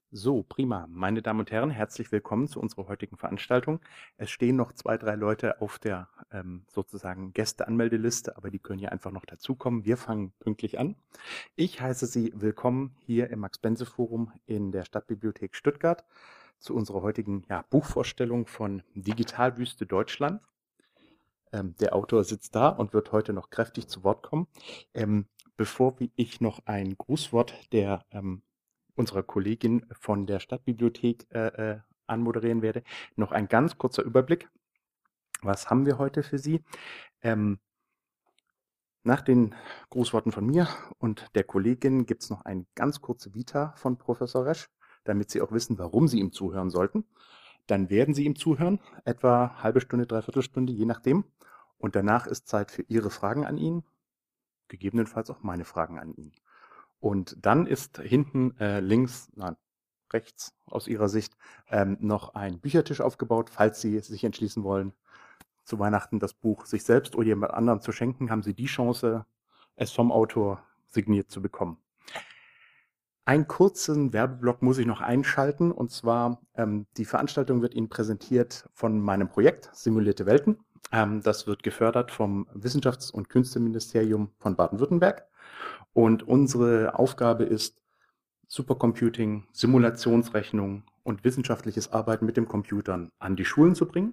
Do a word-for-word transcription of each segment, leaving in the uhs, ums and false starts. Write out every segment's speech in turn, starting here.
So, prima. Meine Damen und Herren, herzlich willkommen zu unserer heutigen Veranstaltung. Es stehen noch zwei, drei Leute auf der ähm, sozusagen Gästeanmeldeliste, aber die können ja einfach noch dazukommen. Wir fangen pünktlich an. Ich heiße Sie willkommen hier im Max-Bense-Forum in der Stadtbibliothek Stuttgart zu unserer heutigen ja, Buchvorstellung von Digitalwüste Deutschland. Ähm, der Autor sitzt da und wird heute noch kräftig zu Wort kommen. Ähm, bevor ich noch ein Grußwort der ähm, unserer Kollegin von der Stadtbibliothek äh, äh, anmoderieren werde, noch ein ganz kurzer Überblick. Was haben wir heute für Sie? Ähm, nach den Grußworten von mir und der Kollegin gibt es noch eine ganz kurze Vita von Professor Resch, damit Sie auch wissen, warum Sie ihm zuhören sollten. Dann werden Sie ihm zuhören, etwa halbe Stunde, dreiviertel Stunde, je nachdem. Und danach ist Zeit für Ihre Fragen an ihn, gegebenenfalls auch meine Fragen an ihn. Und dann ist hinten äh, links, nein, rechts aus Ihrer Sicht ähm, noch ein Büchertisch aufgebaut. Falls Sie sich entschließen wollen, zu Weihnachten das Buch sich selbst oder jemand anderem zu schenken, haben Sie die Chance, es vom Autor signiert zu bekommen. Einen kurzen Werbeblock muss ich noch einschalten, und zwar ähm, die Veranstaltung wird Ihnen präsentiert von meinem Projekt Simulierte Welten. Ähm, das wird gefördert vom Wissenschafts- und Künsteministerium von Baden-Württemberg. Und unsere Aufgabe ist, Supercomputing, Simulationsrechnung und wissenschaftliches Arbeiten mit den Computern an die Schulen zu bringen.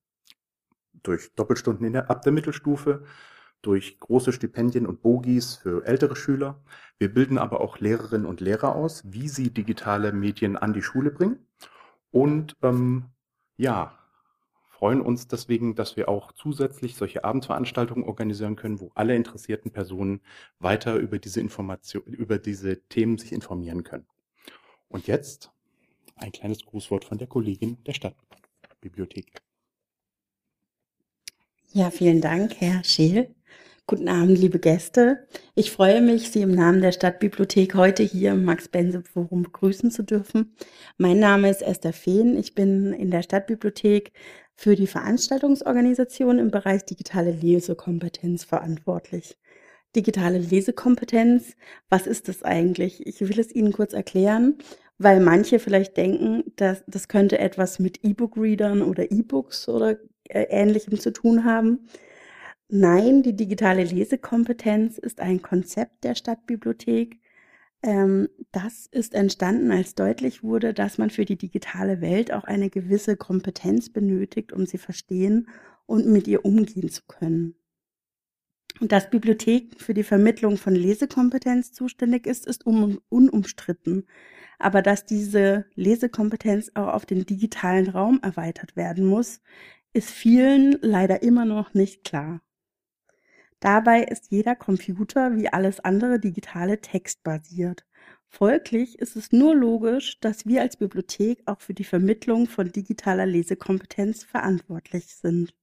Durch Doppelstunden in der, ab der Mittelstufe, durch große Stipendien und Bogis für ältere Schüler. Wir bilden aber auch Lehrerinnen und Lehrer aus, wie sie digitale Medien an die Schule bringen. Und ähm, ja, freuen uns deswegen, dass wir auch zusätzlich solche Abendveranstaltungen organisieren können, wo alle interessierten Personen weiter über diese Information, über diese Themen sich informieren können. Und jetzt ein kleines Grußwort von der Kollegin der Stadtbibliothek. Ja, vielen Dank, Herr Scheel. Guten Abend, liebe Gäste. Ich freue mich, Sie im Namen der Stadtbibliothek heute hier im Max-Bense-Forum begrüßen zu dürfen. Mein Name ist Esther Fehn. Ich bin in der Stadtbibliothek für die Veranstaltungsorganisation im Bereich digitale Lesekompetenz verantwortlich. Digitale Lesekompetenz, was ist das eigentlich? Ich will es Ihnen kurz erklären, weil manche vielleicht denken, dass das könnte etwas mit E-Book-Readern oder E-Books oder äh, Ähnlichem zu tun haben. Nein, die digitale Lesekompetenz ist ein Konzept der Stadtbibliothek. Ähm, das ist entstanden, als deutlich wurde, dass man für die digitale Welt auch eine gewisse Kompetenz benötigt, um sie verstehen und mit ihr umgehen zu können. Und dass Bibliothek für die Vermittlung von Lesekompetenz zuständig ist, ist un unumstritten. Aber dass diese Lesekompetenz auch auf den digitalen Raum erweitert werden muss, ist vielen leider immer noch nicht klar. Dabei ist jeder Computer wie alles andere digitale textbasiert. Folglich ist es nur logisch, dass wir als Bibliothek auch für die Vermittlung von digitaler Lesekompetenz verantwortlich sind.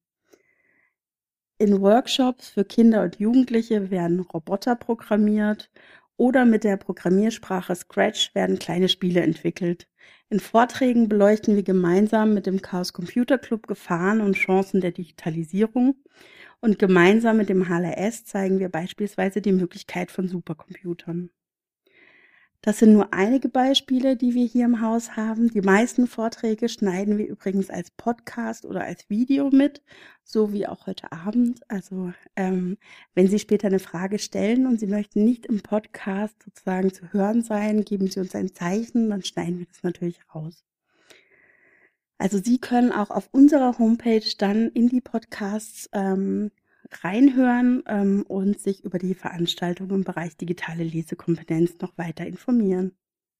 In Workshops für Kinder und Jugendliche werden Roboter programmiert oder mit der Programmiersprache Scratch werden kleine Spiele entwickelt. In Vorträgen beleuchten wir gemeinsam mit dem Chaos Computer Club Gefahren und Chancen der Digitalisierung und gemeinsam mit dem H L S zeigen wir beispielsweise die Möglichkeit von Supercomputern. Das sind nur einige Beispiele, die wir hier im Haus haben. Die meisten Vorträge schneiden wir übrigens als Podcast oder als Video mit, so wie auch heute Abend. Also ähm, wenn Sie später eine Frage stellen und Sie möchten nicht im Podcast sozusagen zu hören sein, geben Sie uns ein Zeichen, dann schneiden wir das natürlich raus. Also Sie können auch auf unserer Homepage dann in die Podcasts ähm, reinhören ähm, und sich über die Veranstaltung im Bereich digitale Lesekompetenz noch weiter informieren.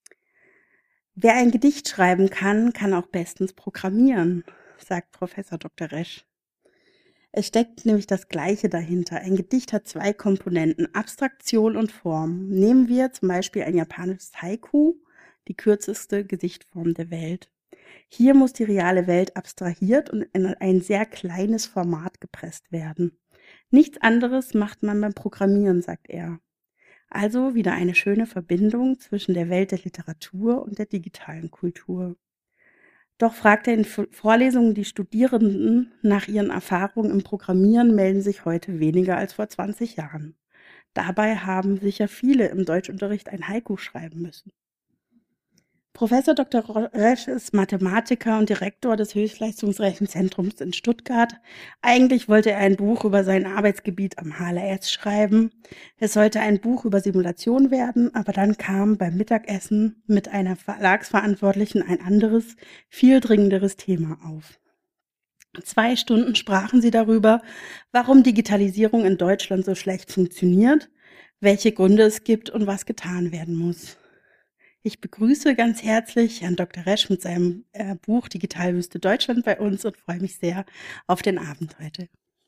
Wer ein Gedicht schreiben kann, kann auch bestens programmieren, sagt Professor Doktor Resch. Es steckt nämlich das Gleiche dahinter. Ein Gedicht hat zwei Komponenten, Abstraktion und Form. Nehmen wir zum Beispiel ein japanisches Haiku, die kürzeste Gedichtform der Welt. Hier muss die reale Welt abstrahiert und in ein sehr kleines Format gepresst werden. Nichts anderes macht man beim Programmieren, sagt er. Also wieder eine schöne Verbindung zwischen der Welt der Literatur und der digitalen Kultur. Doch fragt er in Vorlesungen die Studierenden nach ihren Erfahrungen im Programmieren, melden sich heute weniger als vor zwanzig Jahren. Dabei haben sicher viele im Deutschunterricht ein Haiku schreiben müssen. Professor Doktor Resch ist Mathematiker und Direktor des Höchstleistungsrechenzentrums in Stuttgart. Eigentlich wollte er ein Buch über sein Arbeitsgebiet am H L S schreiben. Es sollte ein Buch über Simulation werden, aber dann kam beim Mittagessen mit einer Verlagsverantwortlichen ein anderes, viel dringenderes Thema auf. Zwei Stunden sprachen sie darüber, warum Digitalisierung in Deutschland so schlecht funktioniert, welche Gründe es gibt und was getan werden muss. Ich begrüße ganz herzlich Herrn Doktor Resch mit seinem äh, Buch Digitalwüste Deutschland bei uns und freue mich sehr auf den Abend heute.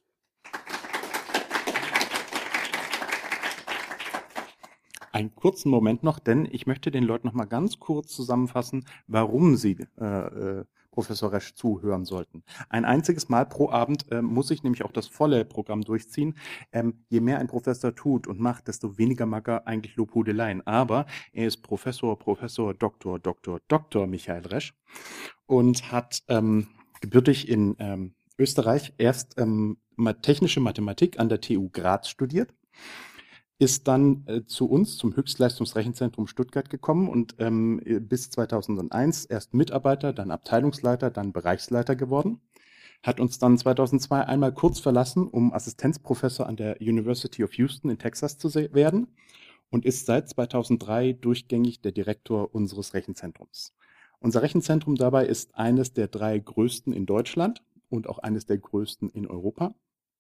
Einen kurzen Moment noch, denn ich möchte den Leuten noch mal ganz kurz zusammenfassen, warum sie äh, äh, Professor Resch zuhören sollten. Ein einziges Mal pro Abend äh, muss ich nämlich auch das volle Programm durchziehen. Ähm, je mehr ein Professor tut und macht, desto weniger mag er eigentlich Lobhudeleien. Aber er ist Professor, Professor, Doktor, Doktor, Doktor Michael Resch und hat ähm, gebürtig in ähm, Österreich erst ähm, technische Mathematik an der T U Graz studiert, ist dann äh, zu uns, zum Höchstleistungsrechenzentrum Stuttgart gekommen und ähm, bis zweitausendeins erst Mitarbeiter, dann Abteilungsleiter, dann Bereichsleiter geworden. Hat uns dann zweitausendzwei einmal kurz verlassen, um Assistenzprofessor an der University of Houston in Texas zu werden und ist seit zweitausenddrei durchgängig der Direktor unseres Rechenzentrums. Unser Rechenzentrum dabei ist eines der drei größten in Deutschland und auch eines der größten in Europa.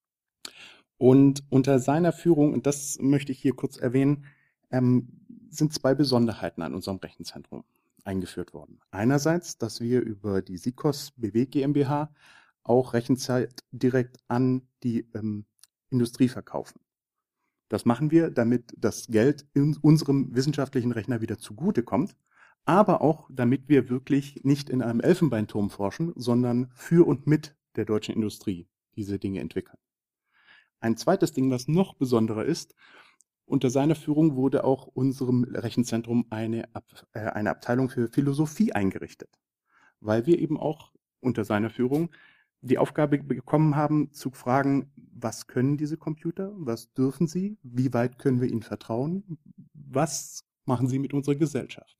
Und unter seiner Führung, und das möchte ich hier kurz erwähnen, ähm, sind zwei Besonderheiten an unserem Rechenzentrum eingeführt worden. Einerseits, dass wir über die SICOS B W GmbH auch Rechenzeit direkt an die ähm, Industrie verkaufen. Das machen wir, damit das Geld in unserem wissenschaftlichen Rechner wieder zugutekommt, aber auch, damit wir wirklich nicht in einem Elfenbeinturm forschen, sondern für und mit der deutschen Industrie diese Dinge entwickeln. Ein zweites Ding, was noch besonderer ist, unter seiner Führung wurde auch unserem Rechenzentrum eine, Ab äh, eine Abteilung für Philosophie eingerichtet, weil wir eben auch unter seiner Führung die Aufgabe bekommen haben, zu fragen, was können diese Computer, was dürfen sie, wie weit können wir ihnen vertrauen, was machen sie mit unserer Gesellschaft.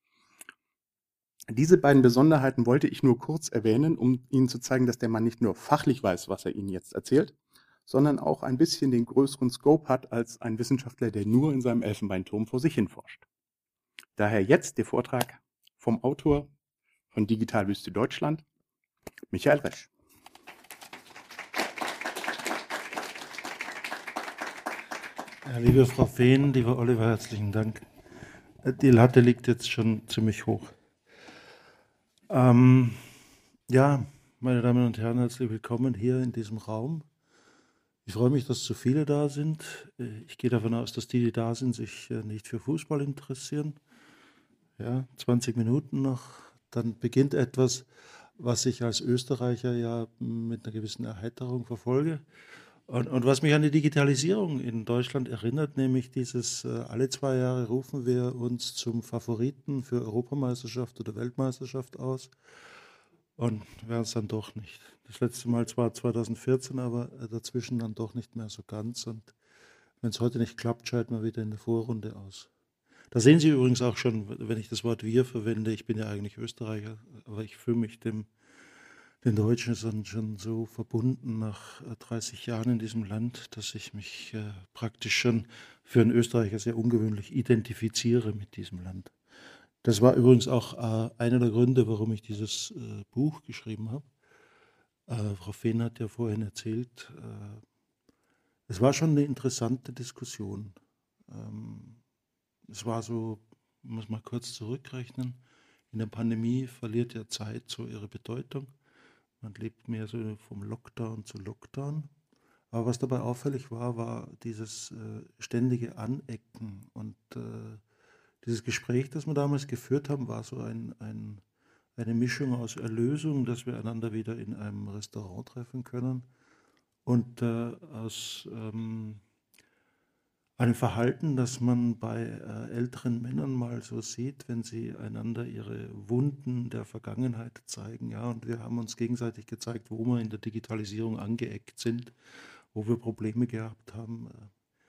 Diese beiden Besonderheiten wollte ich nur kurz erwähnen, um Ihnen zu zeigen, dass der Mann nicht nur fachlich weiß, was er Ihnen jetzt erzählt, sondern auch ein bisschen den größeren Scope hat als ein Wissenschaftler, der nur in seinem Elfenbeinturm vor sich hin forscht. Daher jetzt der Vortrag vom Autor von Digitalwüste Deutschland, Michael Resch. Ja, liebe Frau Fehn, lieber Oliver, herzlichen Dank. Die Latte liegt jetzt schon ziemlich hoch. Ähm, ja, meine Damen und Herren, herzlich willkommen hier in diesem Raum. Ich freue mich, dass so viele da sind. Ich gehe davon aus, dass die, die da sind, sich nicht für Fußball interessieren. Ja, zwanzig Minuten noch, dann beginnt etwas, was ich als Österreicher ja mit einer gewissen Erheiterung verfolge. Und, und was mich an die Digitalisierung in Deutschland erinnert, nämlich dieses, äh, alle zwei Jahre rufen wir uns zum Favoriten für Europameisterschaft oder Weltmeisterschaft aus und werden es dann doch nicht. Das letzte Mal zwar zweitausendvierzehn, aber dazwischen dann doch nicht mehr so ganz. Und wenn es heute nicht klappt, scheiden wir wieder in der Vorrunde aus. Da sehen Sie übrigens auch schon, wenn ich das Wort wir verwende, ich bin ja eigentlich Österreicher, aber ich fühle mich dem Den Deutschen sind schon so verbunden nach dreißig Jahren in diesem Land, dass ich mich äh, praktisch schon für einen Österreicher sehr ungewöhnlich identifiziere mit diesem Land. Das war übrigens auch äh, einer der Gründe, warum ich dieses äh, Buch geschrieben habe. Äh, Frau Fehn hat ja vorhin erzählt, äh, es war schon eine interessante Diskussion. Ähm, es war so, ich muss mal kurz zurückrechnen, in der Pandemie verliert ja Zeit so ihre Bedeutung. Man lebt mehr so vom Lockdown zu Lockdown. Aber was dabei auffällig war, war dieses äh, ständige Anecken. Und äh, dieses Gespräch, das wir damals geführt haben, war so ein, ein, eine Mischung aus Erlösung, dass wir einander wieder in einem Restaurant treffen können und äh, aus ähm, einem Verhalten, das man bei äh, älteren Männern mal so sieht, wenn sie einander ihre Wunden der Vergangenheit zeigen. Ja, und wir haben uns gegenseitig gezeigt, wo wir in der Digitalisierung angeeckt sind, wo wir Probleme gehabt haben.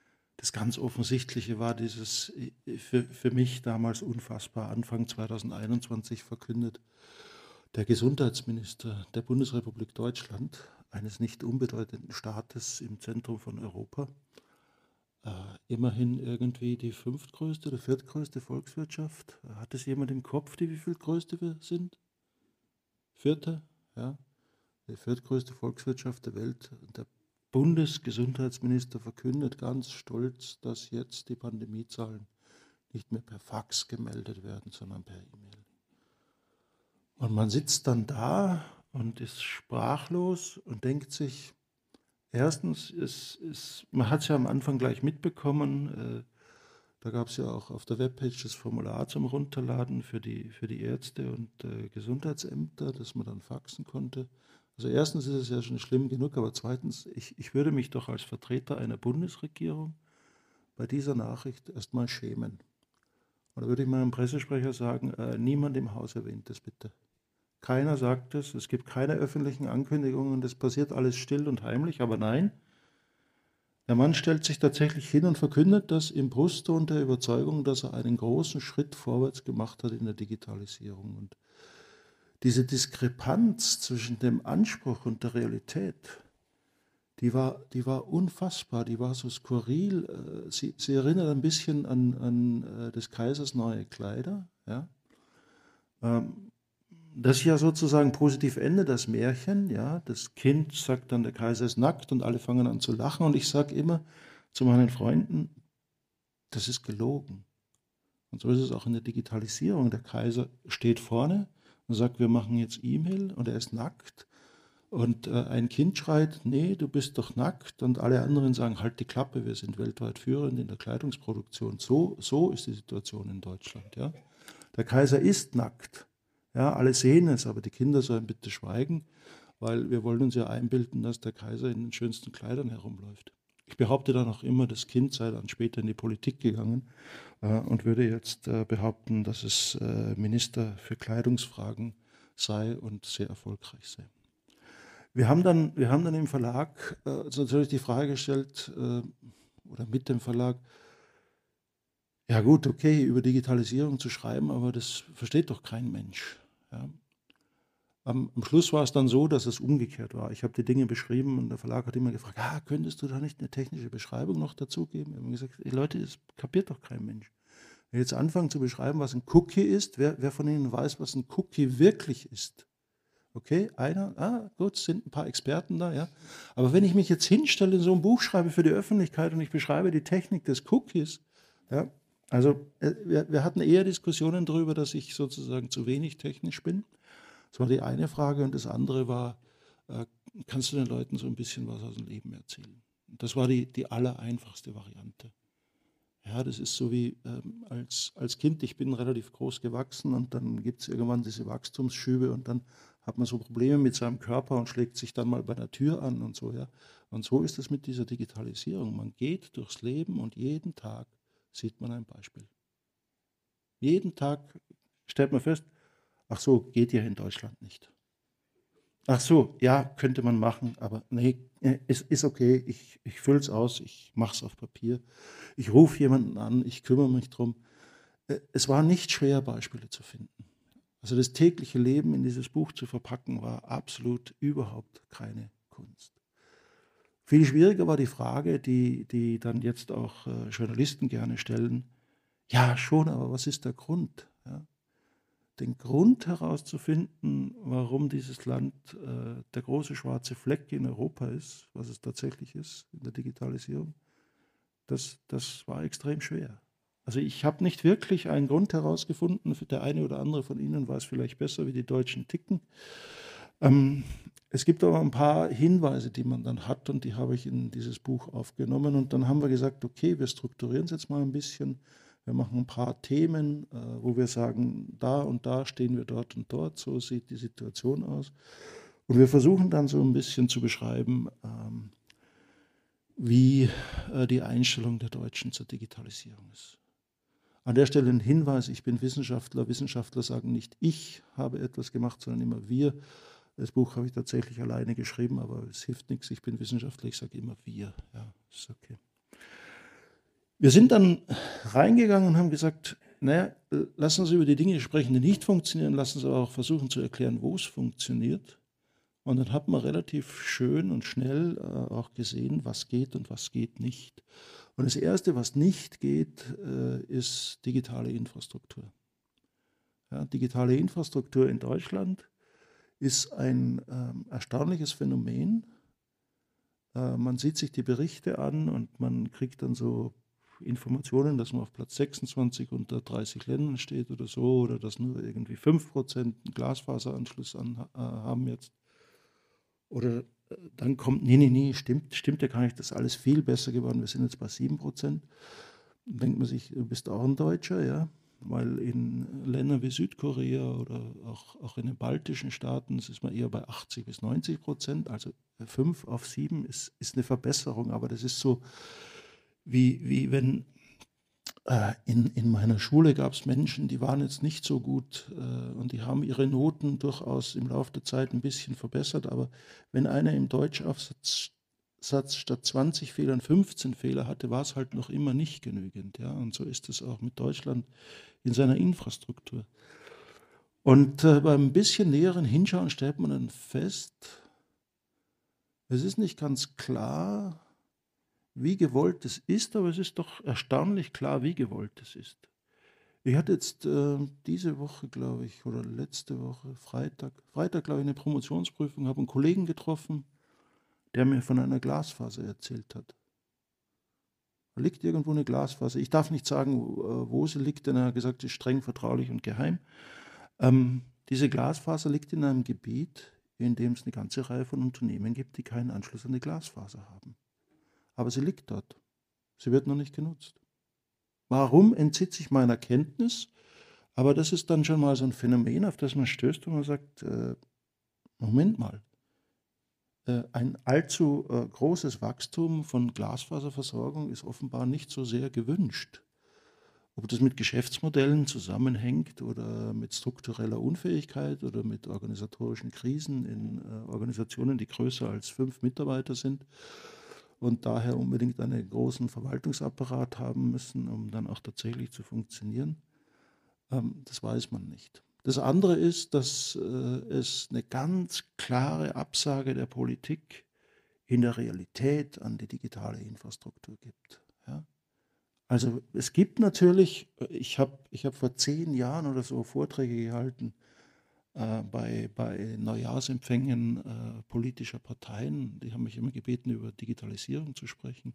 das ganz Offensichtliche war dieses für, für mich damals unfassbar Anfang zweitausendeinundzwanzig verkündet, der Gesundheitsminister der Bundesrepublik Deutschland, eines nicht unbedeutenden Staates im Zentrum von Europa, äh, immerhin irgendwie die fünftgrößte oder viertgrößte Volkswirtschaft. Hat es jemand im Kopf, die wie viel größte wir sind? Vierte, ja, die viertgrößte Volkswirtschaft der Welt. Der Bundesgesundheitsminister verkündet ganz stolz, dass jetzt die Pandemiezahlen nicht mehr per Fax gemeldet werden, sondern per E-Mail. Und man sitzt dann da und ist sprachlos und denkt sich, erstens, ist, ist, man hat es ja am Anfang gleich mitbekommen, äh, da gab es ja auch auf der Webpage das Formular zum Runterladen für die, für die Ärzte und äh, Gesundheitsämter, das man dann faxen konnte. Also erstens ist es ja schon schlimm genug, aber zweitens, ich, ich würde mich doch als Vertreter einer Bundesregierung bei dieser Nachricht erstmal schämen. Und da würde ich meinem Pressesprecher sagen, äh, niemand im Haus erwähnt das bitte. Keiner sagt es, es gibt keine öffentlichen Ankündigungen, das passiert alles still und heimlich, aber nein, der Mann stellt sich tatsächlich hin und verkündet das im Brustton der Überzeugung, dass er einen großen Schritt vorwärts gemacht hat in der Digitalisierung. Und diese Diskrepanz zwischen dem Anspruch und der Realität, die war, die war unfassbar, die war so skurril. Sie, sie erinnert ein bisschen an, an des Kaisers neue Kleider. Ja? Das ist ja sozusagen positiv endet, das Märchen. Ja? Das Kind sagt dann, der Kaiser ist nackt und alle fangen an zu lachen. Und ich sage immer zu meinen Freunden, das ist gelogen. Und so ist es auch in der Digitalisierung. Der Kaiser steht vorne und sagt, wir machen jetzt E-Mail und er ist nackt. Und äh, ein Kind schreit, nee, du bist doch nackt. Und alle anderen sagen, halt die Klappe, wir sind weltweit führend in der Kleidungsproduktion. So, so ist die Situation in Deutschland. Ja? Der Kaiser ist nackt. Ja, alle sehen es, aber die Kinder sollen bitte schweigen, weil wir wollen uns ja einbilden, dass der Kaiser in den schönsten Kleidern herumläuft. Ich behaupte dann auch immer, das Kind sei dann später in die Politik gegangen äh, und würde jetzt äh, behaupten, dass es äh, Minister für Kleidungsfragen sei und sehr erfolgreich sei. Wir haben dann, wir haben dann im Verlag äh, natürlich die Frage gestellt, äh, oder mit dem Verlag, ja gut, okay, über Digitalisierung zu schreiben, aber das versteht doch kein Mensch. Ja. Am, am Schluss war es dann so, dass es umgekehrt war. Ich habe die Dinge beschrieben und der Verlag hat immer gefragt, ah, könntest du da nicht eine technische Beschreibung noch dazugeben? Wir haben gesagt, ey Leute, das kapiert doch kein Mensch. Wenn wir jetzt anfangen zu beschreiben, was ein Cookie ist, wer, wer von Ihnen weiß, was ein Cookie wirklich ist? Okay, einer, ah, gut, es sind ein paar Experten da, ja. Aber wenn ich mich jetzt hinstelle, so ein Buch schreibe für die Öffentlichkeit und ich beschreibe die Technik des Cookies, ja, also wir, wir hatten eher Diskussionen darüber, dass ich sozusagen zu wenig technisch bin. Das war die eine Frage und das andere war, äh, kannst du den Leuten so ein bisschen was aus dem Leben erzählen? Das war die, die allereinfachste Variante. Ja, das ist so wie ähm, als, als Kind, ich bin relativ groß gewachsen und dann gibt es irgendwann diese Wachstumsschübe und dann hat man so Probleme mit seinem Körper und schlägt sich dann mal bei der Tür an und so. Ja. Und so ist es mit dieser Digitalisierung. Man geht durchs Leben und jeden Tag sieht man ein Beispiel. Jeden Tag stellt man fest, ach so, geht ja in Deutschland nicht. Ach so, ja, könnte man machen, aber nee, es ist okay, ich, ich fülle es aus, ich mache es auf Papier, ich rufe jemanden an, ich kümmere mich drum. Es war nicht schwer, Beispiele zu finden. Also das tägliche Leben in dieses Buch zu verpacken, war absolut überhaupt keine Kunst. Viel schwieriger war die Frage, die, die dann jetzt auch äh, Journalisten gerne stellen, ja schon, aber was ist der Grund? Ja? Den Grund herauszufinden, warum dieses Land äh, der große schwarze Fleck in Europa ist, was es tatsächlich ist in der Digitalisierung, das, das war extrem schwer. Also ich habe nicht wirklich einen Grund herausgefunden, für der eine oder andere von Ihnen weiß vielleicht besser, wie die Deutschen ticken. Ähm, es gibt aber ein paar Hinweise, die man dann hat und die habe ich in dieses Buch aufgenommen und dann haben wir gesagt, okay, wir strukturieren es jetzt mal ein bisschen. Wir machen ein paar Themen, äh, wo wir sagen, da und da stehen wir dort und dort, so sieht die Situation aus. Und wir versuchen dann so ein bisschen zu beschreiben, ähm, wie äh, die Einstellung der Deutschen zur Digitalisierung ist. An der Stelle ein Hinweis, ich bin Wissenschaftler. Wissenschaftler sagen nicht, ich habe etwas gemacht, sondern immer wir. Das Buch habe ich tatsächlich alleine geschrieben, aber es hilft nichts. Ich bin Wissenschaftler, ich sage immer wir. Ja, ist okay. Wir sind dann reingegangen und haben gesagt, naja, lass uns über die Dinge sprechen, die nicht funktionieren, lass uns aber auch versuchen zu erklären, wo es funktioniert. Und dann hat man relativ schön und schnell äh, auch gesehen, was geht und was geht nicht. Und das Erste, was nicht geht, äh, ist digitale Infrastruktur. Ja, digitale Infrastruktur in Deutschland ist ein ähm, erstaunliches Phänomen. Äh, man sieht sich die Berichte an und man kriegt dann so Informationen, dass man auf Platz sechsundzwanzig unter dreißig Ländern steht oder so, oder dass nur irgendwie fünf Prozent einen Glasfaseranschluss an, äh, haben jetzt. Oder äh, dann kommt, nee, nee, nee, stimmt, stimmt ja gar nicht, das ist alles viel besser geworden, wir sind jetzt bei sieben Prozent. Dann denkt man sich, du bist auch ein Deutscher, ja, weil in Ländern wie Südkorea oder auch, auch in den baltischen Staaten ist man eher bei achtzig bis neunzig Prozent, also fünf auf sieben ist, ist eine Verbesserung, aber das ist so, wie, wie wenn äh, in, in meiner Schule gab es Menschen, die waren jetzt nicht so gut äh, und die haben ihre Noten durchaus im Laufe der Zeit ein bisschen verbessert, aber wenn einer im Deutschaufsatz Satz statt zwanzig Fehlern fünfzehn Fehler hatte, war es halt noch immer nicht genügend. Ja? Und so ist es auch mit Deutschland in seiner Infrastruktur. Und äh, beim bisschen näheren Hinschauen stellt man dann fest, es ist nicht ganz klar, wie gewollt es ist, aber es ist doch erstaunlich klar, wie gewollt es ist. Ich hatte jetzt äh, diese Woche, glaube ich, oder letzte Woche, Freitag, Freitag, glaube ich, eine Promotionsprüfung, habe einen Kollegen getroffen, der mir von einer Glasfaser erzählt hat. Da liegt irgendwo eine Glasfaser. Ich darf nicht sagen, wo sie liegt, denn er hat gesagt, sie ist streng vertraulich und geheim. Ähm, diese Glasfaser liegt in einem Gebiet, in dem es eine ganze Reihe von Unternehmen gibt, die keinen Anschluss an die Glasfaser haben. Aber sie liegt dort. Sie wird noch nicht genutzt. Warum, entzieht sich meiner Kenntnis? Aber das ist dann schon mal so ein Phänomen, auf das man stößt, wo man sagt, äh, Moment mal, äh, ein allzu äh, großes Wachstum von Glasfaserversorgung ist offenbar nicht so sehr gewünscht. Ob das mit Geschäftsmodellen zusammenhängt oder mit struktureller Unfähigkeit oder mit organisatorischen Krisen in äh, Organisationen, die größer als fünf Mitarbeiter sind und daher unbedingt einen großen Verwaltungsapparat haben müssen, um dann auch tatsächlich zu funktionieren. Ähm, das weiß man nicht. Das andere ist, dass äh, es eine ganz klare Absage der Politik in der Realität an die digitale Infrastruktur gibt. Ja? Also es gibt natürlich, ich habe ich hab vor zehn Jahren oder so Vorträge gehalten, äh, bei, bei Neujahrsempfängen äh, politischer Parteien. Die haben mich immer gebeten, über Digitalisierung zu sprechen.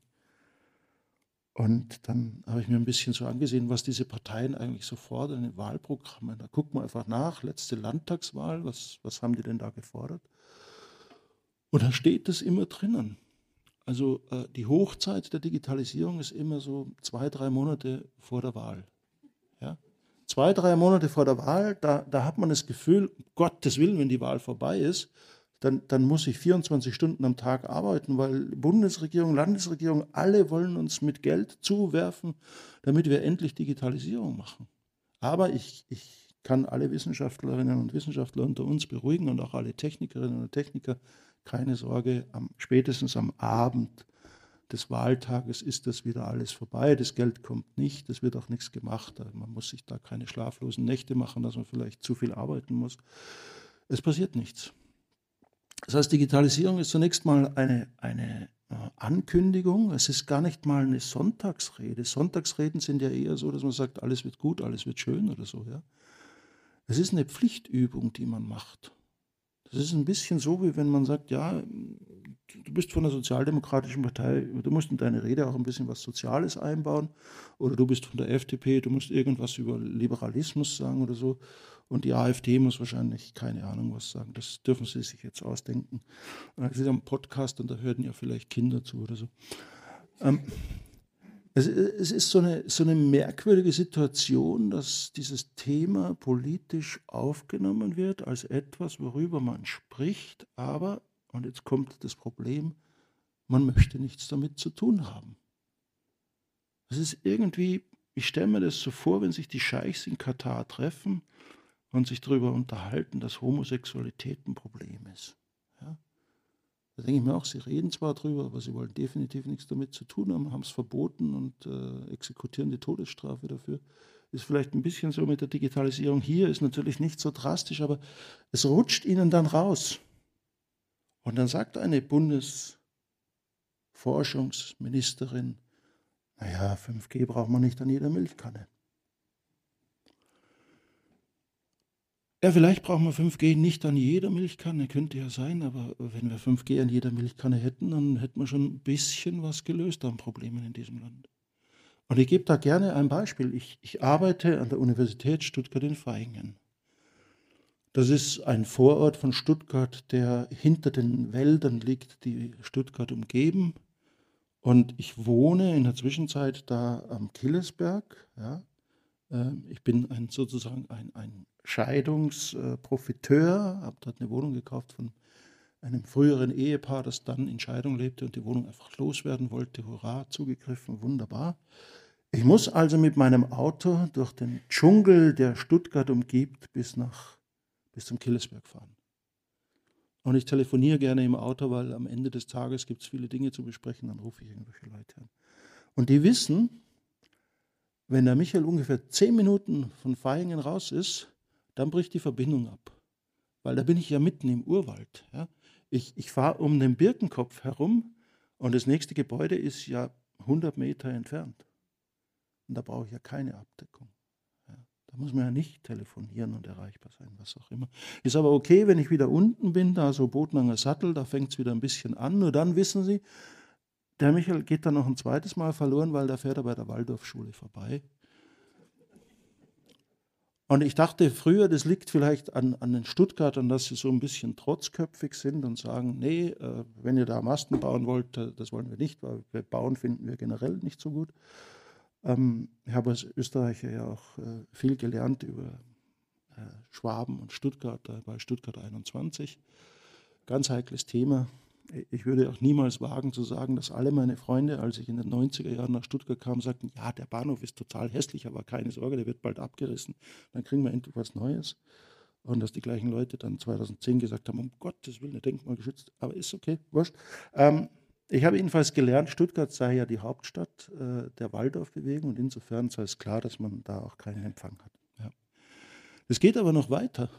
Und dann habe ich mir ein bisschen so angesehen, was diese Parteien eigentlich so fordern in Wahlprogrammen. Da guckt man einfach nach, letzte Landtagswahl, was, was haben die denn da gefordert? Und da steht das immer drinnen. Also äh, die Hochzeit der Digitalisierung ist immer so zwei, drei Monate vor der Wahl. Ja? Zwei, drei Monate vor der Wahl, da, da hat man das Gefühl, um Gottes Willen, wenn die Wahl vorbei ist, dann, dann muss ich vierundzwanzig Stunden am Tag arbeiten, weil Bundesregierung, Landesregierung, alle wollen uns mit Geld zuwerfen, damit wir endlich Digitalisierung machen. Aber ich, ich kann alle Wissenschaftlerinnen und Wissenschaftler unter uns beruhigen und auch alle Technikerinnen und Techniker, keine Sorge, am, spätestens am Abend des Wahltages ist das wieder alles vorbei, das Geld kommt nicht, es wird auch nichts gemacht, man muss sich da keine schlaflosen Nächte machen, dass man vielleicht zu viel arbeiten muss. Es passiert nichts. Das heißt, Digitalisierung ist zunächst mal eine, eine äh, Ankündigung, es ist gar nicht mal eine Sonntagsrede. Sonntagsreden sind ja eher so, dass man sagt, alles wird gut, alles wird schön oder so. Ja? Es ist eine Pflichtübung, die man macht. Das ist ein bisschen so, wie wenn man sagt, ja, du bist von der Sozialdemokratischen Partei, du musst in deine Rede auch ein bisschen was Soziales einbauen, oder du bist von der F D P, du musst irgendwas über Liberalismus sagen oder so, und die AfD muss wahrscheinlich keine Ahnung was sagen, das dürfen sie sich jetzt ausdenken. Das ist ein Podcast und da hören ja vielleicht Kinder zu oder so. Ähm, Es, es ist so eine, so eine merkwürdige Situation, dass dieses Thema politisch aufgenommen wird als etwas, worüber man spricht, aber, und jetzt kommt das Problem, man möchte nichts damit zu tun haben. Es ist irgendwie, ich stelle mir das so vor, wenn sich die Scheichs in Katar treffen und sich darüber unterhalten, dass Homosexualität ein Problem ist. Ja? Da denke ich mir auch, sie reden zwar drüber, aber sie wollen definitiv nichts damit zu tun haben, haben es verboten und äh, exekutieren die Todesstrafe dafür. Ist vielleicht ein bisschen so mit der Digitalisierung hier, ist natürlich nicht so drastisch, aber es rutscht ihnen dann raus. Und dann sagt eine Bundesforschungsministerin, naja, fünf G braucht man nicht an jeder Milchkanne. Ja, vielleicht brauchen wir fünf G nicht an jeder Milchkanne, könnte ja sein, aber wenn wir fünf G an jeder Milchkanne hätten, dann hätten wir schon ein bisschen was gelöst an Problemen in diesem Land. Und ich gebe da gerne ein Beispiel. Ich, ich arbeite an der Universität Stuttgart in Vaihingen. Das ist ein Vorort von Stuttgart, der hinter den Wäldern liegt, die Stuttgart umgeben. Und ich wohne in der Zwischenzeit da am Killesberg. Ja. Ich bin ein, sozusagen ein, ein Scheidungsprofiteur, habe dort eine Wohnung gekauft von einem früheren Ehepaar, das dann in Scheidung lebte und die Wohnung einfach loswerden wollte. Hurra, zugegriffen, wunderbar. Ich muss also mit meinem Auto durch den Dschungel, der Stuttgart umgibt, bis, nach, bis zum Killesberg fahren. Und ich telefoniere gerne im Auto, weil am Ende des Tages gibt es viele Dinge zu besprechen, dann rufe ich irgendwelche Leute an. Und die wissen, wenn der Michael ungefähr zehn Minuten von Vaihingen raus ist, dann bricht die Verbindung ab. Weil da bin ich ja mitten im Urwald. Ja. Ich, ich fahre um den Birkenkopf herum und das nächste Gebäude ist ja hundert Meter entfernt. Und da brauche ich ja keine Abdeckung. Ja. Da muss man ja nicht telefonieren und erreichbar sein, was auch immer. Ist aber okay, wenn ich wieder unten bin, da so Botenanger Sattel, da fängt es wieder ein bisschen an. Nur dann wissen Sie, der Michael geht dann noch ein zweites Mal verloren, weil da fährt er bei der Waldorfschule vorbei. Und ich dachte früher, das liegt vielleicht an, an den Stuttgartern, dass sie so ein bisschen trotzköpfig sind und sagen, nee, äh, wenn ihr da Masten bauen wollt, äh, das wollen wir nicht, weil wir bauen finden wir generell nicht so gut. Ähm, ich habe als Österreicher ja auch äh, viel gelernt über äh, Schwaben und Stuttgart, äh, bei Stuttgart einundzwanzig. Ganz heikles Thema. Ich würde auch niemals wagen zu sagen, dass alle meine Freunde, als ich in den neunziger Jahren nach Stuttgart kam, sagten, ja, der Bahnhof ist total hässlich, aber keine Sorge, der wird bald abgerissen. Dann kriegen wir endlich was Neues. Und dass die gleichen Leute dann zweitausendzehn gesagt haben, um Gottes Willen, Denkmal geschützt, aber ist okay, wurscht. Ähm, ich habe jedenfalls gelernt, Stuttgart sei ja die Hauptstadt äh, der Waldorfbewegung und insofern sei es klar, dass man da auch keinen Empfang hat. Ja. Es geht aber noch weiter.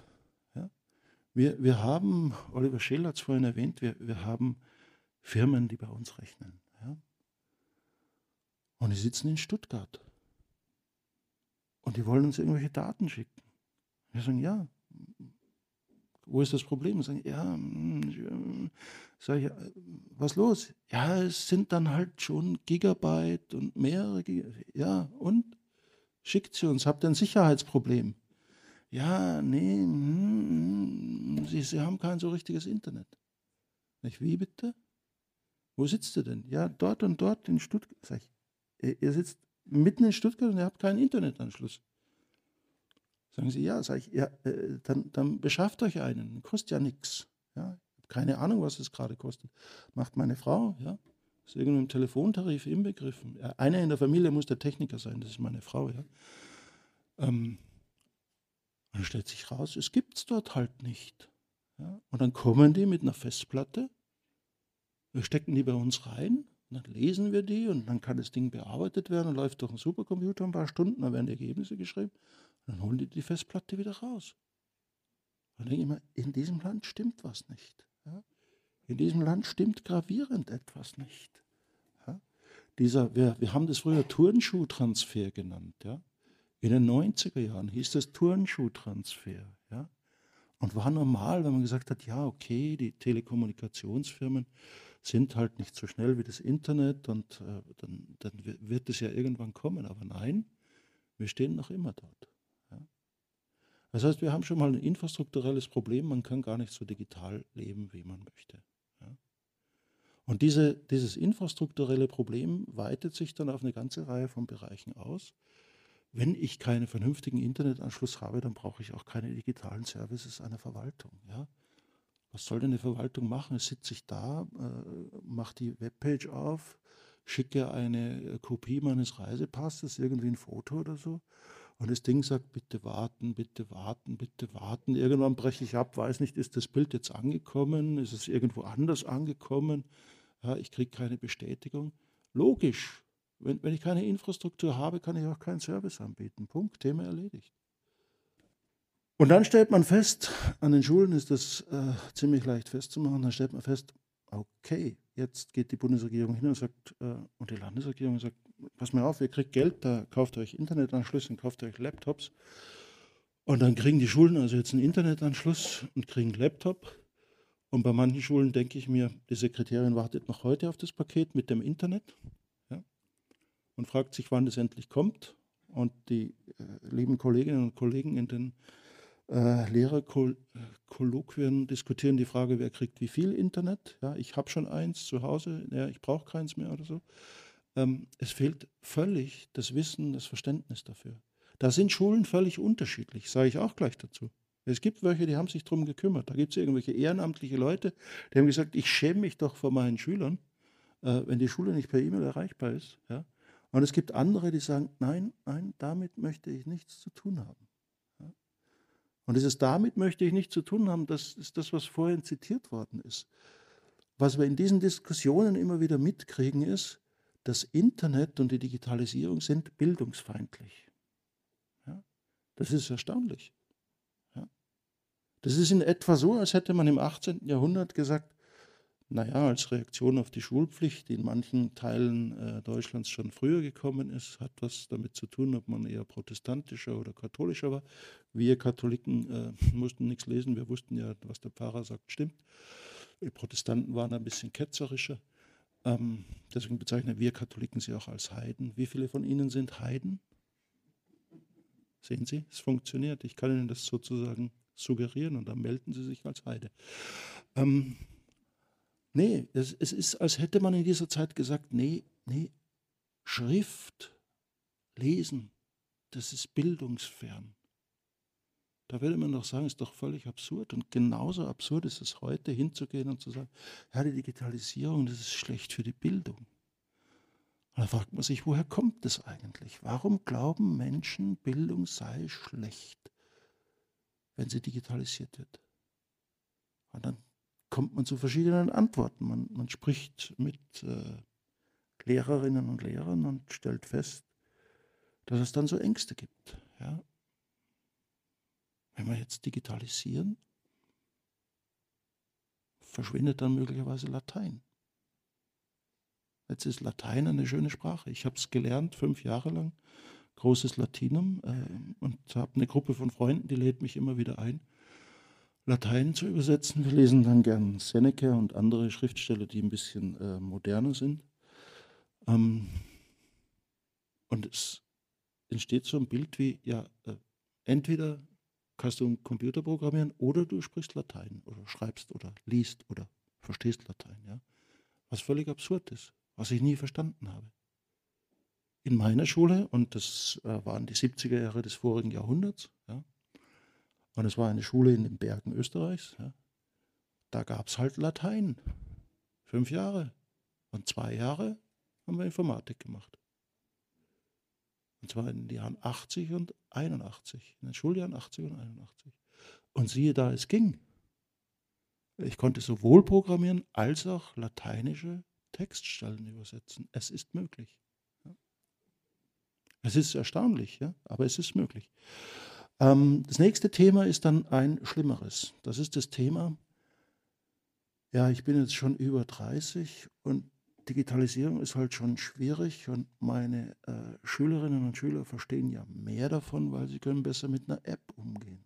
Wir, wir haben, Oliver Scheel hat es vorhin erwähnt, wir, wir haben Firmen, die bei uns rechnen. Ja? Und die sitzen in Stuttgart. Und die wollen uns irgendwelche Daten schicken. Wir sagen, ja, wo ist das Problem? Wir sagen, ja, sag ich, was los? Ja, es sind dann halt schon Gigabyte und mehrere Gigabyte. Ja, und? Schickt sie uns, habt ihr ein Sicherheitsproblem? Ja, nee, hm, Sie, Sie haben kein so richtiges Internet. Ich, wie bitte? Wo sitzt ihr denn? Ja, dort und dort in Stuttgart. Sag ich, ihr sitzt mitten in Stuttgart und ihr habt keinen Internetanschluss. Sagen Sie, ja, sag ich, ja, dann, dann beschafft euch einen, kostet ja nichts. Ja, keine Ahnung, was es gerade kostet. Macht meine Frau, ja. Ist irgendwie im Telefontarif inbegriffen. Ja, einer in der Familie muss der Techniker sein, das ist meine Frau, ja. Ähm, Und dann stellt sich raus, es gibt es dort halt nicht. Ja? Und dann kommen die mit einer Festplatte, wir stecken die bei uns rein, und dann lesen wir die und dann kann das Ding bearbeitet werden und läuft durch einen Supercomputer ein paar Stunden, dann werden die Ergebnisse geschrieben und dann holen die die Festplatte wieder raus. Und dann denke ich mir, in diesem Land stimmt was nicht. Ja? In diesem Land stimmt gravierend etwas nicht. Ja? Dieser, wir, wir haben das früher Turnschuhtransfer genannt, ja. In den neunziger Jahren hieß das Turnschuhtransfer. Ja? Und war normal, wenn man gesagt hat, ja, okay, die Telekommunikationsfirmen sind halt nicht so schnell wie das Internet und äh, dann, dann wird es ja irgendwann kommen. Aber nein, wir stehen noch immer dort. Ja? Das heißt, wir haben schon mal ein infrastrukturelles Problem, man kann gar nicht so digital leben, wie man möchte. Ja? Und diese, dieses infrastrukturelle Problem weitet sich dann auf eine ganze Reihe von Bereichen aus. Wenn ich keinen vernünftigen Internetanschluss habe, dann brauche ich auch keine digitalen Services einer Verwaltung. Ja? Was soll denn eine Verwaltung machen? Es sitze ich da, äh, mache die Webpage auf, schicke eine Kopie meines Reisepasses, irgendwie ein Foto oder so Und das Ding sagt, bitte warten, bitte warten, bitte warten. Irgendwann breche ich ab, weiß nicht, ist das Bild jetzt angekommen? Ist es irgendwo anders angekommen? Ja, ich kriege keine Bestätigung. Logisch. Wenn, wenn ich keine Infrastruktur habe, kann ich auch keinen Service anbieten. Punkt, Thema erledigt. Und dann stellt man fest, an den Schulen ist das äh, ziemlich leicht festzumachen, dann stellt man fest, okay, jetzt geht die Bundesregierung hin und sagt, äh, und die Landesregierung sagt, pass mal auf, ihr kriegt Geld, da kauft ihr euch Internetanschlüsse und kauft ihr euch Laptops. Und dann kriegen die Schulen also jetzt einen Internetanschluss und kriegen einen Laptop. Und bei manchen Schulen denke ich mir, die Sekretärin wartet noch heute auf das Paket mit dem Internet, ja, und fragt sich, wann das endlich kommt. Und die äh, lieben Kolleginnen und Kollegen in den äh, Lehrerkolloquien diskutieren die Frage, wer kriegt wie viel Internet. Ja, ich habe schon eins zu Hause, ja, ich brauche keins mehr oder so. Ähm, es fehlt völlig das Wissen, das Verständnis dafür. Da sind Schulen völlig unterschiedlich, sage ich auch gleich dazu. Es gibt welche, die haben sich darum gekümmert. Da gibt es irgendwelche ehrenamtliche Leute, die haben gesagt, ich schäme mich doch vor meinen Schülern, äh, wenn die Schule nicht per E-Mail erreichbar ist. Ja? Und es gibt andere, die sagen, nein, nein, damit möchte ich nichts zu tun haben. Ja? Und dieses damit möchte ich nichts zu tun haben, das ist das, was vorhin zitiert worden ist. Was wir in diesen Diskussionen immer wieder mitkriegen, ist, das Internet und die Digitalisierung sind bildungsfeindlich. Ja? Das ist erstaunlich. Das ist in etwa so, als hätte man im achtzehnten Jahrhundert gesagt, naja, als Reaktion auf die Schulpflicht, die in manchen Teilen äh, Deutschlands schon früher gekommen ist, hat was damit zu tun, ob man eher protestantischer oder katholischer war. Wir Katholiken äh, mussten nichts lesen, wir wussten ja, was der Pfarrer sagt, stimmt. Die Protestanten waren ein bisschen ketzerischer. Ähm, deswegen bezeichnen wir Katholiken sie auch als Heiden. Wie viele von Ihnen sind Heiden? Sehen Sie, es funktioniert. Ich kann Ihnen das sozusagen suggerieren und dann melden Sie sich als Heide. Ähm, nee, es, es ist, als hätte man in dieser Zeit gesagt, nee, nee, Schrift, Lesen, das ist bildungsfern. Da würde man doch sagen, ist doch völlig absurd. Und genauso absurd ist es heute, hinzugehen und zu sagen, ja, die Digitalisierung, das ist schlecht für die Bildung. Und da fragt man sich, woher kommt das eigentlich? Warum glauben Menschen, Bildung sei schlecht, wenn sie digitalisiert wird? Und dann kommt man zu verschiedenen Antworten. Man, man spricht mit äh, Lehrerinnen und Lehrern und stellt fest, dass es dann so Ängste gibt. Ja? Wenn wir jetzt digitalisieren, verschwindet dann möglicherweise Latein. Jetzt ist Latein eine schöne Sprache. Ich habe es gelernt, fünf Jahre lang, großes Latinum, äh, und habe eine Gruppe von Freunden, die lädt mich immer wieder ein, Latein zu übersetzen. Wir lesen dann gern Seneca und andere Schriftsteller, die ein bisschen äh, moderner sind. Ähm, und es entsteht so ein Bild wie, ja, äh, entweder kannst du einen Computer programmieren oder du sprichst Latein oder schreibst oder liest oder verstehst Latein. Ja? Was völlig absurd ist, was ich nie verstanden habe. In meiner Schule, und das äh, waren die siebziger Jahre des vorigen Jahrhunderts, ja, und es war eine Schule in den Bergen Österreichs, ja, da gab es halt Latein. Fünf Jahre. Und zwei Jahre haben wir Informatik gemacht. Und zwar in den Jahren achtzig und einundachtzig, in den Schuljahren achtzig und einundachtzig. Und siehe da, es ging. Ich konnte sowohl programmieren als auch lateinische Textstellen übersetzen. Es ist möglich. Ja. Es ist erstaunlich, ja, aber es ist möglich. Ähm, das nächste Thema ist dann ein schlimmeres. Das ist das Thema, ja, ich bin jetzt schon über dreißig und Digitalisierung ist halt schon schwierig und meine äh, Schülerinnen und Schüler verstehen ja mehr davon, weil sie können besser mit einer App umgehen.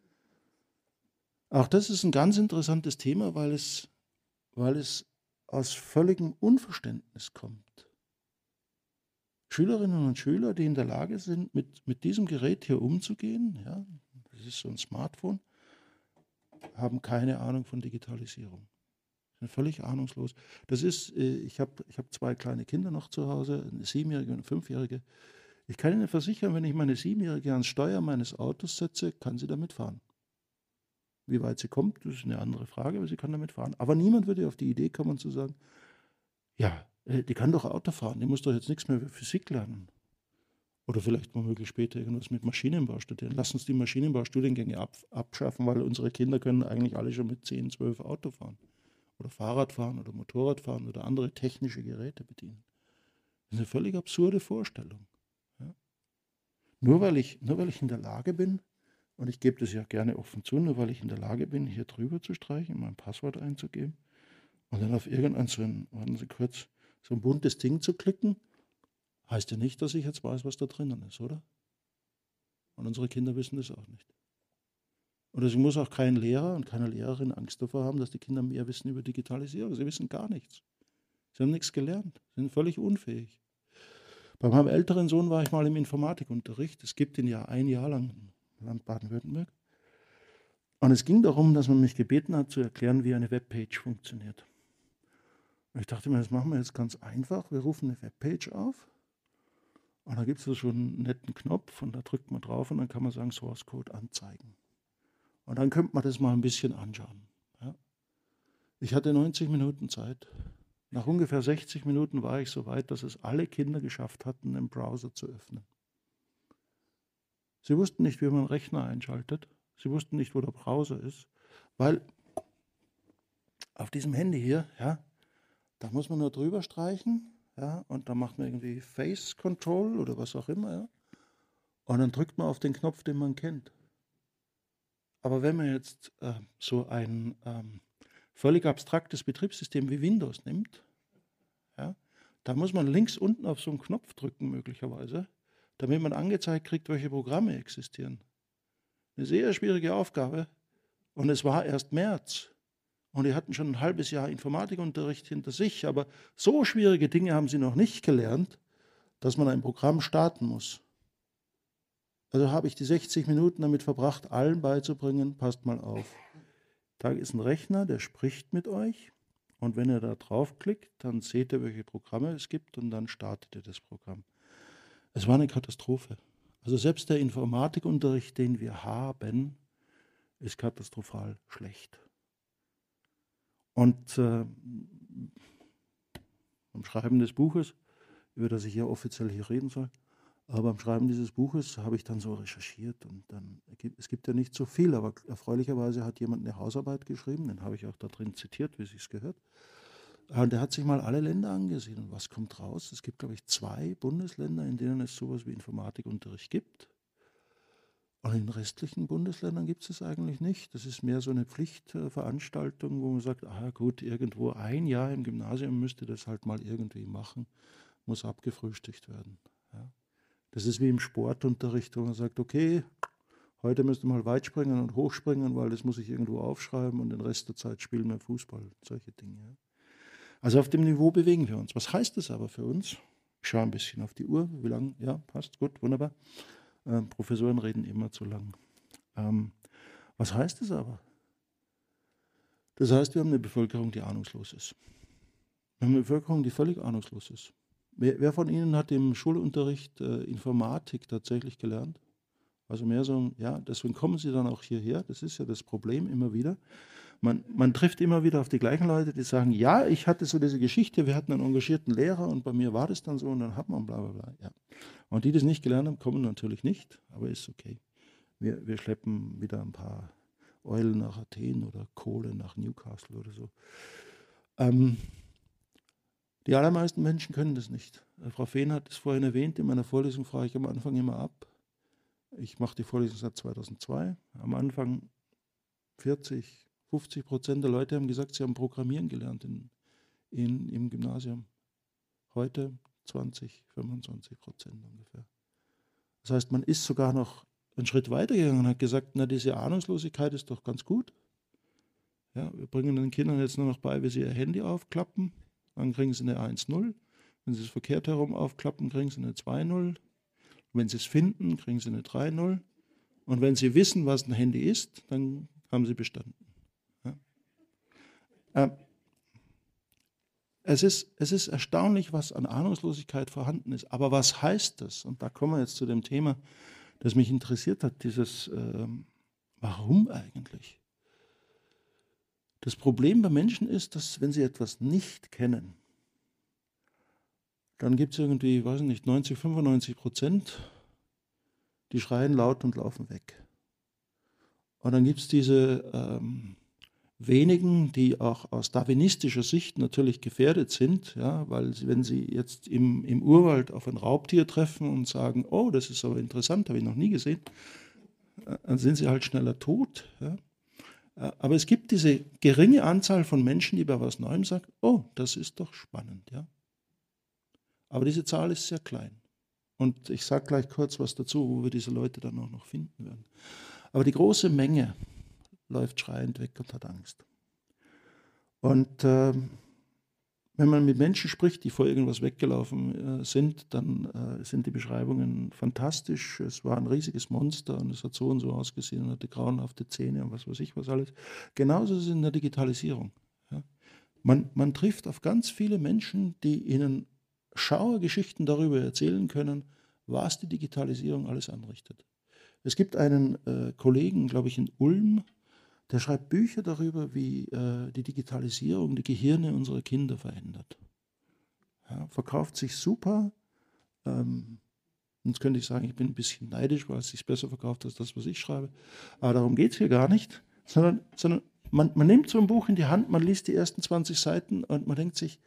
Auch das ist ein ganz interessantes Thema, weil es, weil es aus völligem Unverständnis kommt. Schülerinnen und Schüler, die in der Lage sind, mit, mit diesem Gerät hier umzugehen, ja, das ist so ein Smartphone, haben keine Ahnung von Digitalisierung. Sind völlig ahnungslos. Das ist, ich habe ich hab zwei kleine Kinder noch zu Hause, eine Siebenjährige und eine Fünfjährige. Ich kann Ihnen versichern, wenn ich meine Siebenjährige ans Steuer meines Autos setze, kann sie damit fahren. Wie weit sie kommt, das ist eine andere Frage, aber sie kann damit fahren. Aber niemand würde auf die Idee kommen zu sagen, ja, die kann doch Auto fahren, die muss doch jetzt nichts mehr über Physik lernen. Oder vielleicht womöglich später irgendwas mit Maschinenbau studieren. Lass uns die Maschinenbaustudiengänge ab, abschaffen, weil unsere Kinder können eigentlich alle schon mit zehn, zwölf Auto fahren. Oder Fahrrad fahren oder Motorrad fahren oder andere technische Geräte bedienen. Das ist eine völlig absurde Vorstellung. Ja? Nur, weil ich, nur weil ich in der Lage bin, und ich gebe das ja gerne offen zu, nur weil ich in der Lage bin, hier drüber zu streichen, mein Passwort einzugeben und dann auf irgendein so ein, warten Sie kurz, so ein buntes Ding zu klicken, heißt ja nicht, dass ich jetzt weiß, was da drinnen ist, oder? Und unsere Kinder wissen das auch nicht. Und deswegen muss auch kein Lehrer und keine Lehrerin Angst davor haben, dass die Kinder mehr wissen über Digitalisierung. Sie wissen gar nichts. Sie haben nichts gelernt. Sie sind völlig unfähig. Bei meinem älteren Sohn war ich mal im Informatikunterricht. Es gibt ihn ja ein Jahr lang im Land Baden-Württemberg. Und es ging darum, dass man mich gebeten hat, zu erklären, wie eine Webpage funktioniert. Und ich dachte mir, das machen wir jetzt ganz einfach. Wir rufen eine Webpage auf. Und da gibt es so schon einen netten Knopf und da drückt man drauf und dann kann man sagen, Source Code anzeigen. Und dann könnte man das mal ein bisschen anschauen. Ja. Ich hatte neunzig Minuten Zeit. Nach ungefähr sechzig Minuten war ich so weit, dass es alle Kinder geschafft hatten, den Browser zu öffnen. Sie wussten nicht, wie man einen Rechner einschaltet. Sie wussten nicht, wo der Browser ist. Weil auf diesem Handy hier, ja, da muss man nur drüber streichen. Ja, und dann macht man irgendwie Face Control oder was auch immer. Ja, und dann drückt man auf den Knopf, den man kennt. Aber wenn man jetzt äh, so ein ähm, völlig abstraktes Betriebssystem wie Windows nimmt, ja, da muss man links unten auf so einen Knopf drücken möglicherweise, damit man angezeigt kriegt, welche Programme existieren. Eine sehr schwierige Aufgabe. Und es war erst März. Und die hatten schon ein halbes Jahr Informatikunterricht hinter sich. Aber so schwierige Dinge haben sie noch nicht gelernt, dass man ein Programm starten muss. Also habe ich die sechzig Minuten damit verbracht, allen beizubringen, passt mal auf. Da ist ein Rechner, der spricht mit euch. Und wenn ihr da draufklickt, dann seht ihr, welche Programme es gibt und dann startet ihr das Programm. Es war eine Katastrophe. Also selbst der Informatikunterricht, den wir haben, ist katastrophal schlecht. Und äh, beim Schreiben des Buches, über das ich ja offiziell hier reden soll, aber beim Schreiben dieses Buches habe ich dann so recherchiert und dann, es gibt ja nicht so viel, aber erfreulicherweise hat jemand eine Hausarbeit geschrieben, den habe ich auch da drin zitiert, wie es sich gehört. Und der hat sich mal alle Länder angesehen und was kommt raus? Es gibt, glaube ich, zwei Bundesländer, in denen es sowas wie Informatikunterricht gibt. Und in den restlichen Bundesländern gibt es das eigentlich nicht. Das ist mehr so eine Pflichtveranstaltung, wo man sagt, ah gut, irgendwo ein Jahr im Gymnasium müsste das halt mal irgendwie machen, muss abgefrühstückt werden. Ja. Das ist wie im Sportunterricht, wo man sagt, okay, heute müsst ihr mal weit springen und hochspringen, weil das muss ich irgendwo aufschreiben und den Rest der Zeit spielen wir Fußball, solche Dinge. Ja. Also auf dem Niveau bewegen wir uns. Was heißt das aber für uns? Ich schaue ein bisschen auf die Uhr, wie lange, ja, passt, gut, wunderbar. Ähm, Professoren reden immer zu lang. Ähm, was heißt das aber? Das heißt, wir haben eine Bevölkerung, die ahnungslos ist. Wir haben eine Bevölkerung, die völlig ahnungslos ist. Wer, wer von Ihnen hat im Schulunterricht äh, Informatik tatsächlich gelernt? Also mehr so, ja, deswegen kommen Sie dann auch hierher. Das ist ja das Problem immer wieder. Man, man trifft immer wieder auf die gleichen Leute, die sagen, ja, ich hatte so diese Geschichte, wir hatten einen engagierten Lehrer und bei mir war das dann so und dann hat man bla bla bla. Ja. Und die, die das nicht gelernt haben, kommen natürlich nicht, aber ist okay. Wir, wir schleppen wieder ein paar Eulen nach Athen oder Kohle nach Newcastle oder so. Ähm, die allermeisten Menschen können das nicht. Frau Fehn hat es vorhin erwähnt, in meiner Vorlesung frage ich am Anfang immer ab. Ich mache die Vorlesung seit zweitausendzwei. Am Anfang vierzig, fünfzig Prozent der Leute haben gesagt, sie haben Programmieren gelernt in, in, im Gymnasium. Heute zwanzig, fünfundzwanzig Prozent ungefähr. Das heißt, man ist sogar noch einen Schritt weitergegangen und hat gesagt, na, diese Ahnungslosigkeit ist doch ganz gut. Ja, wir bringen den Kindern jetzt nur noch bei, wie sie ihr Handy aufklappen, dann kriegen sie eine eins null. Wenn sie es verkehrt herum aufklappen, kriegen sie eine zwei null. Wenn sie es finden, kriegen sie eine drei null. Und wenn sie wissen, was ein Handy ist, dann haben sie bestanden. Ja. Ähm, es ist, es ist erstaunlich, was an Ahnungslosigkeit vorhanden ist. Aber was heißt das? Und da kommen wir jetzt zu dem Thema, das mich interessiert hat, dieses ähm, Warum eigentlich? Das Problem bei Menschen ist, dass wenn sie etwas nicht kennen, dann gibt es irgendwie, weiß ich nicht, neunzig, fünfundneunzig Prozent die schreien laut und laufen weg. Und dann gibt es diese ähm, wenigen, die auch aus darwinistischer Sicht natürlich gefährdet sind, ja, weil sie, wenn sie jetzt im, im Urwald auf ein Raubtier treffen und sagen, oh, das ist aber interessant, habe ich noch nie gesehen, dann sind sie halt schneller tot. Ja. Aber es gibt diese geringe Anzahl von Menschen, die bei was Neuem sagen, oh, das ist doch spannend. Ja. Aber diese Zahl ist sehr klein. Und ich sage gleich kurz was dazu, wo wir diese Leute dann auch noch finden werden. Aber die große Menge läuft schreiend weg und hat Angst. Und äh, wenn man mit Menschen spricht, die vor irgendwas weggelaufen äh, sind, dann äh, sind die Beschreibungen fantastisch. Es war ein riesiges Monster und es hat so und so ausgesehen und hatte grauenhafte Zähne und was weiß ich was alles. Genauso ist es in der Digitalisierung. Ja. Man, man trifft auf ganz viele Menschen, die ihnen Schauergeschichten darüber erzählen können, was die Digitalisierung alles anrichtet. Es gibt einen äh, Kollegen, glaube ich, in Ulm, der schreibt Bücher darüber, wie äh, die Digitalisierung die Gehirne unserer Kinder verändert. Ja, verkauft sich super. Ähm, jetzt könnte ich sagen, ich bin ein bisschen neidisch, weil es sich besser verkauft als das, was ich schreibe. Aber darum geht es hier gar nicht, sondern, sondern man, man nimmt so ein Buch in die Hand, man liest die ersten zwanzig Seiten und man denkt sich,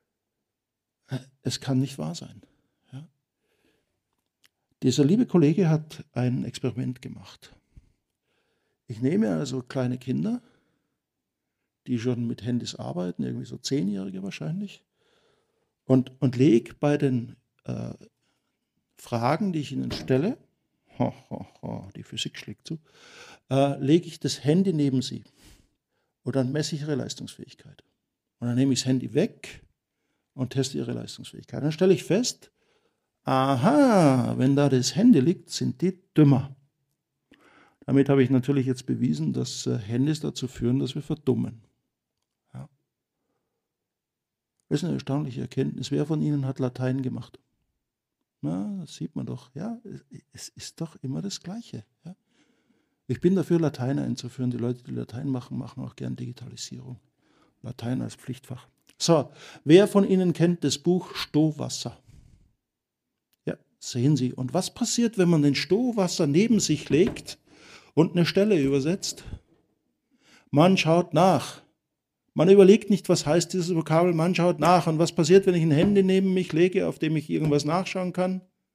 es kann nicht wahr sein. Ja. Dieser liebe Kollege hat ein Experiment gemacht. Ich nehme also kleine Kinder, die schon mit Handys arbeiten, irgendwie so Zehnjährige wahrscheinlich, und, und lege bei den äh, Fragen, die ich ihnen stelle, ho, ho, ho, die Physik schlägt zu, äh, lege ich das Handy neben sie. Und dann messe ich ihre Leistungsfähigkeit. Und dann nehme ich das Handy weg und teste ihre Leistungsfähigkeit. Dann stelle ich fest, aha, wenn da das Handy liegt, sind die dümmer. Damit habe ich natürlich jetzt bewiesen, dass äh, Handys dazu führen, dass wir verdummen. Ja. Das ist eine erstaunliche Erkenntnis. Wer von Ihnen hat Latein gemacht? Na, das sieht man doch. Ja, es ist doch immer das Gleiche. Ja. Ich bin dafür, Latein einzuführen. Die Leute, die Latein machen, machen auch gern Digitalisierung. Latein als Pflichtfach. So, wer von Ihnen kennt das Buch Stohwasser? Ja, sehen Sie. Und was passiert, wenn man den Stohwasser neben sich legt und eine Stelle übersetzt? Man schaut nach. Man überlegt nicht, was heißt dieses Vokabel, man schaut nach. Und was passiert, wenn ich ein Handy neben mich lege, auf dem ich irgendwas nachschauen kann?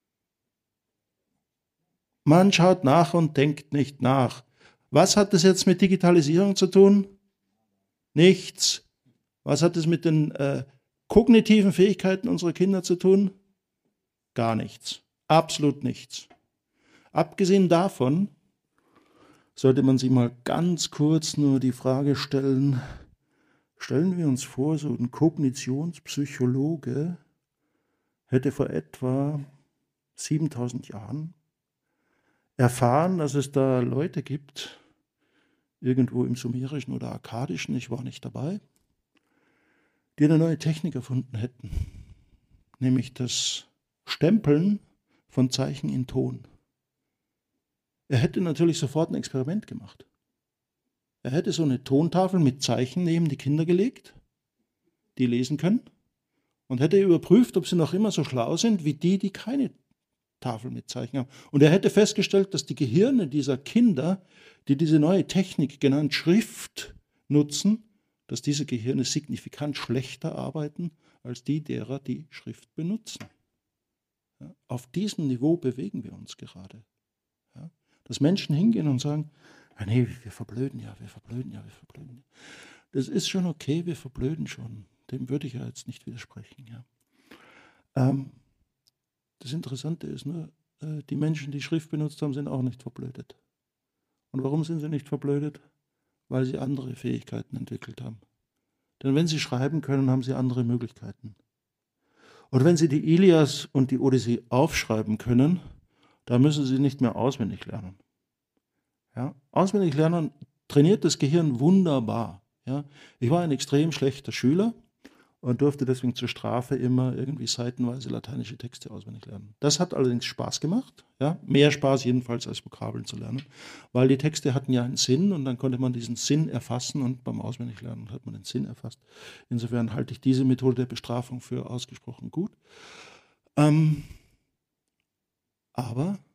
Man schaut nach und denkt nicht nach. Was hat das jetzt mit Digitalisierung zu tun? Nichts. Was hat es mit den äh, kognitiven Fähigkeiten unserer Kinder zu tun? Gar nichts. Absolut nichts. Abgesehen davon sollte man sich mal ganz kurz nur die Frage stellen, stellen wir uns vor, so ein Kognitionspsychologe hätte vor etwa siebentausend Jahren erfahren, dass es da Leute gibt, irgendwo im Sumerischen oder Akkadischen, ich war nicht dabei, die eine neue Technik erfunden hätten, nämlich das Stempeln von Zeichen in Ton. Er hätte natürlich sofort ein Experiment gemacht. Er hätte so eine Tontafel mit Zeichen neben die Kinder gelegt, die lesen können, und hätte überprüft, ob sie noch immer so schlau sind wie die, die keine Tafel mit Zeichen haben. Und er hätte festgestellt, dass die Gehirne dieser Kinder, die diese neue Technik genannt Schrift nutzen, dass diese Gehirne signifikant schlechter arbeiten als die derer, die Schrift benutzen. Ja, auf diesem Niveau bewegen wir uns gerade. Ja, dass Menschen hingehen und sagen, ah nee, wir verblöden ja, wir verblöden ja, wir verblöden ja. Das ist schon okay, wir verblöden schon. Dem würde ich ja jetzt nicht widersprechen. Ja. Ähm, das Interessante ist nur, äh, die Menschen, die Schrift benutzt haben, sind auch nicht verblödet. Und warum sind sie nicht verblödet? Weil sie andere Fähigkeiten entwickelt haben. Denn wenn sie schreiben können, haben sie andere Möglichkeiten. Und wenn sie die Ilias und die Odyssee aufschreiben können, dann müssen sie nicht mehr auswendig lernen. Ja? Auswendig lernen trainiert das Gehirn wunderbar. Ja? Ich war ein extrem schlechter Schüler und durfte deswegen zur Strafe immer irgendwie seitenweise lateinische Texte auswendig lernen. Das hat allerdings Spaß gemacht, ja? Mehr Spaß jedenfalls als Vokabeln zu lernen, weil die Texte hatten ja einen Sinn und dann konnte man diesen Sinn erfassen und beim Auswendiglernen hat man den Sinn erfasst. Insofern halte ich diese Methode der Bestrafung für ausgesprochen gut. Ähm, aber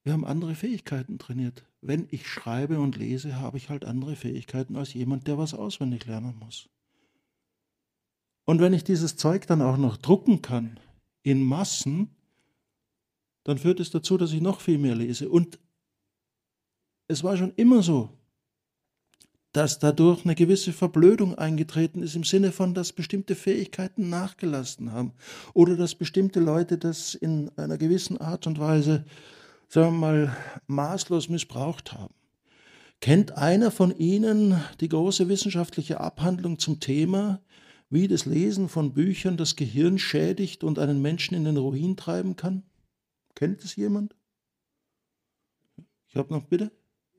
Wir haben andere Fähigkeiten trainiert. Wenn ich schreibe und lese, habe ich halt andere Fähigkeiten als jemand, der was auswendig lernen muss. Und wenn ich dieses Zeug dann auch noch drucken kann, in Massen, dann führt es dazu, dass ich noch viel mehr lese. Und es war schon immer so, dass dadurch eine gewisse Verblödung eingetreten ist, im Sinne von, dass bestimmte Fähigkeiten nachgelassen haben oder dass bestimmte Leute das in einer gewissen Art und Weise, sagen wir mal, maßlos missbraucht haben. Kennt einer von Ihnen die große wissenschaftliche Abhandlung zum Thema, wie das Lesen von Büchern das Gehirn schädigt und einen Menschen in den Ruin treiben kann? Kennt es jemand? Ich habe noch, bitte?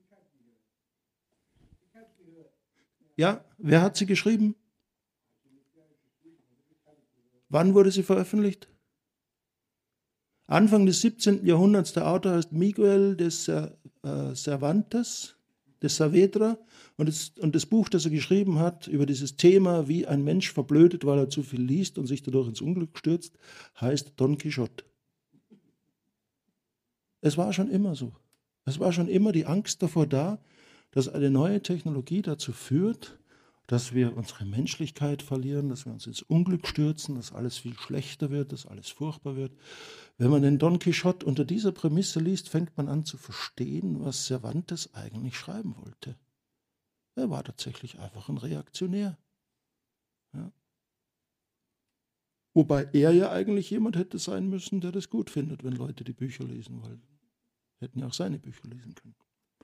Ja, wer hat sie geschrieben? Wann wurde sie veröffentlicht? Anfang des siebzehnten Jahrhunderts. Der Autor heißt Miguel de Cervantes, de Saavedra. Und das, und das Buch, das er geschrieben hat über dieses Thema, wie ein Mensch verblödet, weil er zu viel liest und sich dadurch ins Unglück stürzt, heißt Don Quixote. Es war schon immer so. Es war schon immer die Angst davor da, dass eine neue Technologie dazu führt, dass wir unsere Menschlichkeit verlieren, dass wir uns ins Unglück stürzen, dass alles viel schlechter wird, dass alles furchtbar wird. Wenn man den Don Quixote unter dieser Prämisse liest, fängt man an zu verstehen, was Cervantes eigentlich schreiben wollte. Er war tatsächlich einfach ein Reaktionär. Ja. Wobei er ja eigentlich jemand hätte sein müssen, der das gut findet, wenn Leute die Bücher lesen wollen. Hätten ja auch seine Bücher lesen können.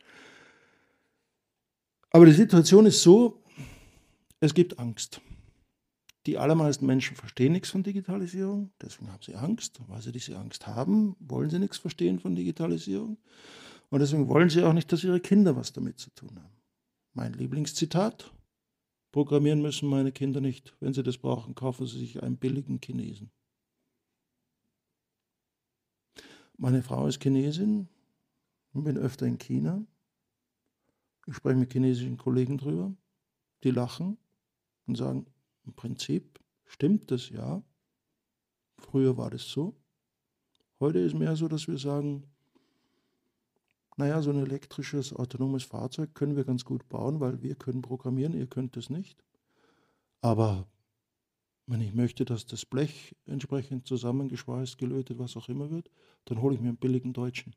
Aber die Situation ist so, es gibt Angst. Die allermeisten Menschen verstehen nichts von Digitalisierung, deswegen haben sie Angst. Weil sie diese Angst haben, wollen sie nichts verstehen von Digitalisierung. Und deswegen wollen sie auch nicht, dass ihre Kinder was damit zu tun haben. Mein Lieblingszitat: Programmieren müssen meine Kinder nicht. Wenn sie das brauchen, kaufen sie sich einen billigen Chinesen. Meine Frau ist Chinesin, ich bin öfter in China. Ich spreche mit chinesischen Kollegen drüber, die lachen und sagen, im Prinzip stimmt das ja. Früher war das so. Heute ist mehr so, dass wir sagen, naja, so ein elektrisches, autonomes Fahrzeug können wir ganz gut bauen, weil wir können programmieren, ihr könnt das nicht. Aber wenn ich möchte, dass das Blech entsprechend zusammengeschweißt, gelötet, was auch immer wird, dann hole ich mir einen billigen Deutschen.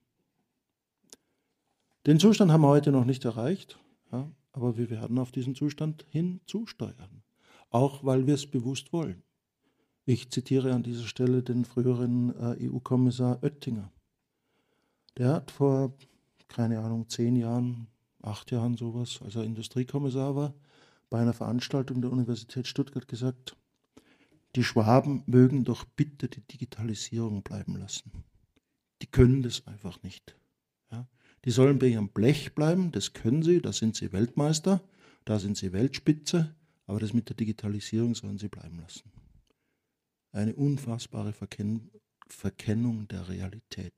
Den Zustand haben wir heute noch nicht erreicht, ja, aber wir werden auf diesen Zustand hin zusteuern, auch weil wir es bewusst wollen. Ich zitiere an dieser Stelle den früheren äh, E U-Kommissar Oettinger. Der hat vor, keine Ahnung, zehn Jahren, acht Jahren sowas, als er Industriekommissar war, bei einer Veranstaltung der Universität Stuttgart gesagt, die Schwaben mögen doch bitte die Digitalisierung bleiben lassen. Die können das einfach nicht. Ja. Die sollen bei ihrem Blech bleiben, das können sie, da sind sie Weltmeister, da sind sie Weltspitze, aber das mit der Digitalisierung sollen sie bleiben lassen. Eine unfassbare Verken- Verkennung der Realität.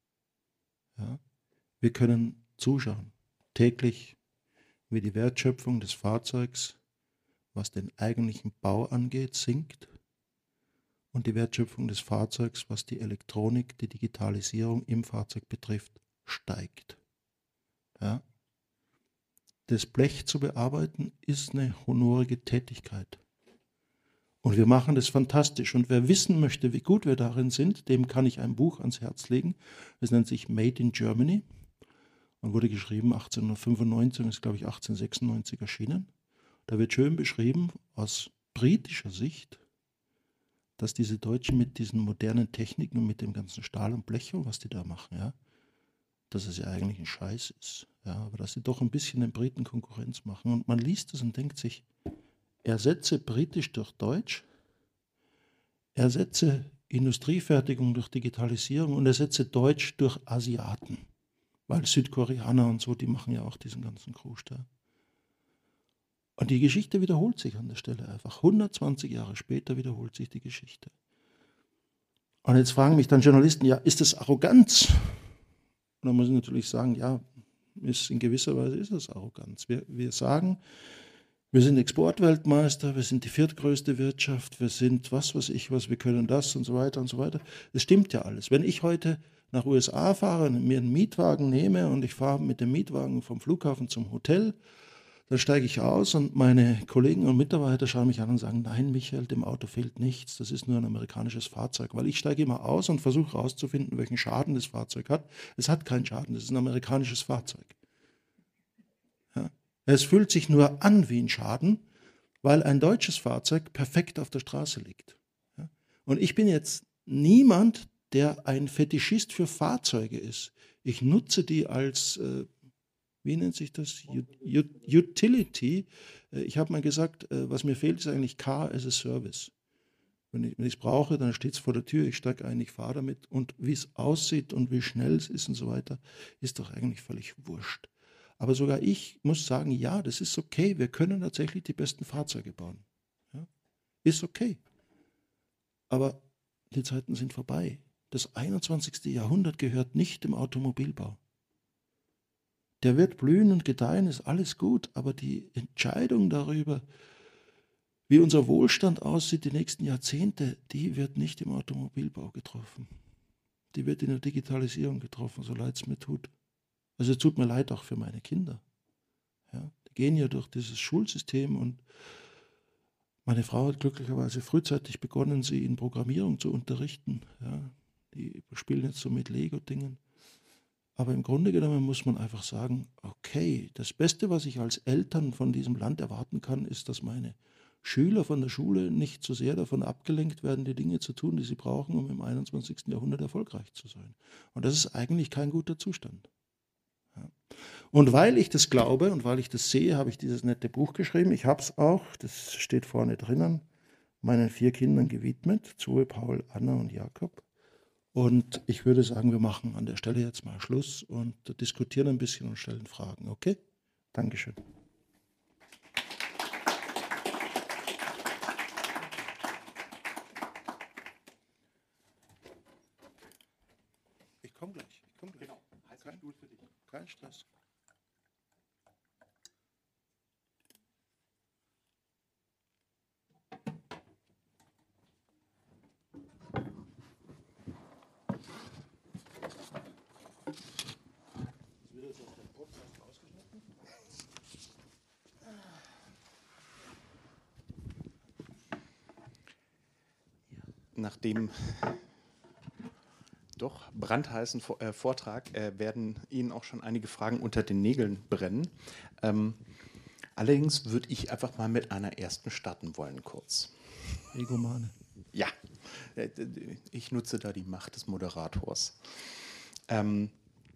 Ja? Wir können zuschauen, täglich, wie die Wertschöpfung des Fahrzeugs, was den eigentlichen Bau angeht, sinkt und die Wertschöpfung des Fahrzeugs, was die Elektronik, die Digitalisierung im Fahrzeug betrifft, steigt. Ja? Das Blech zu bearbeiten ist eine honorige Tätigkeit. Und wir machen das fantastisch. Und wer wissen möchte, wie gut wir darin sind, dem kann ich ein Buch ans Herz legen. Es nennt sich Made in Germany und wurde geschrieben achtzehnhundertfünfundneunzig und ist, glaube ich, achtzehnhundertsechsundneunzig erschienen. Da wird schön beschrieben, aus britischer Sicht, dass diese Deutschen mit diesen modernen Techniken und mit dem ganzen Stahl und Blech und was die da machen, ja, dass es ja eigentlich ein Scheiß ist. Ja, aber dass sie doch ein bisschen den Briten Konkurrenz machen. Und man liest es und denkt sich, ersetze britisch durch Deutsch, ersetze Industriefertigung durch Digitalisierung und ersetze Deutsch durch Asiaten. Weil Südkoreaner und so, die machen ja auch diesen ganzen Kruscht. Ja. Und die Geschichte wiederholt sich an der Stelle einfach. hundertzwanzig Jahre später wiederholt sich die Geschichte. Und jetzt fragen mich dann Journalisten, ja, ist das Arroganz? Und dann muss ich natürlich sagen, ja, ist, in gewisser Weise ist das Arroganz. Wir, wir sagen, wir sind Exportweltmeister, wir sind die viertgrößte Wirtschaft, wir sind was weiß ich was, wir können das und so weiter und so weiter. Das stimmt ja alles. Wenn ich heute nach U S A fahre, mir einen Mietwagen nehme und ich fahre mit dem Mietwagen vom Flughafen zum Hotel, dann steige ich aus und meine Kollegen und Mitarbeiter schauen mich an und sagen, nein, Michael, dem Auto fehlt nichts, das ist nur ein amerikanisches Fahrzeug. Weil ich steige immer aus und versuche herauszufinden, welchen Schaden das Fahrzeug hat. Es hat keinen Schaden, das ist ein amerikanisches Fahrzeug. Ja? Es fühlt sich nur an wie ein Schaden, weil ein deutsches Fahrzeug perfekt auf der Straße liegt. Ja? Und ich bin jetzt niemand, der ein Fetischist für Fahrzeuge ist. Ich nutze die als... Äh, Wie nennt sich das? Utility. Ich habe mal gesagt, was mir fehlt, ist eigentlich Car as a Service. Wenn ich es brauche, dann steht es vor der Tür, ich steige ein, ich fahre damit. Und wie es aussieht und wie schnell es ist und so weiter, ist doch eigentlich völlig wurscht. Aber sogar ich muss sagen, ja, das ist okay. Wir können tatsächlich die besten Fahrzeuge bauen. Ja? Ist okay. Aber die Zeiten sind vorbei. Das einundzwanzigste Jahrhundert gehört nicht dem Automobilbau. Der wird blühen und gedeihen, ist alles gut, aber die Entscheidung darüber, wie unser Wohlstand aussieht die nächsten Jahrzehnte, die wird nicht im Automobilbau getroffen. Die wird in der Digitalisierung getroffen, so leid es mir tut. Also es tut mir leid auch für meine Kinder. Ja, die gehen ja durch dieses Schulsystem und meine Frau hat glücklicherweise frühzeitig begonnen, sie in Programmierung zu unterrichten. Ja, die spielen jetzt so mit Lego-Dingen. Aber im Grunde genommen muss man einfach sagen, okay, das Beste, was ich als Eltern von diesem Land erwarten kann, ist, dass meine Schüler von der Schule nicht so sehr davon abgelenkt werden, die Dinge zu tun, die sie brauchen, um im einundzwanzigsten Jahrhundert erfolgreich zu sein. Und das ist eigentlich kein guter Zustand. Ja. Und weil ich das glaube und weil ich das sehe, habe ich dieses nette Buch geschrieben. Ich habe es auch, das steht vorne drinnen, meinen vier Kindern gewidmet, Zoe, Paul, Anna und Jakob. Und ich würde sagen, wir machen an der Stelle jetzt mal Schluss und diskutieren ein bisschen und stellen Fragen. Okay? Dankeschön. Ich komme gleich. Ich komme gleich. Genau. Kein, Stuhl für dich. Kein Stress. Nach dem doch brandheißen Vortrag äh, werden Ihnen auch schon einige Fragen unter den Nägeln brennen. Ähm, allerdings würde ich einfach mal mit einer ersten starten wollen, kurz. Egomane. Ja, ich nutze da die Macht des Moderators. Ähm,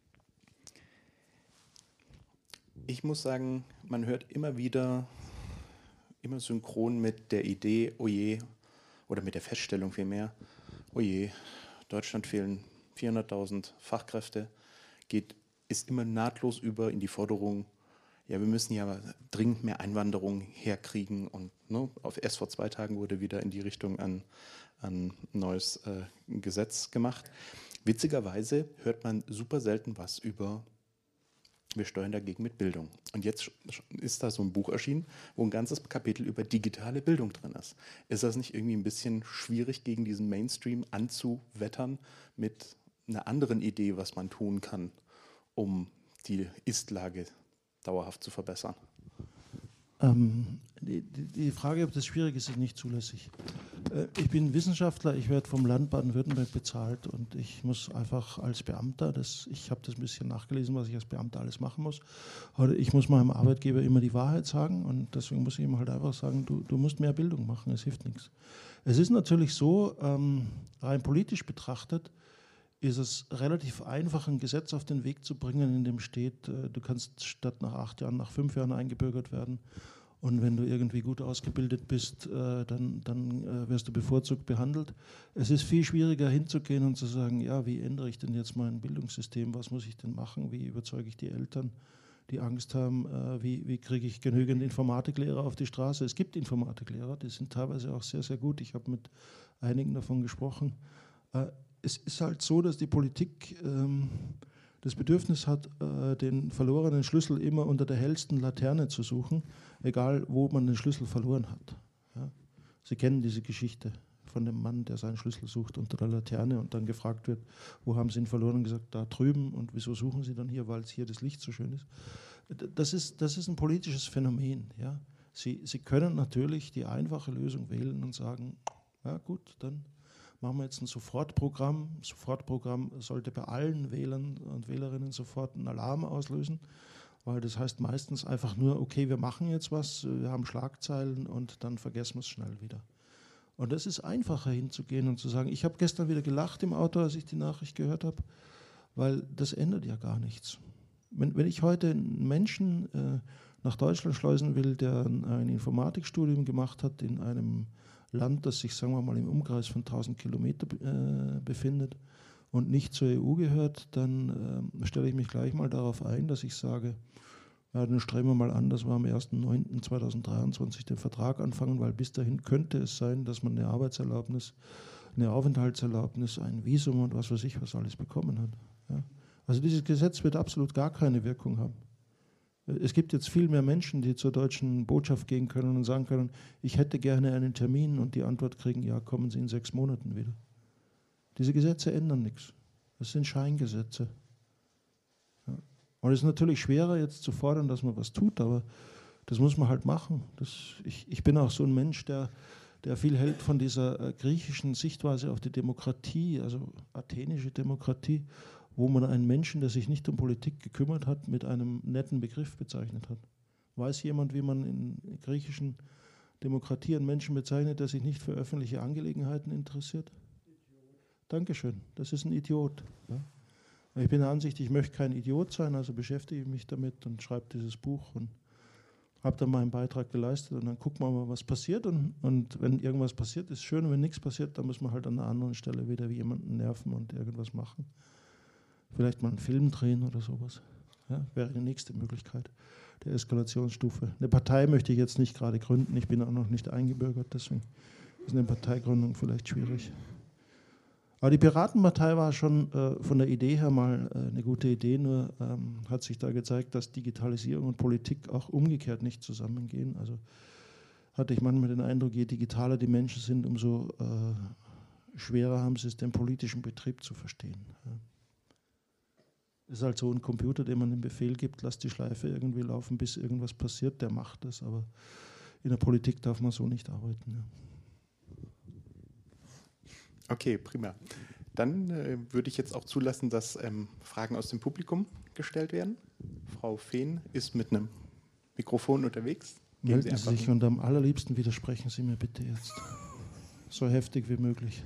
ich muss sagen, man hört immer wieder, immer synchron mit der Idee, oh je, oder mit der Feststellung vielmehr, oh je, Deutschland fehlen vierhunderttausend Fachkräfte, geht, ist immer nahtlos über in die Forderung, ja, wir müssen ja dringend mehr Einwanderung herkriegen und ne, auf, erst vor zwei Tagen wurde wieder in die Richtung ein, ein neues äh, Gesetz gemacht. Witzigerweise hört man super selten was über wir steuern dagegen mit Bildung. Und jetzt ist da so ein Buch erschienen, wo ein ganzes Kapitel über digitale Bildung drin ist. Ist das nicht irgendwie ein bisschen schwierig, gegen diesen Mainstream anzuwettern mit einer anderen Idee, was man tun kann, um die Ist-Lage dauerhaft zu verbessern? Ähm, die, die Frage, ob das schwierig ist, ist nicht zulässig. Äh, ich bin Wissenschaftler, ich werde vom Land Baden-Württemberg bezahlt und ich muss einfach als Beamter, das, ich habe das ein bisschen nachgelesen, was ich als Beamter alles machen muss, ich muss meinem Arbeitgeber immer die Wahrheit sagen und deswegen muss ich ihm halt einfach sagen, du, du musst mehr Bildung machen, es hilft nichts. Es ist natürlich so, ähm, rein politisch betrachtet, ist es relativ einfach, ein Gesetz auf den Weg zu bringen, in dem steht, äh, du kannst statt nach acht Jahren, nach fünf Jahren eingebürgert werden. Und wenn du irgendwie gut ausgebildet bist, äh, dann, dann äh, wirst du bevorzugt behandelt. Es ist viel schwieriger hinzugehen und zu sagen, ja, wie ändere ich denn jetzt mein Bildungssystem, was muss ich denn machen, wie überzeuge ich die Eltern, die Angst haben, äh, wie, wie kriege ich genügend Informatiklehrer auf die Straße. Es gibt Informatiklehrer, die sind teilweise auch sehr, sehr gut. Ich habe mit einigen davon gesprochen. Äh, Es ist halt so, dass die Politik ähm, das Bedürfnis hat, äh, den verlorenen Schlüssel immer unter der hellsten Laterne zu suchen, egal wo man den Schlüssel verloren hat. Ja? Sie kennen diese Geschichte von dem Mann, der seinen Schlüssel sucht unter der Laterne und dann gefragt wird, wo haben Sie ihn verloren? Und gesagt, da drüben. Und wieso suchen Sie dann hier? Weil es hier das Licht so schön ist. Das ist, das ist ein politisches Phänomen. Ja? Sie, Sie können natürlich die einfache Lösung wählen und sagen, ja gut, dann machen wir jetzt ein Sofortprogramm. Sofortprogramm sollte bei allen Wählern und Wählerinnen sofort einen Alarm auslösen, weil das heißt meistens einfach nur, okay, wir machen jetzt was, wir haben Schlagzeilen und dann vergessen wir es schnell wieder. Und es ist einfacher hinzugehen und zu sagen, ich habe gestern wieder gelacht im Auto, als ich die Nachricht gehört habe, weil das ändert ja gar nichts. Wenn, wenn ich heute einen Menschen äh, nach Deutschland schleusen will, der ein, ein Informatikstudium gemacht hat in einem Land, das sich, sagen wir mal, im Umkreis von tausend Kilometer äh, befindet und nicht zur E U gehört, dann äh, stelle ich mich gleich mal darauf ein, dass ich sage, ja, dann streben wir mal an, dass wir am ersten neunten zweitausenddreiundzwanzig den Vertrag anfangen, weil bis dahin könnte es sein, dass man eine Arbeitserlaubnis, eine Aufenthaltserlaubnis, ein Visum und was weiß ich, was alles bekommen hat. Ja. Also dieses Gesetz wird absolut gar keine Wirkung haben. Es gibt jetzt viel mehr Menschen, die zur deutschen Botschaft gehen können und sagen können, ich hätte gerne einen Termin und die Antwort kriegen, ja, kommen Sie in sechs Monaten wieder. Diese Gesetze ändern nichts. Das sind Scheingesetze. Ja. Und es ist natürlich schwerer jetzt zu fordern, dass man was tut, aber das muss man halt machen. Das, ich, ich bin auch so ein Mensch, der, der viel hält von dieser äh, griechischen Sichtweise auf die Demokratie, also athenische Demokratie, wo man einen Menschen, der sich nicht um Politik gekümmert hat, mit einem netten Begriff bezeichnet hat. Weiß jemand, wie man in griechischen Demokratie einen Menschen bezeichnet, der sich nicht für öffentliche Angelegenheiten interessiert? Idiot. Dankeschön, das ist ein Idiot. Ja? Ich bin der Ansicht, ich möchte kein Idiot sein, also beschäftige ich mich damit und schreibe dieses Buch und habe dann meinen Beitrag geleistet und dann gucken wir mal, was passiert. Und, und wenn irgendwas passiert, ist schön, und wenn nichts passiert, dann muss man halt an einer anderen Stelle wieder jemanden nerven und irgendwas machen. Vielleicht mal einen Film drehen oder sowas. Ja, wäre die nächste Möglichkeit der Eskalationsstufe. Eine Partei möchte ich jetzt nicht gerade gründen. Ich bin auch noch nicht eingebürgert, deswegen ist eine Parteigründung vielleicht schwierig. Aber die Piratenpartei war schon äh, von der Idee her mal äh, eine gute Idee, nur ähm, hat sich da gezeigt, dass Digitalisierung und Politik auch umgekehrt nicht zusammengehen. Also hatte ich manchmal den Eindruck, je digitaler die Menschen sind, umso äh, schwerer haben sie es, den politischen Betrieb zu verstehen. Ja. Es ist halt so ein Computer, dem man den Befehl gibt, lass die Schleife irgendwie laufen, bis irgendwas passiert, der macht das, aber in der Politik darf man so nicht arbeiten. Ja. Okay, prima. Dann äh, würde ich jetzt auch zulassen, dass ähm, Fragen aus dem Publikum gestellt werden. Frau Fehn ist mit einem Mikrofon unterwegs. Geben Melden Sie sich hin. Und am allerliebsten widersprechen Sie mir bitte jetzt. So heftig wie möglich.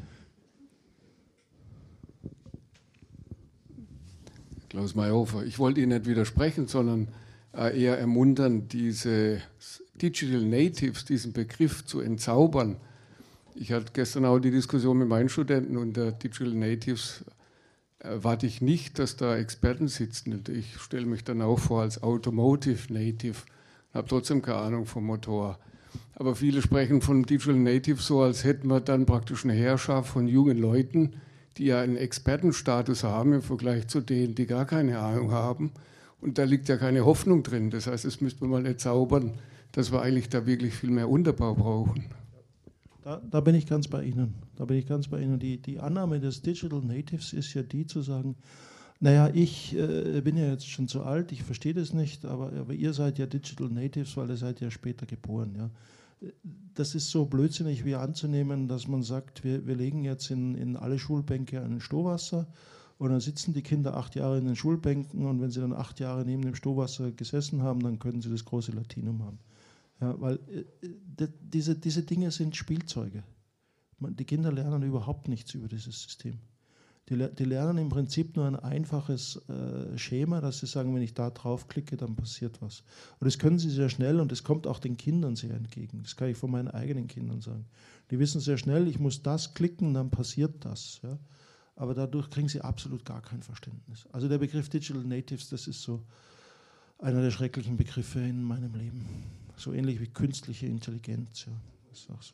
Klaus Mayhofer, ich wollte Ihnen nicht widersprechen, sondern äh, eher ermuntern, diese Digital Natives, diesen Begriff zu entzaubern. Ich hatte gestern auch die Diskussion mit meinen Studenten und der Digital Natives erwarte ich nicht, dass da Experten sitzen. Und ich stelle mich dann auch vor als Automotive Native, habe trotzdem keine Ahnung vom Motor. Aber viele sprechen von Digital Native so, als hätten wir dann praktisch eine Heerschar von jungen Leuten, die ja einen Expertenstatus haben im Vergleich zu denen, die gar keine Ahnung haben. Und da liegt ja keine Hoffnung drin. Das heißt, das müsste man mal entzaubern, dass wir eigentlich da wirklich viel mehr Unterbau brauchen. Da, da bin ich ganz bei Ihnen. Da bin ich ganz bei Ihnen. Die, die Annahme des Digital Natives ist ja die zu sagen, naja, ich äh, bin ja jetzt schon zu alt, ich verstehe das nicht, aber, aber ihr seid ja Digital Natives, weil ihr seid ja später geboren. Ja. Das ist so blödsinnig wie anzunehmen, dass man sagt, wir, wir legen jetzt in, in alle Schulbänke ein Stohwasser und dann sitzen die Kinder acht Jahre in den Schulbänken und wenn sie dann acht Jahre neben dem Stohwasser gesessen haben, dann können sie das große Latinum haben. Ja, weil äh, diese, diese Dinge sind Spielzeuge. Man, die Kinder lernen überhaupt nichts über dieses System. Die, die lernen im Prinzip nur ein einfaches äh, Schema, dass sie sagen, wenn ich da draufklicke, dann passiert was. Und das können sie sehr schnell und das kommt auch den Kindern sehr entgegen. Das kann ich von meinen eigenen Kindern sagen. Die wissen sehr schnell, ich muss das klicken, dann passiert das. Ja. Aber dadurch kriegen sie absolut gar kein Verständnis. Also der Begriff Digital Natives, das ist so einer der schrecklichen Begriffe in meinem Leben. So ähnlich wie künstliche Intelligenz. Ja. Das ist auch so.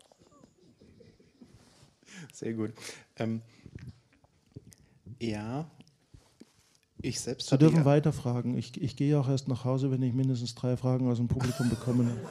Sehr gut. Ähm, ja, ich selbst Sie dürfen ja weiterfragen. Ich, ich gehe auch erst nach Hause, wenn ich mindestens drei Fragen aus dem Publikum bekomme.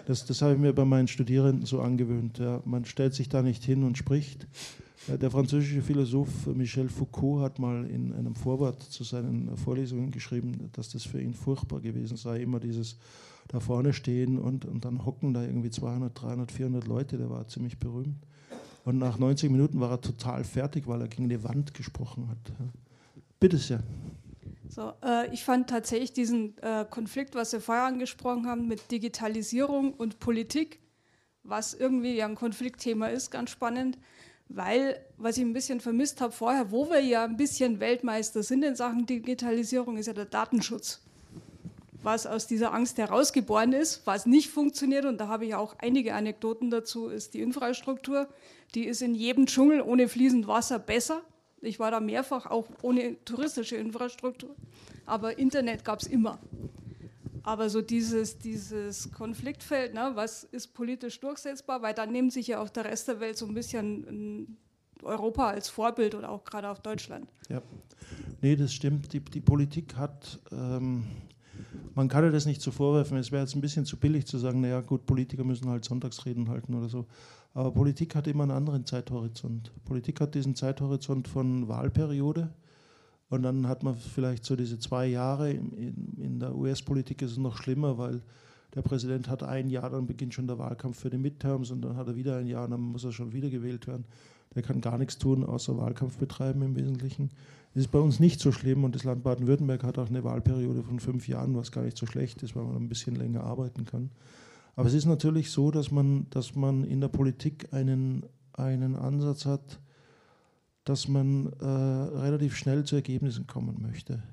Das, das habe ich mir bei meinen Studierenden so angewöhnt. Ja. Man stellt sich da nicht hin und spricht. Ja, der französische Philosoph Michel Foucault hat mal in einem Vorwort zu seinen Vorlesungen geschrieben, dass das für ihn furchtbar gewesen sei, immer dieses da vorne stehen und, und dann hocken da irgendwie zweihundert, dreihundert, vierhundert Leute, der war ziemlich berühmt. Und nach neunzig Minuten war er total fertig, weil er gegen die Wand gesprochen hat. Bitte sehr. So, äh, ich fand tatsächlich diesen äh, Konflikt, was Sie vorher angesprochen haben, mit Digitalisierung und Politik, was irgendwie ja ein Konfliktthema ist, ganz spannend, weil, was ich ein bisschen vermisst habe vorher, wo wir ja ein bisschen Weltmeister sind in Sachen Digitalisierung, ist ja der Datenschutz. Was aus dieser Angst herausgeboren ist, was nicht funktioniert, und da habe ich auch einige Anekdoten dazu, ist die Infrastruktur. Die ist in jedem Dschungel ohne fließend Wasser besser. Ich war da mehrfach, auch ohne touristische Infrastruktur. Aber Internet gab es immer. Aber so dieses, dieses Konfliktfeld, ne, was ist politisch durchsetzbar, weil dann nimmt sich ja auch der Rest der Welt so ein bisschen Europa als Vorbild oder auch gerade auf Deutschland. Ja, nee, das stimmt. Die, die Politik hat... Ähm Man kann ja das nicht so vorwerfen, es wäre jetzt ein bisschen zu billig zu sagen, naja gut, Politiker müssen halt Sonntagsreden halten oder so. Aber Politik hat immer einen anderen Zeithorizont. Politik hat diesen Zeithorizont von Wahlperiode und dann hat man vielleicht so diese zwei Jahre. In, in der U S-Politik ist es noch schlimmer, weil der Präsident hat ein Jahr, dann beginnt schon der Wahlkampf für die Midterms und dann hat er wieder ein Jahr und dann muss er schon wieder gewählt werden. Der kann gar nichts tun, außer Wahlkampf betreiben im Wesentlichen. Das ist bei uns nicht so schlimm und das Land Baden-Württemberg hat auch eine Wahlperiode von fünf Jahren, was gar nicht so schlecht ist, weil man ein bisschen länger arbeiten kann. Aber es ist natürlich so, dass man, dass man in der Politik einen, einen Ansatz hat, dass man äh, relativ schnell zu Ergebnissen kommen möchte.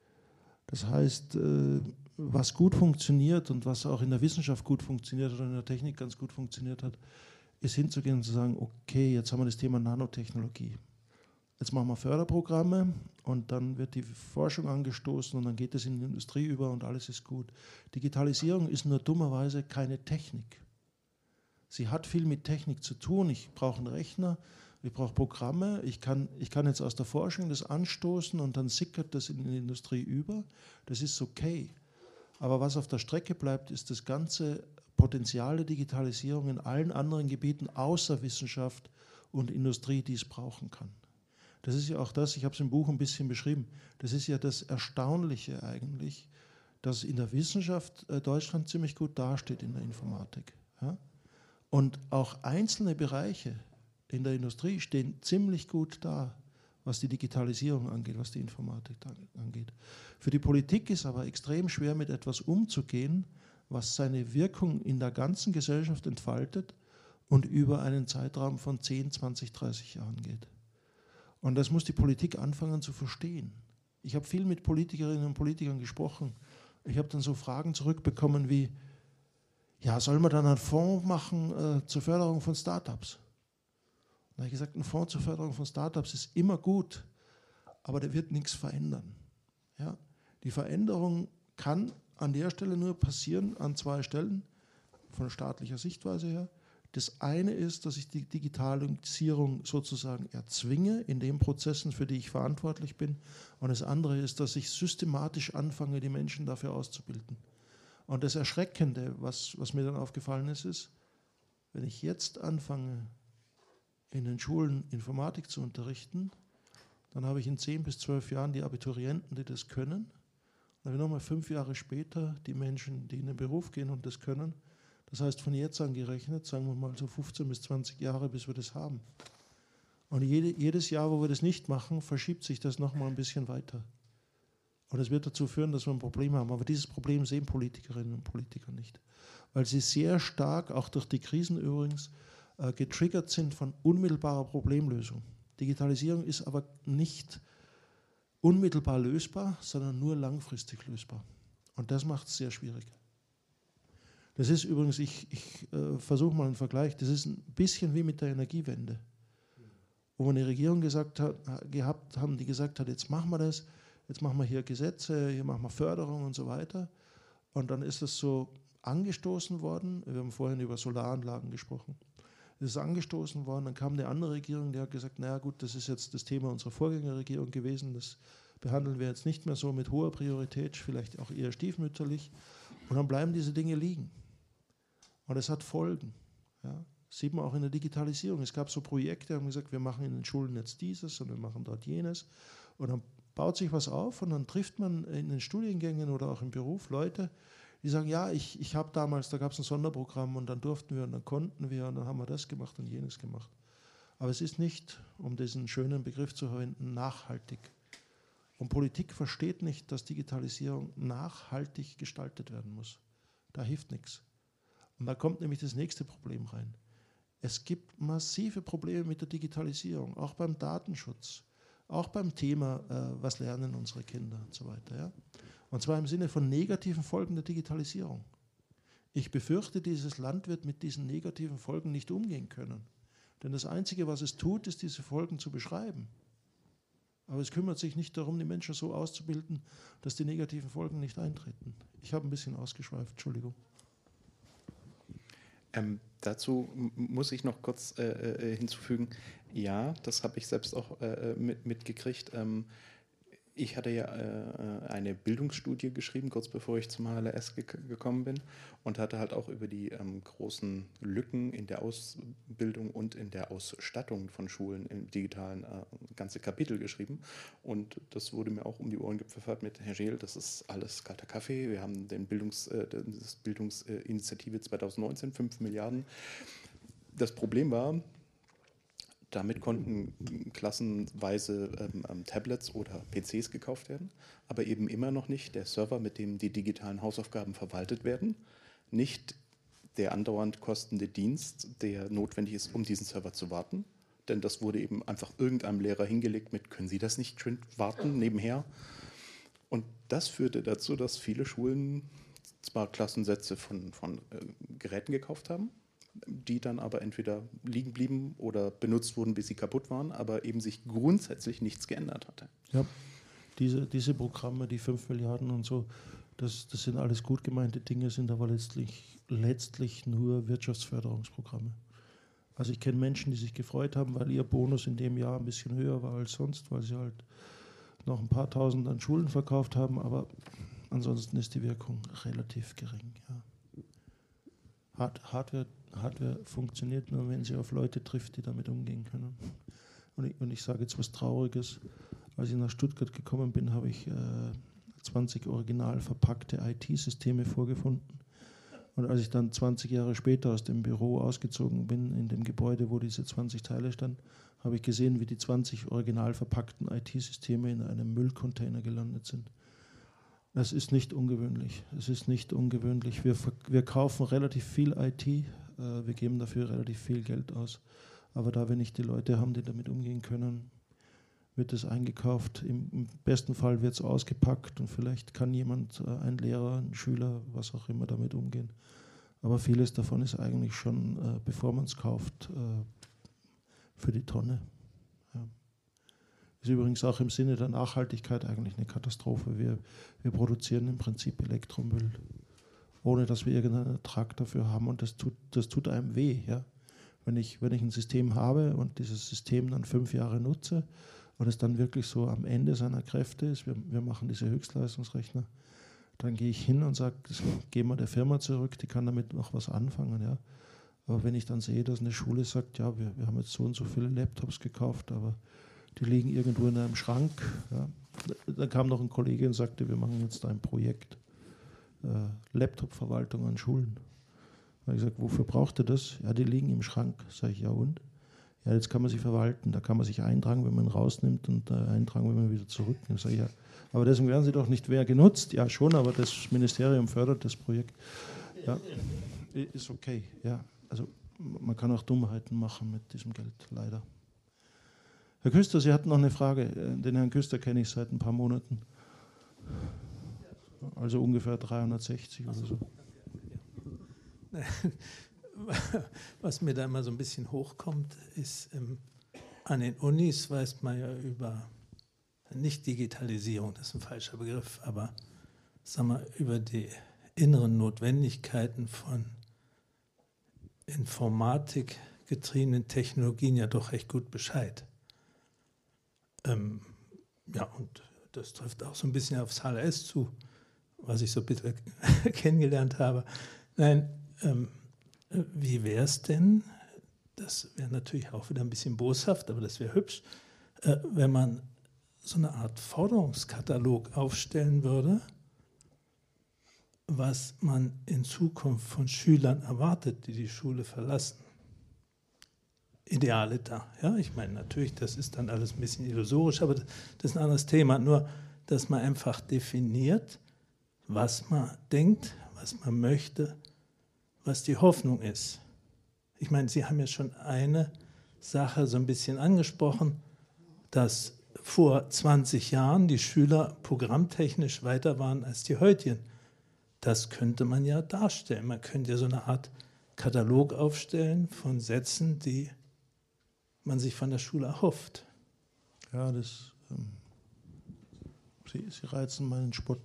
Das heißt, äh, was gut funktioniert und was auch in der Wissenschaft gut funktioniert oder in der Technik ganz gut funktioniert hat, ist hinzugehen und zu sagen, okay, jetzt haben wir das Thema Nanotechnologie. Jetzt machen wir Förderprogramme und dann wird die Forschung angestoßen und dann geht es in die Industrie über und alles ist gut. Digitalisierung ist nur dummerweise keine Technik. Sie hat viel mit Technik zu tun. Ich brauche einen Rechner, ich brauche Programme, ich kann, ich kann jetzt aus der Forschung das anstoßen und dann sickert das in die Industrie über. Das ist okay. Aber was auf der Strecke bleibt, ist das ganze Potenzial der Digitalisierung in allen anderen Gebieten außer Wissenschaft und Industrie, die es brauchen kann. Das ist ja auch das, ich habe es im Buch ein bisschen beschrieben, das ist ja das Erstaunliche eigentlich, dass in der Wissenschaft äh, Deutschland ziemlich gut dasteht in der Informatik. Ja? Und auch einzelne Bereiche in der Industrie stehen ziemlich gut da, was die Digitalisierung angeht, was die Informatik angeht. Für die Politik ist aber extrem schwer, mit etwas umzugehen, was seine Wirkung in der ganzen Gesellschaft entfaltet und über einen Zeitraum von zehn, zwanzig, dreißig Jahren geht. Und das muss die Politik anfangen zu verstehen. Ich habe viel mit Politikerinnen und Politikern gesprochen. Ich habe dann so Fragen zurückbekommen wie, ja, soll man dann einen Fonds machen äh, zur Förderung von Startups? Da habe ich gesagt, ein Fonds zur Förderung von Startups ist immer gut, aber der wird nichts verändern. Ja? Die Veränderung kann an der Stelle nur passieren, an zwei Stellen, von staatlicher Sichtweise her. Das eine ist, dass ich die Digitalisierung sozusagen erzwinge in den Prozessen, für die ich verantwortlich bin. Und das andere ist, dass ich systematisch anfange, die Menschen dafür auszubilden. Und das Erschreckende, was, was mir dann aufgefallen ist, ist, wenn ich jetzt anfange, in den Schulen Informatik zu unterrichten, dann habe ich in zehn bis zwölf Jahren die Abiturienten, die das können. Dann habe ich nochmal fünf Jahre später die Menschen, die in den Beruf gehen und das können. Das heißt, von jetzt an gerechnet, sagen wir mal so fünfzehn bis zwanzig Jahre, bis wir das haben. Und jede, jedes Jahr, wo wir das nicht machen, verschiebt sich das nochmal ein bisschen weiter. Und es wird dazu führen, dass wir ein Problem haben. Aber dieses Problem sehen Politikerinnen und Politiker nicht. Weil sie sehr stark, auch durch die Krisen übrigens, äh, getriggert sind von unmittelbarer Problemlösung. Digitalisierung ist aber nicht unmittelbar lösbar, sondern nur langfristig lösbar. Und das macht es sehr schwierig. Das ist übrigens, ich, ich äh, versuche mal einen Vergleich, das ist ein bisschen wie mit der Energiewende. Wo eine Regierung gesagt hat, gehabt haben, die gesagt hat, jetzt machen wir das, jetzt machen wir hier Gesetze, hier machen wir Förderung und so weiter. Und dann ist das so angestoßen worden, wir haben vorhin über Solaranlagen gesprochen, es ist angestoßen worden, dann kam eine andere Regierung, die hat gesagt, naja gut, das ist jetzt das Thema unserer Vorgängerregierung gewesen, das behandeln wir jetzt nicht mehr so mit hoher Priorität, vielleicht auch eher stiefmütterlich. Und dann bleiben diese Dinge liegen. Und es hat Folgen. Ja. Sieht man auch in der Digitalisierung. Es gab so Projekte, die haben gesagt, wir machen in den Schulen jetzt dieses und wir machen dort jenes. Und dann baut sich was auf und dann trifft man in den Studiengängen oder auch im Beruf Leute, die sagen, ja, ich, ich habe damals, da gab es ein Sonderprogramm und dann durften wir und dann konnten wir und dann haben wir das gemacht und jenes gemacht. Aber es ist nicht, um diesen schönen Begriff zu verwenden, nachhaltig. Und Politik versteht nicht, dass Digitalisierung nachhaltig gestaltet werden muss. Da hilft nichts. Und da kommt nämlich das nächste Problem rein. Es gibt massive Probleme mit der Digitalisierung, auch beim Datenschutz, auch beim Thema, äh, was lernen unsere Kinder und so weiter. Ja? Und zwar im Sinne von negativen Folgen der Digitalisierung. Ich befürchte, dieses Land wird mit diesen negativen Folgen nicht umgehen können. Denn das Einzige, was es tut, ist, diese Folgen zu beschreiben. Aber es kümmert sich nicht darum, die Menschen so auszubilden, dass die negativen Folgen nicht eintreten. Ich habe ein bisschen ausgeschweift, Entschuldigung. Ähm, dazu muss ich noch kurz äh, hinzufügen, ja, das habe ich selbst auch äh, mit, mitgekriegt. Ähm, ich hatte ja äh, eine Bildungsstudie geschrieben, kurz bevor ich zum H L S ge- gekommen bin und hatte halt auch über die ähm, großen Lücken in der Ausbildung und in der Ausstattung von Schulen im digitalen äh, ganze Kapitel geschrieben. Und das wurde mir auch um die Ohren gepfeffert mit Herr Scheel, das ist alles kalter Kaffee. Wir haben den Bildungs, äh, das Bildungsinitiative zwanzig neunzehn, fünf Milliarden. Das Problem war, damit konnten klassenweise ähm, Tablets oder P Cs gekauft werden, aber eben immer noch nicht der Server, mit dem die digitalen Hausaufgaben verwaltet werden, nicht der andauernd kostende Dienst, der notwendig ist, um diesen Server zu warten, denn das wurde eben einfach irgendeinem Lehrer hingelegt mit, können Sie das nicht schön warten nebenher? Und das führte dazu, dass viele Schulen zwar Klassensätze von, von äh, Geräten gekauft haben, die dann aber entweder liegen blieben oder benutzt wurden, bis sie kaputt waren, aber eben sich grundsätzlich nichts geändert hatte. Ja, diese, diese Programme, die fünf Milliarden und so, das, das sind alles gut gemeinte Dinge, sind aber letztlich, letztlich nur Wirtschaftsförderungsprogramme. Also ich kenne Menschen, die sich gefreut haben, weil ihr Bonus in dem Jahr ein bisschen höher war als sonst, weil sie halt noch ein paar Tausend an Schulen verkauft haben, aber ansonsten ist die Wirkung relativ gering. Ja. Hard, Hardware, Hardware funktioniert nur, wenn sie auf Leute trifft, die damit umgehen können. Und ich, und ich sage jetzt was Trauriges. Als ich nach Stuttgart gekommen bin, habe ich äh, zwanzig original verpackte I T-Systeme vorgefunden. Und als ich dann zwanzig Jahre später aus dem Büro ausgezogen bin, in dem Gebäude, wo diese zwanzig Teile standen, habe ich gesehen, wie die zwanzig original verpackten I T-Systeme in einem Müllcontainer gelandet sind. Das ist nicht ungewöhnlich. Es ist nicht ungewöhnlich. Wir, wir kaufen relativ viel I T, äh, wir geben dafür relativ viel Geld aus. Aber da wir nicht die Leute haben, die damit umgehen können, wird es eingekauft. Im, im besten Fall wird es ausgepackt und vielleicht kann jemand, äh, ein Lehrer, ein Schüler, was auch immer, damit umgehen. Aber vieles davon ist eigentlich schon, äh, bevor man es kauft, äh, für die Tonne. Ja. Ist übrigens auch im Sinne der Nachhaltigkeit eigentlich eine Katastrophe. Wir, wir produzieren im Prinzip Elektromüll, ohne dass wir irgendeinen Ertrag dafür haben. Und das tut, das tut einem weh. Ja? Wenn ich, wenn ich ein System habe und dieses System dann fünf Jahre nutze und es dann wirklich so am Ende seiner Kräfte ist, wir, wir machen diese Höchstleistungsrechner, dann gehe ich hin und sage, gehen wir der Firma zurück, die kann damit noch was anfangen. Ja? Aber wenn ich dann sehe, dass eine Schule sagt, ja, wir, wir haben jetzt so und so viele Laptops gekauft, aber die liegen irgendwo in einem Schrank. Ja. Dann kam noch ein Kollege und sagte, wir machen jetzt ein Projekt, äh, Laptop-Verwaltung an Schulen. Da habe ich gesagt, wofür braucht ihr das? Ja, die liegen im Schrank. Sag ich, ja und? Ja, jetzt kann man sie verwalten. Da kann man sich eintragen, wenn man rausnimmt und äh, eintragen, wenn man wieder zurücknimmt. Sag ich, ja, aber deswegen werden sie doch nicht wer genutzt. Ja, schon, aber das Ministerium fördert das Projekt. Ja, ist okay. Ja, also man kann auch Dummheiten machen mit diesem Geld, leider. Herr Küster, Sie hatten noch eine Frage. Den Herrn Küster kenne ich seit ein paar Monaten. Also ungefähr dreihundertsechzig oder so. Was mir da immer so ein bisschen hochkommt, ist, ähm, an den Unis weiß man ja über, nicht Digitalisierung, das ist ein falscher Begriff, aber sagen wir, über die inneren Notwendigkeiten von informatikgetriebenen Technologien ja doch recht gut Bescheid. Ähm, ja, und das trifft auch so ein bisschen aufs H L S zu, was ich so ein bisschen kennengelernt habe. Nein, ähm, wie wäre es denn, das wäre natürlich auch wieder ein bisschen boshaft, aber das wäre hübsch, äh, wenn man so eine Art Forderungskatalog aufstellen würde, was man in Zukunft von Schülern erwartet, die die Schule verlassen. Ideale da. Ja, ich meine, natürlich, das ist dann alles ein bisschen illusorisch, aber das ist ein anderes Thema. Nur, dass man einfach definiert, was man denkt, was man möchte, was die Hoffnung ist. Ich meine, Sie haben ja schon eine Sache so ein bisschen angesprochen, dass vor zwanzig Jahren die Schüler programmtechnisch weiter waren als die heutigen. Das könnte man ja darstellen. Man könnte ja so eine Art Katalog aufstellen von Sätzen, die man sich von der Schule erhofft. Ja, das, ähm, Sie, Sie reizen meinen Spott.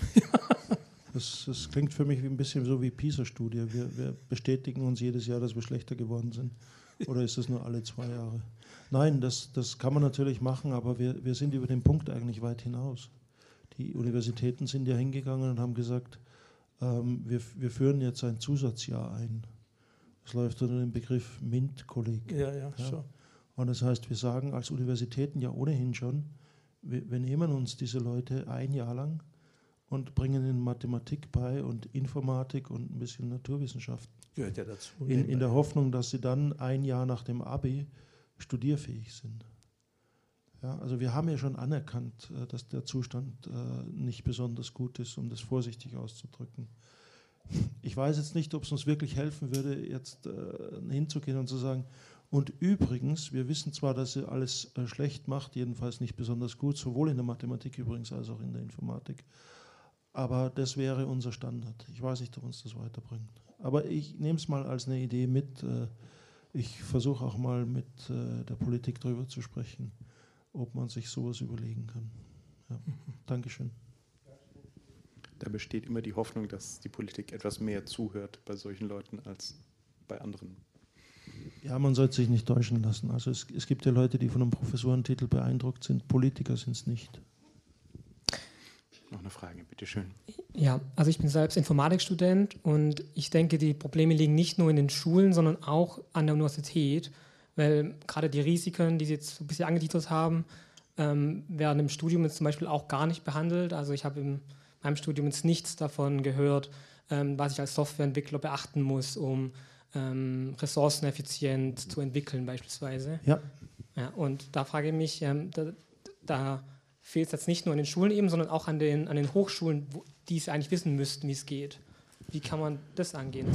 das, das klingt für mich wie ein bisschen so wie PISA-Studie. Wir, wir bestätigen uns jedes Jahr, dass wir schlechter geworden sind. Oder ist das nur alle zwei Jahre? Nein, das, das kann man natürlich machen, aber wir, wir sind über den Punkt eigentlich weit hinaus. Die Universitäten sind ja hingegangen und haben gesagt, ähm, wir, wir führen jetzt ein Zusatzjahr ein. Das läuft unter dem Begriff MINT-Kolleg. Ja, ja, ja. schon. Und das heißt, wir sagen als Universitäten ja ohnehin schon, wir, wir nehmen uns diese Leute ein Jahr lang und bringen ihnen Mathematik bei und Informatik und ein bisschen Naturwissenschaften. Gehört ja dazu. In, in der Hoffnung, dass sie dann ein Jahr nach dem Abi studierfähig sind. Ja, also wir haben ja schon anerkannt, dass der Zustand nicht besonders gut ist, um das vorsichtig auszudrücken. Ich weiß jetzt nicht, ob es uns wirklich helfen würde, jetzt hinzugehen und zu sagen, und übrigens, wir wissen zwar, dass sie alles schlecht macht, jedenfalls nicht besonders gut, sowohl in der Mathematik übrigens als auch in der Informatik, aber das wäre unser Standard. Ich weiß nicht, ob uns das weiterbringt. Aber ich nehme es mal als eine Idee mit. Ich versuche auch mal mit der Politik darüber zu sprechen, ob man sich sowas überlegen kann. Ja. Dankeschön. Da besteht immer die Hoffnung, dass die Politik etwas mehr zuhört bei solchen Leuten als bei anderen. Ja, man sollte sich nicht täuschen lassen. Also es, es gibt ja Leute, die von einem Professorentitel beeindruckt sind. Politiker sind es nicht. Noch eine Frage, bitteschön. Ja, also ich bin selbst Informatikstudent und ich denke, die Probleme liegen nicht nur in den Schulen, sondern auch an der Universität, weil gerade die Risiken, die Sie jetzt ein bisschen angetitelt haben, ähm, werden im Studium jetzt zum Beispiel auch gar nicht behandelt. Also ich habe in meinem Studium jetzt nichts davon gehört, ähm, was ich als Softwareentwickler beachten muss, um ähm, ressourceneffizient zu entwickeln beispielsweise. Ja. Ja, und da frage ich mich, ähm, da, da fehlt es jetzt nicht nur an den Schulen eben, sondern auch an den, an den Hochschulen, wo, die es eigentlich wissen müssten, wie es geht. Wie kann man das angehen?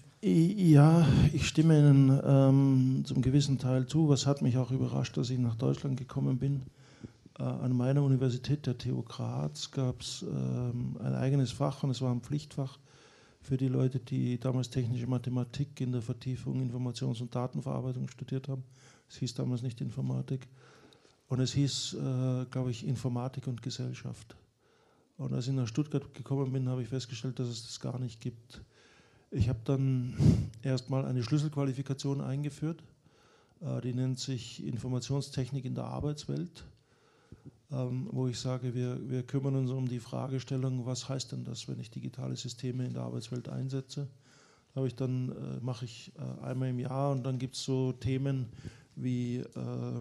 Ja, ich stimme Ihnen ähm, zum gewissen Teil zu. Was hat mich auch überrascht, dass ich nach Deutschland gekommen bin. Äh, an meiner Universität, der T U Graz, gab es ähm, ein eigenes Fach und es war ein Pflichtfach für die Leute, die damals technische Mathematik in der Vertiefung Informations- und Datenverarbeitung studiert haben. Es hieß damals nicht Informatik. Und es hieß, äh, glaube ich, Informatik und Gesellschaft. Und als ich nach Stuttgart gekommen bin, habe ich festgestellt, dass es das gar nicht gibt. Ich habe dann erstmal eine Schlüsselqualifikation eingeführt, äh, die nennt sich Informationstechnik in der Arbeitswelt, ähm, wo ich sage, wir, wir kümmern uns um die Fragestellung, was heißt denn das, wenn ich digitale Systeme in der Arbeitswelt einsetze. Da habe ich dann, äh, mache ich äh, einmal im Jahr und dann gibt es so Themen wie äh,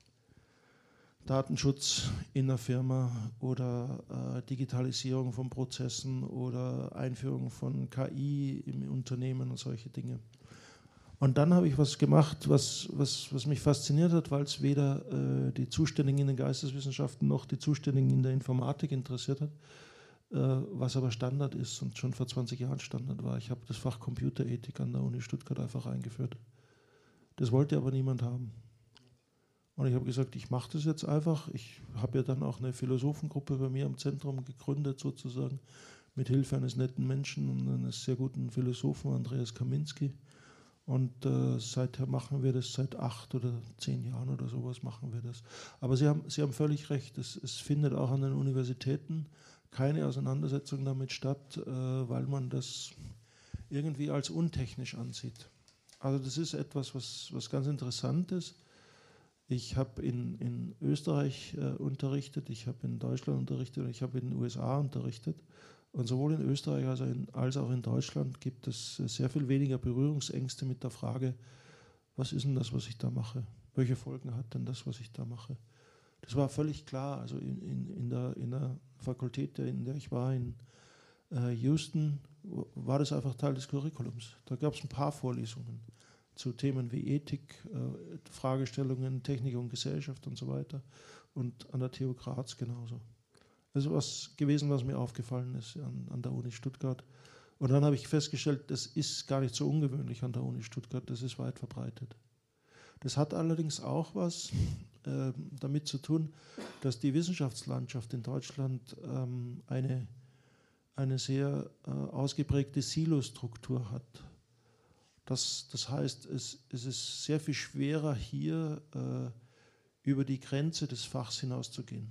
Datenschutz in der Firma oder äh, Digitalisierung von Prozessen oder Einführung von K I im Unternehmen und solche Dinge. Und dann habe ich was gemacht, was, was, was mich fasziniert hat, weil es weder äh, die Zuständigen in den Geisteswissenschaften noch die Zuständigen in der Informatik interessiert hat, äh, was aber Standard ist und schon vor zwanzig Jahren Standard war. Ich habe das Fach Computerethik an der Uni Stuttgart einfach eingeführt. Das wollte aber niemand haben. Und ich habe gesagt, ich mache das jetzt einfach. Ich habe ja dann auch eine Philosophengruppe bei mir im Zentrum gegründet, sozusagen, mit Hilfe eines netten Menschen und eines sehr guten Philosophen, Andreas Kaminski. Und äh, seither machen wir das, seit acht oder zehn Jahren oder sowas machen wir das. Aber Sie haben, Sie haben völlig recht, es, es findet auch an den Universitäten keine Auseinandersetzung damit statt, äh, weil man das irgendwie als untechnisch ansieht. Also das ist etwas, was, was ganz interessant ist. Ich habe in, in Österreich äh, unterrichtet, ich habe in Deutschland unterrichtet und ich habe in den U S A unterrichtet. Und sowohl in Österreich als auch in, als auch in Deutschland gibt es sehr viel weniger Berührungsängste mit der Frage, was ist denn das, was ich da mache? Welche Folgen hat denn das, was ich da mache? Das war völlig klar. Also in, in, in, der, in der Fakultät, in der ich war, in äh, Houston, war das einfach Teil des Curriculums. Da gab es ein paar Vorlesungen zu Themen wie Ethik, äh, Fragestellungen, Technik und Gesellschaft und so weiter. Und an der T U Graz genauso. Das ist was gewesen, was mir aufgefallen ist an, an der Uni Stuttgart. Und dann habe ich festgestellt, das ist gar nicht so ungewöhnlich an der Uni Stuttgart, das ist weit verbreitet. Das hat allerdings auch was äh, damit zu tun, dass die Wissenschaftslandschaft in Deutschland ähm, eine, eine sehr äh, ausgeprägte Silostruktur hat. Das, das heißt, es, es ist sehr viel schwerer, hier äh, über die Grenze des Fachs hinauszugehen.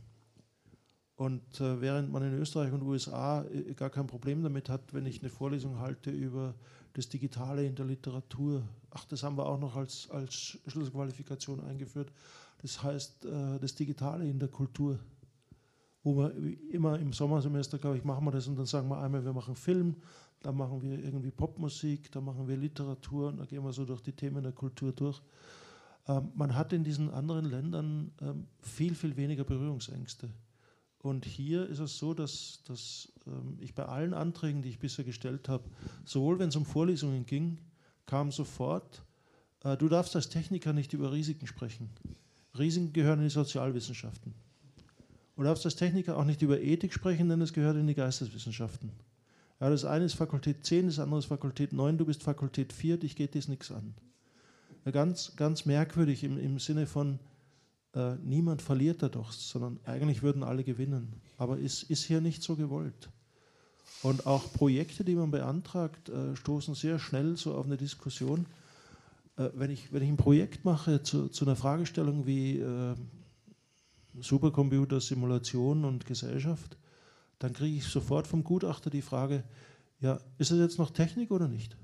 Und äh, während man in Österreich und U S A äh, gar kein Problem damit hat, wenn ich eine Vorlesung halte über das Digitale in der Literatur, ach, das haben wir auch noch als, als Schlüsselqualifikation eingeführt, das heißt äh, das Digitale in der Kultur, wo wir immer im Sommersemester, glaube ich, machen wir das und dann sagen wir einmal, wir machen Film, dann machen wir irgendwie Popmusik, dann machen wir Literatur und dann gehen wir so durch die Themen der Kultur durch. Ähm, man hat in diesen anderen Ländern ähm, viel, viel weniger Berührungsängste. Und hier ist es so, dass, dass ähm, ich bei allen Anträgen, die ich bisher gestellt habe, sowohl wenn es um Vorlesungen ging, kam sofort, äh, du darfst als Techniker nicht über Risiken sprechen. Risiken gehören in die Sozialwissenschaften. Du darfst als Techniker auch nicht über Ethik sprechen, denn es gehört in die Geisteswissenschaften. Ja, das eine ist Fakultät zehn, das andere ist Fakultät neun, du bist Fakultät vier, dich geht das nichts an. Ja, ganz, ganz merkwürdig im, im Sinne von, Äh, niemand verliert dadurch, sondern eigentlich würden alle gewinnen. Aber es ist hier nicht so gewollt. Und auch Projekte, die man beantragt, äh, stoßen sehr schnell so auf eine Diskussion. Äh, wenn, ich, wenn ich ein Projekt mache zu, zu einer Fragestellung wie äh, Supercomputer, Simulation und Gesellschaft, dann kriege ich sofort vom Gutachter die Frage, ja, ist es jetzt noch Technik oder nicht?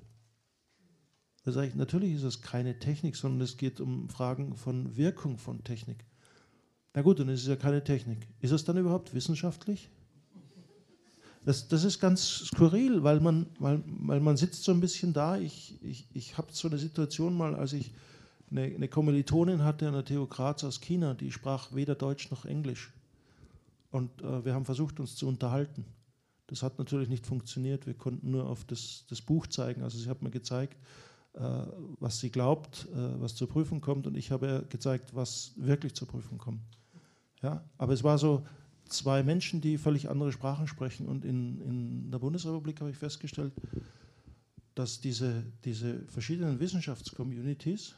Da sage ich, natürlich ist es keine Technik, sondern es geht um Fragen von Wirkung von Technik. Na gut, dann ist es ja keine Technik. Ist es dann überhaupt wissenschaftlich? Das, das ist ganz skurril, weil man, weil, weil man sitzt so ein bisschen da. Ich, ich, ich habe so eine Situation mal, als ich eine, eine Kommilitonin hatte an der T U Graz aus China, die sprach weder Deutsch noch Englisch. Und äh, wir haben versucht, uns zu unterhalten. Das hat natürlich nicht funktioniert. Wir konnten nur auf das, das Buch zeigen. Also sie hat mir gezeigt, was sie glaubt, was zur Prüfung kommt, und ich habe gezeigt, was wirklich zur Prüfung kommt. Ja, aber es war so zwei Menschen, die völlig andere Sprachen sprechen, und in, in der Bundesrepublik habe ich festgestellt, dass diese, diese verschiedenen Wissenschaftscommunities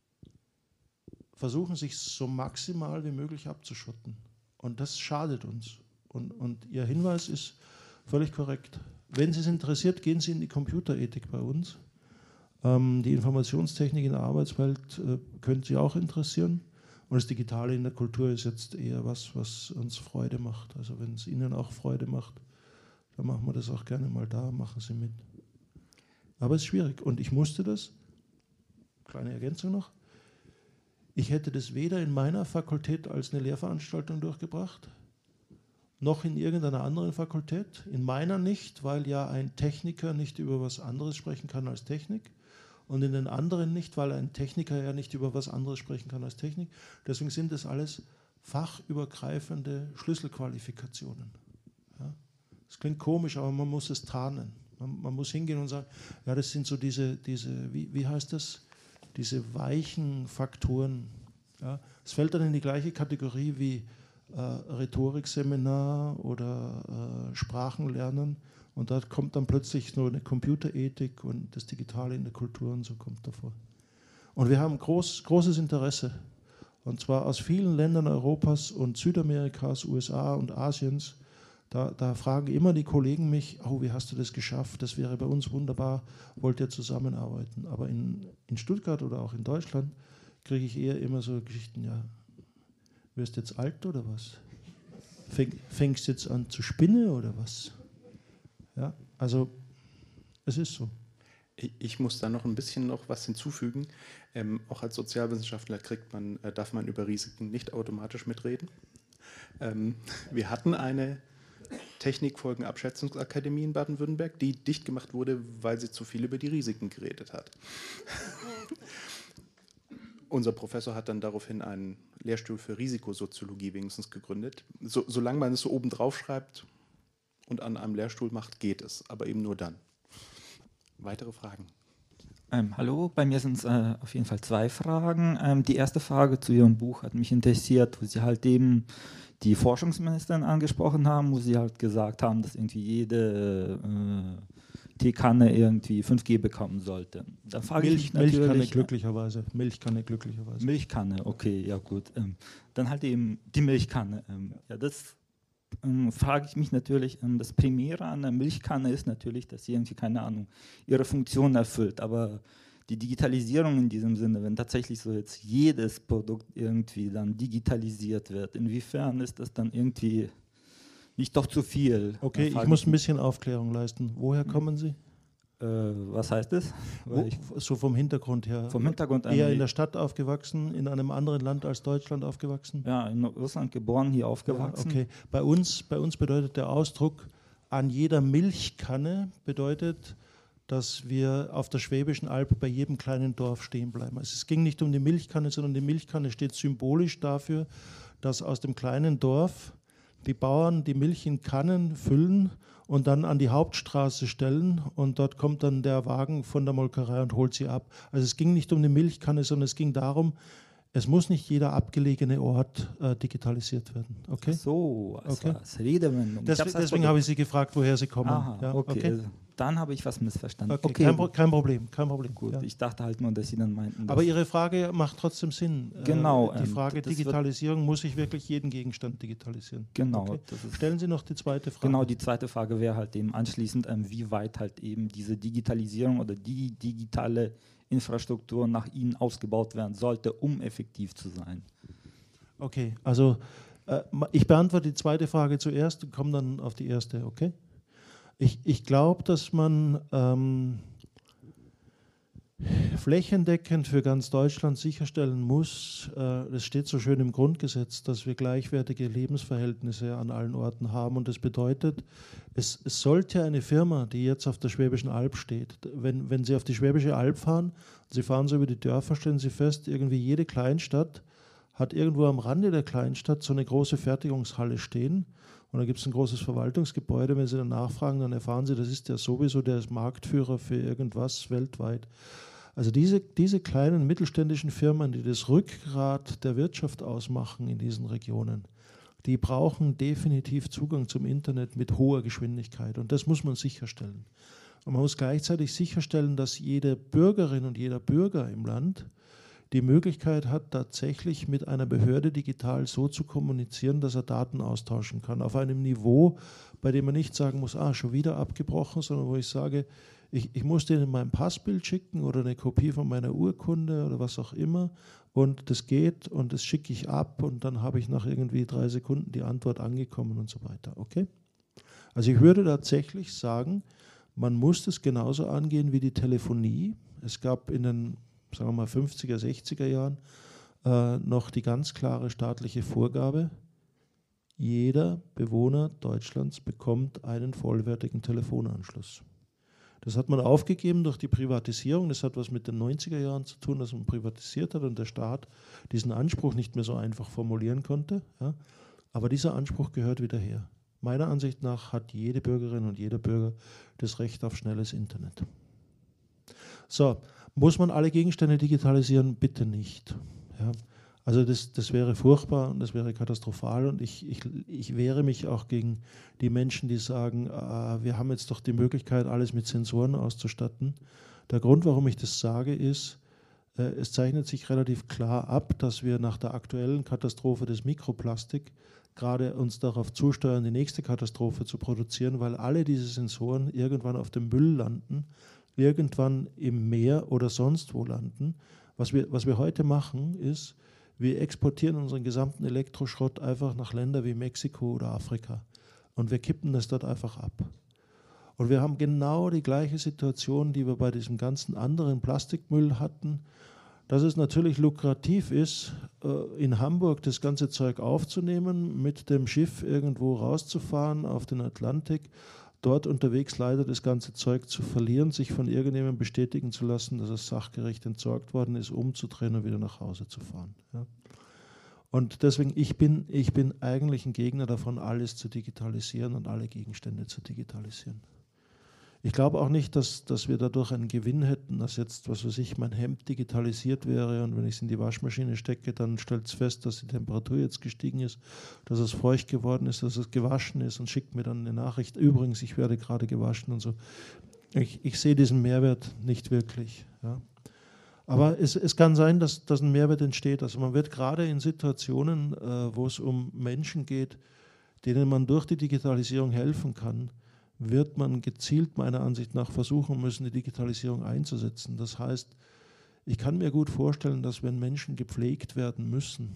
versuchen, sich so maximal wie möglich abzuschotten, und das schadet uns. Und, und Ihr Hinweis ist völlig korrekt. Wenn Sie es interessiert, gehen Sie in die Computerethik bei uns. Die Informationstechnik in der Arbeitswelt äh, könnte Sie auch interessieren. Und das Digitale in der Kultur ist jetzt eher was, was uns Freude macht. Also wenn es Ihnen auch Freude macht, dann machen wir das auch gerne mal da, machen Sie mit. Aber es ist schwierig. Und ich musste das, kleine Ergänzung noch, ich hätte das weder in meiner Fakultät als eine Lehrveranstaltung durchgebracht, noch in irgendeiner anderen Fakultät. In meiner nicht, weil ja ein Techniker nicht über was anderes sprechen kann als Technik. Und in den anderen nicht, weil ein Techniker ja nicht über was anderes sprechen kann als Technik. Deswegen sind das alles fachübergreifende Schlüsselqualifikationen. Ja? Das klingt komisch, aber man muss es tarnen. Man, man muss hingehen und sagen, ja, das sind so diese, diese wie, wie heißt das, diese weichen Faktoren. Ja? Es fällt dann in die gleiche Kategorie wie äh, Rhetorikseminar oder äh, Sprachenlernen. Und da kommt dann plötzlich so eine Computerethik und das Digitale in der Kultur und so kommt davor. Und wir haben groß, großes Interesse, und zwar aus vielen Ländern Europas und Südamerikas, U S A und Asiens. Da, da fragen immer die Kollegen mich, oh, wie hast du das geschafft? Das wäre bei uns wunderbar, wollt ihr zusammenarbeiten? Aber in, in Stuttgart oder auch in Deutschland kriege ich eher immer so Geschichten, ja, wirst du jetzt alt oder was? Fäng, fängst du jetzt an zu spinnen oder was? Ja, also es ist so. Ich, ich muss da noch ein bisschen noch was hinzufügen. Ähm, auch als Sozialwissenschaftler kriegt man, äh, darf man über Risiken nicht automatisch mitreden. Ähm, wir hatten eine Technikfolgenabschätzungsakademie in Baden-Württemberg, die dicht gemacht wurde, weil sie zu viel über die Risiken geredet hat. Unser Professor hat dann daraufhin einen Lehrstuhl für Risikosoziologie wenigstens gegründet. So, solange man es so oben drauf schreibt und an einem Lehrstuhl macht, geht es, aber eben nur dann. Weitere Fragen? Ähm, hallo, bei mir sind es äh, auf jeden Fall zwei Fragen. Ähm, die erste Frage zu Ihrem Buch hat mich interessiert, wo Sie halt eben die Forschungsministerin angesprochen haben, wo Sie halt gesagt haben, dass irgendwie jede äh, Teekanne irgendwie fünf G bekommen sollte. Da frage Milch, ich mich natürlich, Milchkanne glücklicherweise. Milchkanne glücklicherweise. Milchkanne, okay, ja gut. Ähm, dann halt eben die Milchkanne. Ähm, ja, das ähm, frage ich mich natürlich. Ähm, das Primäre an der Milchkanne ist natürlich, dass sie irgendwie, keine Ahnung, ihre Funktion erfüllt. Aber die Digitalisierung in diesem Sinne, wenn tatsächlich so jetzt jedes Produkt irgendwie dann digitalisiert wird, inwiefern ist das dann irgendwie nicht doch zu viel? Okay, ich muss ein bisschen Aufklärung leisten. Woher kommen Sie? Äh, was heißt das? Wo, so vom Hintergrund her. Vom Hintergrund eher in der Stadt aufgewachsen, in einem anderen Land als Deutschland aufgewachsen? Ja, in Russland geboren, hier aufgewachsen. Ja, okay, bei uns, bei uns bedeutet der Ausdruck an jeder Milchkanne bedeutet, dass wir auf der Schwäbischen Alb bei jedem kleinen Dorf stehen bleiben. Also es ging nicht um die Milchkanne, sondern die Milchkanne steht symbolisch dafür, dass aus dem kleinen Dorf die Bauern die Milch in Kannen füllen und dann an die Hauptstraße stellen und dort kommt dann der Wagen von der Molkerei und holt sie ab. Also es ging nicht um die Milchkanne, sondern es ging darum, es muss nicht jeder abgelegene Ort äh, digitalisiert werden. Okay? Ach so, also okay. als Redewendung. Des, deswegen habe ich Sie gefragt, woher Sie kommen. Aha, ja, okay. okay. Also, dann habe ich was missverstanden. Okay, okay kein, Pro kein Problem, kein Problem. Gut, ja. ich dachte halt nur, dass Sie dann meinten. Aber Ihre Frage macht trotzdem Sinn. Genau. Äh, die Frage Digitalisierung, muss ich wirklich jeden Gegenstand digitalisieren? Genau. Okay. Das ist Stellen Sie noch die zweite Frage. Genau, die zweite Frage wäre halt eben anschließend, ähm, wie weit halt eben diese Digitalisierung oder die digitale Infrastruktur nach Ihnen ausgebaut werden sollte, um effektiv zu sein. Okay, also äh, ich beantworte die zweite Frage zuerst und komme dann auf die erste, okay? Ich, ich glaube, dass man ähm, flächendeckend für ganz Deutschland sicherstellen muss, äh, das steht so schön im Grundgesetz, dass wir gleichwertige Lebensverhältnisse an allen Orten haben. Und das bedeutet, es, es sollte eine Firma, die jetzt auf der Schwäbischen Alb steht, wenn, wenn Sie auf die Schwäbische Alb fahren, Sie fahren so über die Dörfer, stellen Sie fest, irgendwie jede Kleinstadt hat irgendwo am Rande der Kleinstadt so eine große Fertigungshalle stehen. Und da gibt es ein großes Verwaltungsgebäude. Wenn Sie dann nachfragen, dann erfahren Sie, das ist ja sowieso der Marktführer für irgendwas weltweit. Also diese, diese kleinen mittelständischen Firmen, die das Rückgrat der Wirtschaft ausmachen in diesen Regionen, die brauchen definitiv Zugang zum Internet mit hoher Geschwindigkeit. Und das muss man sicherstellen. Und man muss gleichzeitig sicherstellen, dass jede Bürgerin und jeder Bürger im Land die Möglichkeit hat, tatsächlich mit einer Behörde digital so zu kommunizieren, dass er Daten austauschen kann. Auf einem Niveau, bei dem man nicht sagen muss, ah, schon wieder abgebrochen, sondern wo ich sage, ich, ich muss denen mein Passbild schicken oder eine Kopie von meiner Urkunde oder was auch immer und das geht und das schicke ich ab und dann habe ich nach irgendwie drei Sekunden die Antwort angekommen und so weiter. Okay? Also ich würde tatsächlich sagen, man muss das genauso angehen wie die Telefonie. Es gab in den sagen wir mal fünfziger, sechziger Jahren, äh, noch die ganz klare staatliche Vorgabe, jeder Bewohner Deutschlands bekommt einen vollwertigen Telefonanschluss. Das hat man aufgegeben durch die Privatisierung, das hat was mit den neunziger Jahren zu tun, dass man privatisiert hat und der Staat diesen Anspruch nicht mehr so einfach formulieren konnte. Ja. Aber dieser Anspruch gehört wieder her. Meiner Ansicht nach hat jede Bürgerin und jeder Bürger das Recht auf schnelles Internet. So, muss man alle Gegenstände digitalisieren? Bitte nicht. Ja. Also das, das wäre furchtbar und das wäre katastrophal und ich, ich, ich wehre mich auch gegen die Menschen, die sagen, äh, wir haben jetzt doch die Möglichkeit, alles mit Sensoren auszustatten. Der Grund, warum ich das sage, ist, äh, es zeichnet sich relativ klar ab, dass wir nach der aktuellen Katastrophe des Mikroplastik gerade uns darauf zusteuern, die nächste Katastrophe zu produzieren, weil alle diese Sensoren irgendwann auf dem Müll landen, irgendwann im Meer oder sonst wo landen. Was wir, was wir heute machen, ist, wir exportieren unseren gesamten Elektroschrott einfach nach Ländern wie Mexiko oder Afrika und wir kippen das dort einfach ab. Und wir haben genau die gleiche Situation, die wir bei diesem ganzen anderen Plastikmüll hatten. dass es natürlich lukrativ ist, in Hamburg das ganze Zeug aufzunehmen, mit dem Schiff irgendwo rauszufahren auf den Atlantik, dort unterwegs leider das ganze Zeug zu verlieren, sich von irgendjemandem bestätigen zu lassen, dass es sachgerecht entsorgt worden ist, umzudrehen und wieder nach Hause zu fahren. Ja. Und deswegen, ich bin, ich bin eigentlich ein Gegner davon, alles zu digitalisieren und alle Gegenstände zu digitalisieren. Ich glaube auch nicht, dass, dass wir dadurch einen Gewinn hätten, dass jetzt, was weiß ich, mein Hemd digitalisiert wäre und wenn ich es in die Waschmaschine stecke, dann stellt es fest, dass die Temperatur jetzt gestiegen ist, dass es feucht geworden ist, dass es gewaschen ist und schickt mir dann eine Nachricht, übrigens, ich werde gerade gewaschen und so. Ich, ich sehe diesen Mehrwert nicht wirklich. Ja. Aber es, es kann sein, dass, dass ein Mehrwert entsteht. Also man wird gerade in Situationen, äh, wo es um Menschen geht, denen man durch die Digitalisierung helfen kann, wird man gezielt meiner Ansicht nach versuchen müssen, die Digitalisierung einzusetzen. Das heißt, ich kann mir gut vorstellen, dass wenn Menschen gepflegt werden müssen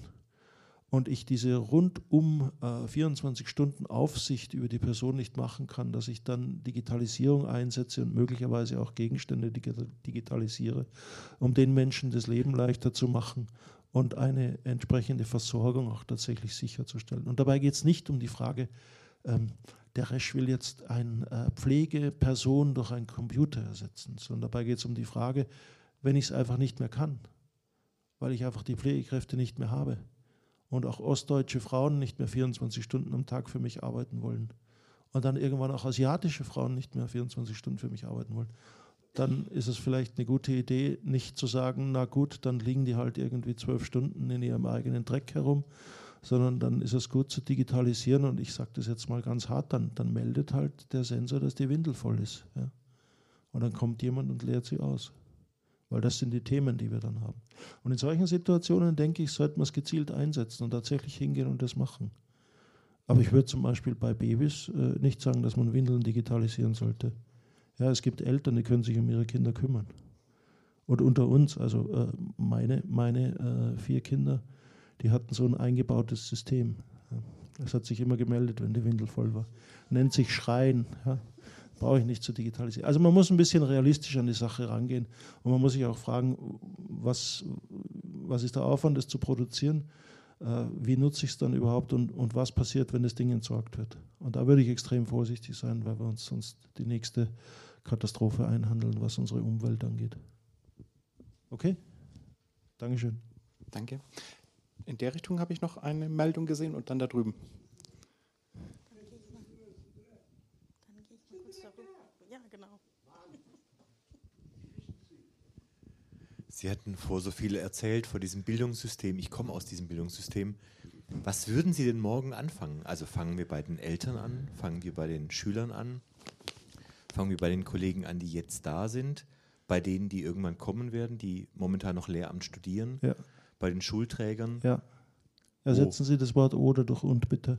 und ich diese rundum äh, vierundzwanzig Stunden Aufsicht über die Person nicht machen kann, dass ich dann Digitalisierung einsetze und möglicherweise auch Gegenstände digitalisiere, um den Menschen das Leben leichter zu machen und eine entsprechende Versorgung auch tatsächlich sicherzustellen. Und dabei geht es nicht um die Frage, ähm, der Resch will jetzt eine äh, Pflegeperson durch einen Computer ersetzen, sondern dabei geht es um die Frage, wenn ich es einfach nicht mehr kann, weil ich einfach die Pflegekräfte nicht mehr habe und auch ostdeutsche Frauen nicht mehr vierundzwanzig Stunden am Tag für mich arbeiten wollen und dann irgendwann auch asiatische Frauen nicht mehr vierundzwanzig Stunden für mich arbeiten wollen, dann ist es vielleicht eine gute Idee, nicht zu sagen, na gut, dann liegen die halt irgendwie zwölf Stunden in ihrem eigenen Dreck herum, sondern dann ist es gut zu digitalisieren und ich sage das jetzt mal ganz hart, dann, dann meldet halt der Sensor, dass die Windel voll ist. Ja. Und dann kommt jemand und leert sie aus. Weil das sind die Themen, die wir dann haben. Und in solchen Situationen, denke ich, sollte man es gezielt einsetzen und tatsächlich hingehen und das machen. Aber ich würde zum Beispiel bei Babys äh, nicht sagen, dass man Windeln digitalisieren sollte. Ja, es gibt Eltern, die können sich um ihre Kinder kümmern. Und unter uns, also äh, meine, meine äh, vier Kinder, die hatten so ein eingebautes System. Es hat sich immer gemeldet, wenn die Windel voll war. Nennt sich Schreien. Ja. Brauche ich nicht zu digitalisieren. Also man muss ein bisschen realistisch an die Sache rangehen und man muss sich auch fragen, was, was ist der Aufwand, das zu produzieren? Äh, wie nutze ich es dann überhaupt und, und was passiert, wenn das Ding entsorgt wird? Und da würde ich extrem vorsichtig sein, weil wir uns sonst die nächste Katastrophe einhandeln, was unsere Umwelt angeht. Okay? Dankeschön. Danke. In der Richtung habe ich noch eine Meldung gesehen und dann da drüben. Dann gehe ich mal, dann gehe ich mal kurz darüber. Ja, genau. Sie hatten vor so viel erzählt, vor diesem Bildungssystem. Ich komme aus diesem Bildungssystem. Was würden Sie denn morgen anfangen? Also fangen wir bei den Eltern an, fangen wir bei den Schülern an, fangen wir bei den Kollegen an, die jetzt da sind, bei denen, die irgendwann kommen werden, die momentan noch Lehramt studieren. Ja. Bei den Schulträgern? Ja. Ersetzen oh. Sie das Wort oder durch und bitte.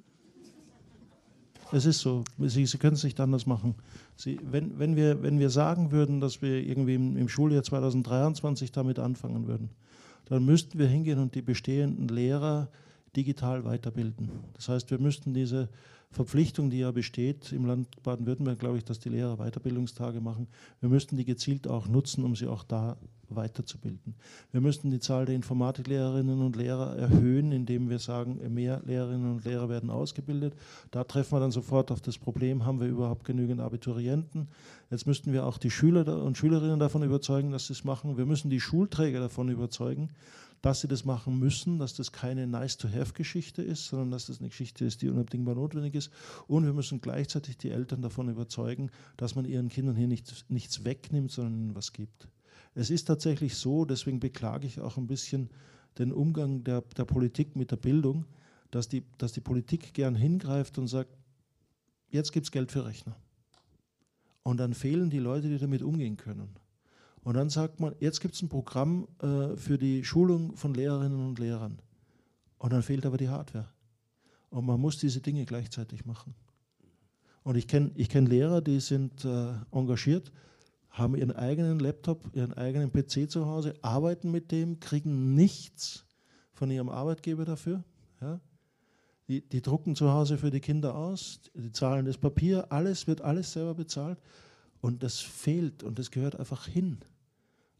Es ist so. Sie, Sie können es nicht anders machen. Sie, wenn, wenn, wir, wenn wir sagen würden, dass wir irgendwie im, im Schuljahr zweitausenddreiundzwanzig damit anfangen würden, dann müssten wir hingehen und die bestehenden Lehrer digital weiterbilden. Das heißt, wir müssten diese Verpflichtung, die ja besteht im Land Baden-Württemberg, glaube ich, dass die Lehrer Weiterbildungstage machen, wir müssten die gezielt auch nutzen, um sie auch da weiterzubilden. Wir müssten die Zahl der Informatiklehrerinnen und Lehrer erhöhen, indem wir sagen, mehr Lehrerinnen und Lehrer werden ausgebildet. Da treffen wir dann sofort auf das Problem, haben wir überhaupt genügend Abiturienten? Jetzt müssten wir auch die Schüler und Schülerinnen davon überzeugen, dass sie es machen. Wir müssen die Schulträger davon überzeugen, dass sie das machen müssen, dass das keine Nice-to-have-Geschichte ist, sondern dass das eine Geschichte ist, die unabdingbar notwendig ist. Und wir müssen gleichzeitig die Eltern davon überzeugen, dass man ihren Kindern hier nicht, nichts wegnimmt, sondern ihnen was gibt. Es ist tatsächlich so, deswegen beklage ich auch ein bisschen den Umgang der, der Politik mit der Bildung, dass die, dass die Politik gern hingreift und sagt, jetzt gibt es Geld für Rechner. Und dann fehlen die Leute, die damit umgehen können. Und dann sagt man, jetzt gibt es ein Programm äh, für die Schulung von Lehrerinnen und Lehrern. Und dann fehlt aber die Hardware. Und man muss diese Dinge gleichzeitig machen. Und ich kenne ich kenn Lehrer, die sind äh, engagiert, haben ihren eigenen Laptop, ihren eigenen P C zu Hause, arbeiten mit dem, kriegen nichts von ihrem Arbeitgeber dafür. Ja? Die, die drucken zu Hause für die Kinder aus, die zahlen das Papier, alles wird alles selber bezahlt. Und das fehlt und das gehört einfach hin.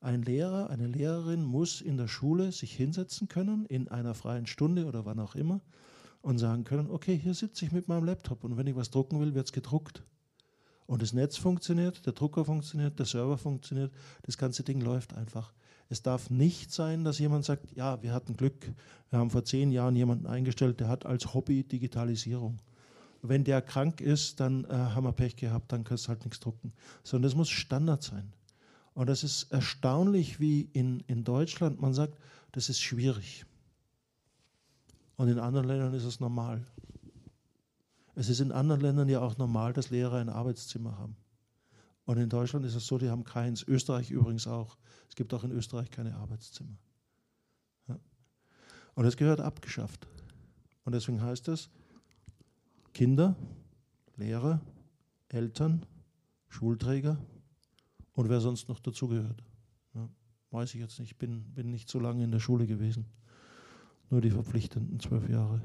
Ein Lehrer, eine Lehrerin muss in der Schule sich hinsetzen können, in einer freien Stunde oder wann auch immer, und sagen können, okay, hier sitze ich mit meinem Laptop und wenn ich was drucken will, wird es gedruckt. Und das Netz funktioniert, der Drucker funktioniert, der Server funktioniert, das ganze Ding läuft einfach. Es darf nicht sein, dass jemand sagt, ja, wir hatten Glück, wir haben vor zehn Jahren jemanden eingestellt, der hat als Hobby Digitalisierung. Wenn der krank ist, dann äh, haben wir Pech gehabt, dann kannst du halt nichts drucken. Sondern das muss Standard sein. Und das ist erstaunlich, wie in, in Deutschland man sagt, das ist schwierig. Und in anderen Ländern ist es normal. Es ist in anderen Ländern ja auch normal, dass Lehrer ein Arbeitszimmer haben. Und in Deutschland ist es so, die haben keins. Österreich übrigens auch. Es gibt auch in Österreich keine Arbeitszimmer. Ja. Und das gehört abgeschafft. Und deswegen heißt es, Kinder, Lehrer, Eltern, Schulträger und wer sonst noch dazugehört. Ja, weiß ich jetzt nicht, bin, bin nicht so lange in der Schule gewesen. Nur die verpflichtenden zwölf Jahre.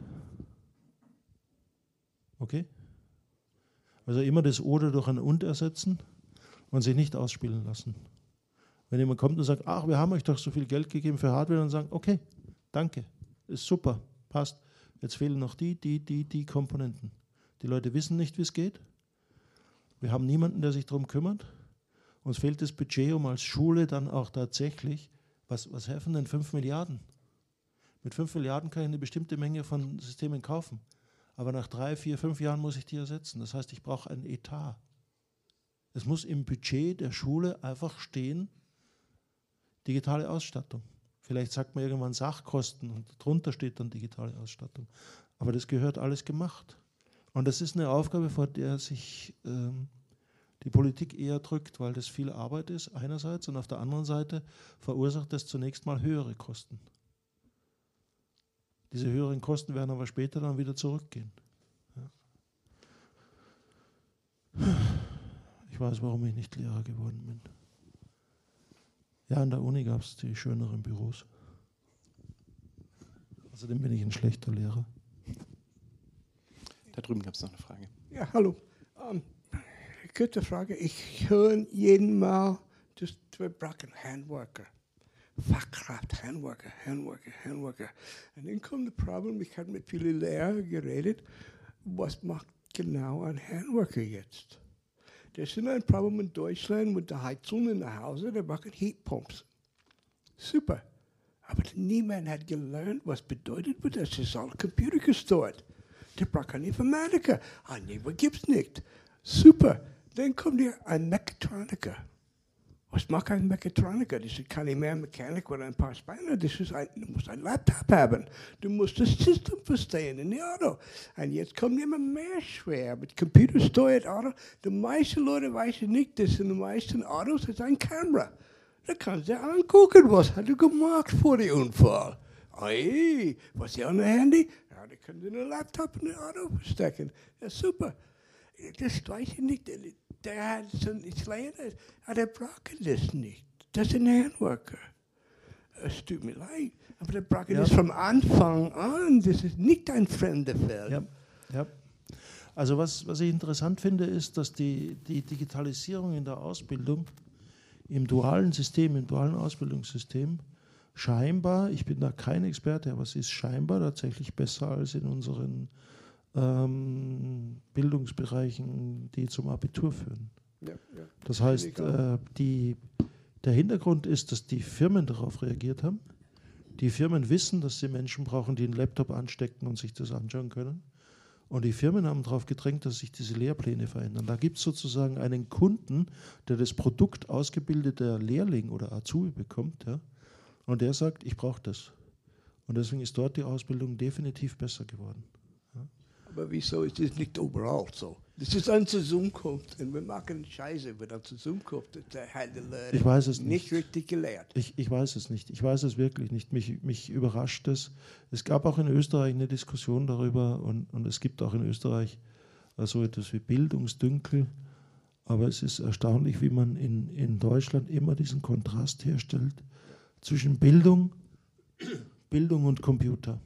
Okay? Also immer das Oder durch ein Und ersetzen und sich nicht ausspielen lassen. Wenn jemand kommt und sagt, ach, wir haben euch doch so viel Geld gegeben für Hardware, dann sagen, okay, danke, ist super, passt. Jetzt fehlen noch die, die, die, die Komponenten. Die Leute wissen nicht, wie es geht. Wir haben niemanden, der sich darum kümmert. Uns fehlt das Budget, um als Schule dann auch tatsächlich, was, was helfen denn fünf Milliarden? Mit fünf Milliarden kann ich eine bestimmte Menge von Systemen kaufen. Aber nach drei, vier, fünf Jahren muss ich die ersetzen. Das heißt, ich brauche einen Etat. Es muss im Budget der Schule einfach stehen, digitale Ausstattung. Vielleicht sagt man irgendwann Sachkosten und darunter steht dann digitale Ausstattung. Aber das gehört alles gemacht. Und das ist eine Aufgabe, vor der sich ähm, die Politik eher drückt, weil das viel Arbeit ist einerseits und auf der anderen Seite verursacht das zunächst mal höhere Kosten. Diese höheren Kosten werden aber später dann wieder zurückgehen. Ja. Ich weiß, warum ich nicht Lehrer geworden bin. Ja, an der Uni gab es die schöneren Büros. Außerdem bin ich ein schlechter Lehrer. Da drüben gab es noch eine Frage. Ja, hallo. Um, kurze Frage. Ich höre jeden Mal, dass wir brauchen Handwerker. Fachkraft, Handwerker, Handwerker, Handwerker. Und dann kommt das Problem, ich habe mit vielen Lehrern geredet, was macht genau ein Handwerker jetzt? Das ist ein Problem in Deutschland mit der Heizung in der Hause, da machen Heatpumps. Super. Aber niemand hat gelernt, was bedeutet, das ist all Computer gesteuert. Der braucht einen Informatiker. Ah, nee, was gibt's nicht. Super. Dann kommt hier ein Mechatroniker. Was macht ein Mechatroniker? Das ist keine mehr Mechanik oder ein paar Spanner. Das ist ein, du musst ein Laptop haben. Du musst das System verstehen in der Auto. Und jetzt kommt immer mehr schwer mit computersteuert Auto. Die meisten Leute wissen nicht, dass in den meisten Autos ist eine Kamera. Da kannst du angucken, was hat er gemacht vor dem Unfall. Hey, was ist an der Handy? Ja, da können sie einen Laptop in das Auto verstecken. Ja, super. Das weiß ich nicht. Der hat so nichts gelernt, aber der braucht das nicht. Das ist ein Handwerker. Es tut mir leid, aber der braucht ja. das von Anfang an. Das ist nicht ein fremder Feld. Ja, ja. Also was, was ich interessant finde, ist, dass die, die Digitalisierung in der Ausbildung im dualen System, im dualen Ausbildungssystem scheinbar, ich bin da kein Experte, aber es ist scheinbar tatsächlich besser als in unseren ähm, Bildungsbereichen, die zum Abitur führen. Ja, ja. Das heißt, äh, die, der Hintergrund ist, dass die Firmen darauf reagiert haben. Die Firmen wissen, dass sie Menschen brauchen, die einen Laptop anstecken und sich das anschauen können. Und die Firmen haben darauf gedrängt, dass sich diese Lehrpläne verändern. Da gibt es sozusagen einen Kunden, der das Produkt ausgebildeter Lehrling oder Azubi bekommt, ja, und der sagt, ich brauche das. Und deswegen ist dort die Ausbildung definitiv besser geworden. Ja. Aber wieso ist das nicht überall so? Das ist eine Zusammenkunft und wir machen Scheiße, wenn eine Zusammenkunft hat die Leute ich weiß es nicht, nicht richtig gelehrt. Ich, ich weiß es nicht. Ich weiß es wirklich nicht. Mich, mich überrascht es. Es gab auch in Österreich eine Diskussion darüber und, und es gibt auch in Österreich so etwas wie Bildungsdünkel. Aber es ist erstaunlich, wie man in, in Deutschland immer diesen Kontrast herstellt zwischen Bildung, Bildung und Computer.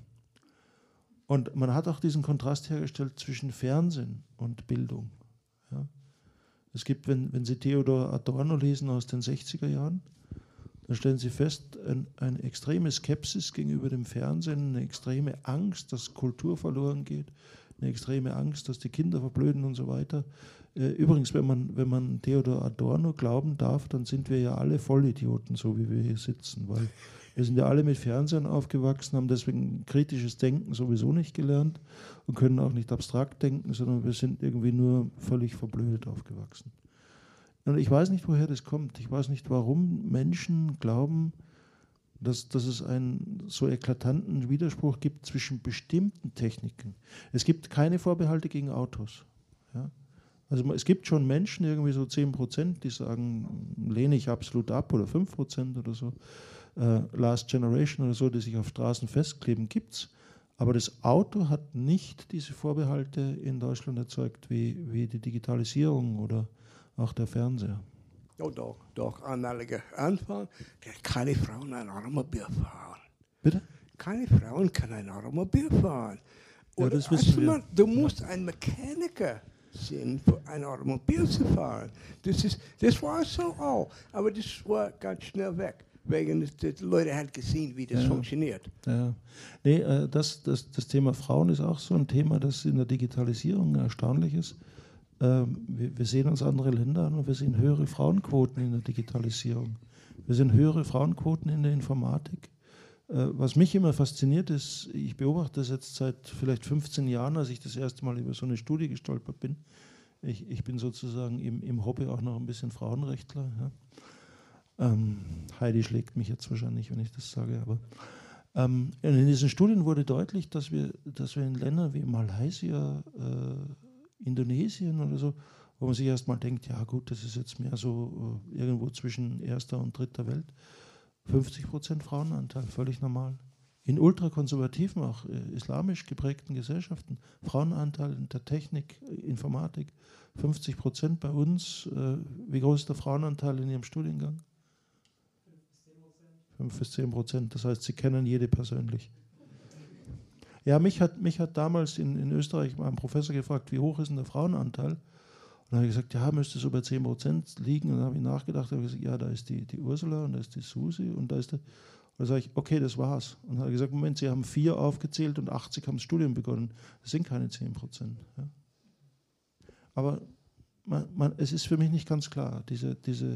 Und man hat auch diesen Kontrast hergestellt zwischen Fernsehen und Bildung. Ja. Es gibt, wenn, wenn Sie Theodor Adorno lesen aus den sechziger Jahren, dann stellen Sie fest, ein, eine extreme Skepsis gegenüber dem Fernsehen, eine extreme Angst, dass Kultur verloren geht, eine extreme Angst, dass die Kinder verblöden und so weiter. Übrigens, wenn man, wenn man Theodor Adorno glauben darf, dann sind wir ja alle Vollidioten, so wie wir hier sitzen, weil wir sind ja alle mit Fernsehen aufgewachsen, haben deswegen kritisches Denken sowieso nicht gelernt und können auch nicht abstrakt denken, sondern wir sind irgendwie nur völlig verblödet aufgewachsen. Und ich weiß nicht, woher das kommt. Ich weiß nicht, warum Menschen glauben, dass, dass es einen so eklatanten Widerspruch gibt zwischen bestimmten Techniken. Es gibt keine Vorbehalte gegen Autos. Ja? Also es gibt schon Menschen, irgendwie so zehn Prozent, die sagen, lehne ich absolut ab, oder fünf Prozent oder so. Uh, Last Generation oder so, die sich auf Straßen festkleben, gibt es. Aber das Auto hat nicht diese Vorbehalte in Deutschland erzeugt, wie, wie die Digitalisierung oder auch der Fernseher. Oh doch, doch, einmaliger Anfang, keine Frauen ein Automobil fahren. Bitte? Keine Frauen können ein Automobil fahren. Ja, Oder das wissen wir. mal, du musst ein Mechaniker sein, für ein Automobil zu fahren. Das, ist, das war so auch, aber das war ganz schnell weg. Wegen die Leute haben gesehen, wie das ja. funktioniert. Ja. Nee, äh, das, das, das Thema Frauen ist auch so ein Thema, das in der Digitalisierung erstaunlich ist. Ähm, wir, wir sehen uns andere Länder an und wir sehen höhere Frauenquoten in der Digitalisierung. Wir sehen höhere Frauenquoten in der Informatik. Äh, was mich immer fasziniert ist, ich beobachte das jetzt seit vielleicht fünfzehn Jahren, als ich das erste Mal über so eine Studie gestolpert bin. Ich, ich bin sozusagen im, im Hobby auch noch ein bisschen Frauenrechtler. Ja. Ähm, Heidi schlägt mich jetzt wahrscheinlich, wenn ich das sage, aber ähm, in diesen Studien wurde deutlich, dass wir, dass wir in Ländern wie Malaysia, äh, Indonesien oder so, wo man sich erstmal denkt, ja gut, das ist jetzt mehr so äh, irgendwo zwischen erster und dritter Welt, fünfzig Prozent Frauenanteil, völlig normal. In ultrakonservativen, auch äh, islamisch geprägten Gesellschaften, Frauenanteil in der Technik, Informatik, fünfzig Prozent bei uns. Äh, wie groß ist der Frauenanteil in Ihrem Studiengang? fünf bis zehn Prozent, das heißt, Sie kennen jede persönlich. Ja, mich hat, mich hat damals in, in Österreich mal ein Professor gefragt, wie hoch ist denn der Frauenanteil? Und dann habe ich gesagt, ja, müsste so bei zehn Prozent liegen. Und dann habe ich nachgedacht, habe gesagt, ja, da ist die, die Ursula und da ist die Susi und da ist der. Und dann sage ich, okay, das war's. Und dann habe ich gesagt, Moment, Sie haben vier aufgezählt und achtzig haben das Studium begonnen. Das sind keine zehn Prozent. Ja. Aber man, man, es ist für mich nicht ganz klar, diese, diese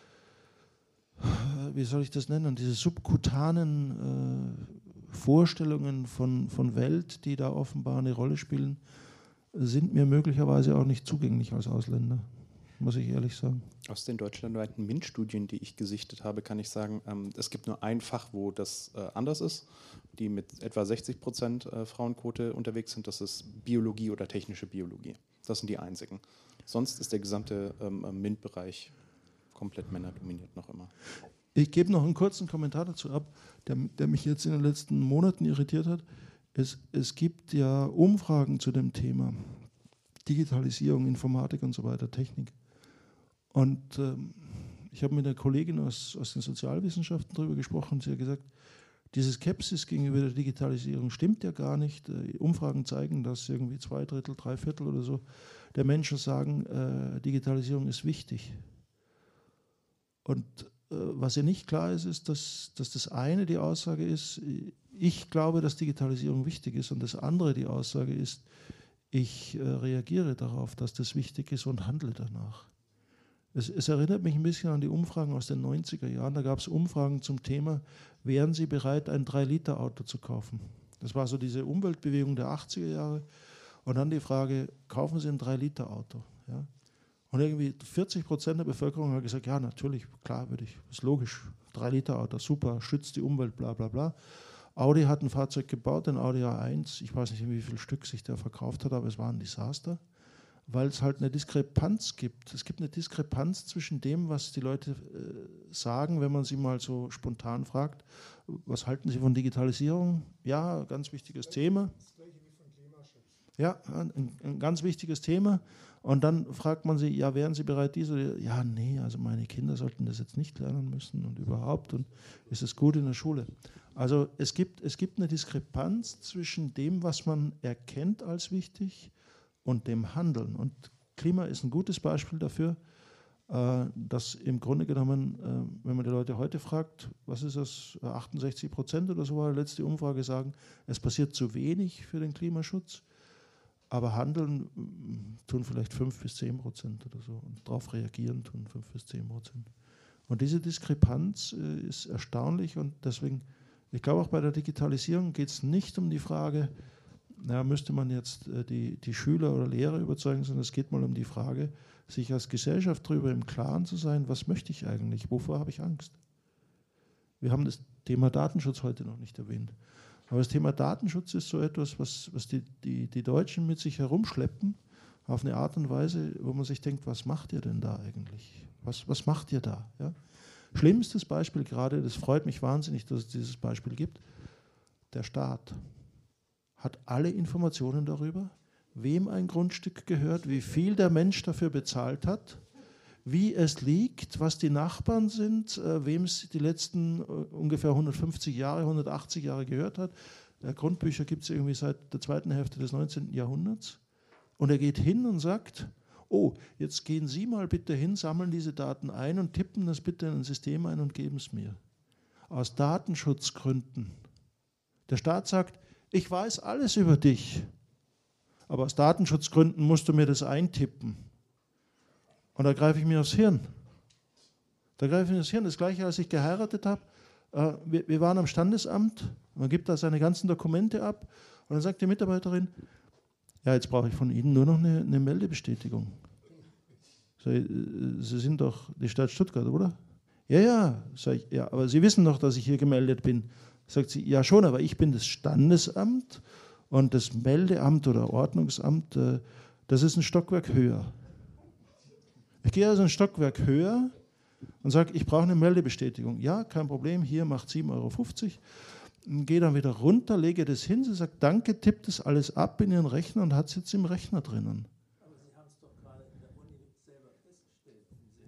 wie soll ich das nennen, diese subkutanen äh, Vorstellungen von, von Welt, die da offenbar eine Rolle spielen, sind mir möglicherweise auch nicht zugänglich als Ausländer, muss ich ehrlich sagen. Aus den deutschlandweiten MINT-Studien, die ich gesichtet habe, kann ich sagen, ähm, es gibt nur ein Fach, wo das äh, anders ist, die mit etwa sechzig Prozent äh, Frauenquote unterwegs sind, das ist Biologie oder technische Biologie. Das sind die einzigen. Sonst ist der gesamte ähm, MINT-Bereich komplett männerdominiert noch immer. Ich gebe noch einen kurzen Kommentar dazu ab, der, der mich jetzt in den letzten Monaten irritiert hat. Es, es gibt ja Umfragen zu dem Thema Digitalisierung, Informatik und so weiter, Technik. Und ähm, ich habe mit einer Kollegin aus, aus den Sozialwissenschaften darüber gesprochen und sie hat gesagt, diese Skepsis gegenüber der Digitalisierung stimmt ja gar nicht. Die Umfragen zeigen, dass irgendwie zwei Drittel, drei Viertel oder so der Menschen sagen, äh, Digitalisierung ist wichtig. Und äh, was ja nicht klar ist, ist, dass, dass das eine die Aussage ist, ich glaube, dass Digitalisierung wichtig ist, und das andere die Aussage ist, ich äh, reagiere darauf, dass das wichtig ist und handle danach. Es, es erinnert mich ein bisschen an die Umfragen aus den neunziger Jahren. Da gab es Umfragen zum Thema, wären Sie bereit, ein drei Liter Auto zu kaufen? Das war so diese Umweltbewegung der achtziger Jahre. Und dann die Frage, kaufen Sie ein drei Liter Auto? Ja? Und irgendwie vierzig Prozent der Bevölkerung hat gesagt, ja, natürlich, klar würde ich, ist logisch, drei Liter Auto, super, schützt die Umwelt, bla bla bla. Audi hat ein Fahrzeug gebaut, den Audi A eins, ich weiß nicht, in wie viel Stück sich der verkauft hat, aber es war ein Desaster, weil es halt eine Diskrepanz gibt. Es gibt eine Diskrepanz zwischen dem, was die Leute äh, sagen, wenn man sie mal so spontan fragt, was halten Sie von Digitalisierung? Ja, ganz wichtiges Thema. Das gleiche wie von Klimaschutz. Ja, ein, ein ganz wichtiges Thema. Und dann fragt man sie, ja, wären Sie bereit, diese? Ja, nee, also meine Kinder sollten das jetzt nicht lernen müssen und überhaupt. Und ist es gut in der Schule? Also es gibt, es gibt eine Diskrepanz zwischen dem, was man erkennt als wichtig, und dem Handeln. Und Klima ist ein gutes Beispiel dafür. äh, dass im Grunde genommen, äh, wenn man die Leute heute fragt, was ist das, achtundsechzig Prozent oder so war die letzte Umfrage, sagen, es passiert zu wenig für den Klimaschutz, aber handeln mh, tun vielleicht fünf bis zehn Prozent oder so und darauf reagieren tun fünf bis zehn Prozent. Und diese Diskrepanz äh, ist erstaunlich und deswegen, ich glaube auch bei der Digitalisierung geht es nicht um die Frage, na, müsste man jetzt äh, die, die Schüler oder Lehrer überzeugen, sondern es geht mal um die Frage, sich als Gesellschaft darüber im Klaren zu sein, was möchte ich eigentlich, wovor habe ich Angst. Wir haben das Thema Datenschutz heute noch nicht erwähnt. Aber das Thema Datenschutz ist so etwas, was, was die, die, die Deutschen mit sich herumschleppen, auf eine Art und Weise, wo man sich denkt, was macht ihr denn da eigentlich? Was, was macht ihr da? Ja? Schlimmstes Beispiel gerade, das freut mich wahnsinnig, dass es dieses Beispiel gibt, der Staat hat alle Informationen darüber, wem ein Grundstück gehört, wie viel der Mensch dafür bezahlt hat, wie es liegt, was die Nachbarn sind, äh, wem es die letzten äh, ungefähr hundertfünfzig Jahre, hundertachtzig Jahre gehört hat. Äh, Grundbücher gibt es irgendwie seit der zweiten Hälfte des neunzehnten Jahrhunderts. Und er geht hin und sagt, oh, jetzt gehen Sie mal bitte hin, sammeln diese Daten ein und tippen das bitte in ein System ein und geben es mir. Aus Datenschutzgründen. Der Staat sagt, ich weiß alles über dich, aber aus Datenschutzgründen musst du mir das eintippen. Und da greife ich mir aufs Hirn. Da greife ich mir aufs Hirn. Das Gleiche, als ich geheiratet habe. Äh, wir, wir waren am Standesamt, man gibt da seine ganzen Dokumente ab und dann sagt die Mitarbeiterin, ja, jetzt brauche ich von Ihnen nur noch eine, eine Meldebestätigung. Sag ich, Sie sind doch die Stadt Stuttgart, oder? Ja, ja. Sag ich, ja, aber Sie wissen doch, dass ich hier gemeldet bin. Sagt sie, ja schon, aber ich bin das Standesamt und das Meldeamt oder Ordnungsamt, äh, das ist ein Stockwerk höher. Ich gehe also ein Stockwerk höher und sage, ich brauche eine Meldebestätigung. Ja, kein Problem, hier macht sieben Euro fünfzig. Gehe dann wieder runter, lege das hin, sie sagt, danke, tippt das alles ab in ihren Rechner und hat es jetzt im Rechner drinnen. Aber Sie haben es doch gerade in der Uni selber festgestellt,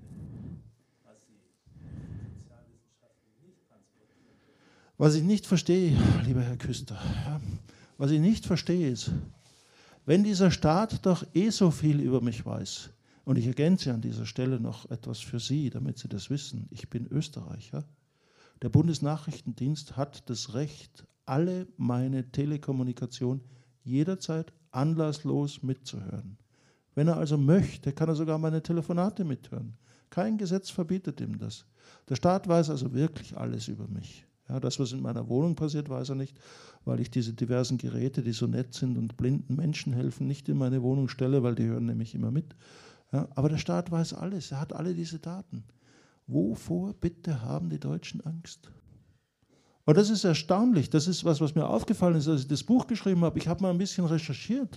was Sie sozialwissenschaftlich nicht transportieren können. Was ich nicht verstehe, lieber Herr Küster, ja, was ich nicht verstehe ist, wenn dieser Staat doch eh so viel über mich weiß, und ich ergänze an dieser Stelle noch etwas für Sie, damit Sie das wissen, ich bin Österreicher, der Bundesnachrichtendienst hat das Recht, alle meine Telekommunikation jederzeit anlasslos mitzuhören. Wenn er also möchte, kann er sogar meine Telefonate mithören. Kein Gesetz verbietet ihm das. Der Staat weiß also wirklich alles über mich. Ja, das, was in meiner Wohnung passiert, weiß er nicht, weil ich diese diversen Geräte, die so nett sind und blinden Menschen helfen, nicht in meine Wohnung stelle, weil die hören nämlich immer mit. Ja, aber der Staat weiß alles, er hat alle diese Daten. Wovor bitte haben die Deutschen Angst? Und das ist erstaunlich. Das ist was, was mir aufgefallen ist, als ich das Buch geschrieben habe. Ich habe mal ein bisschen recherchiert.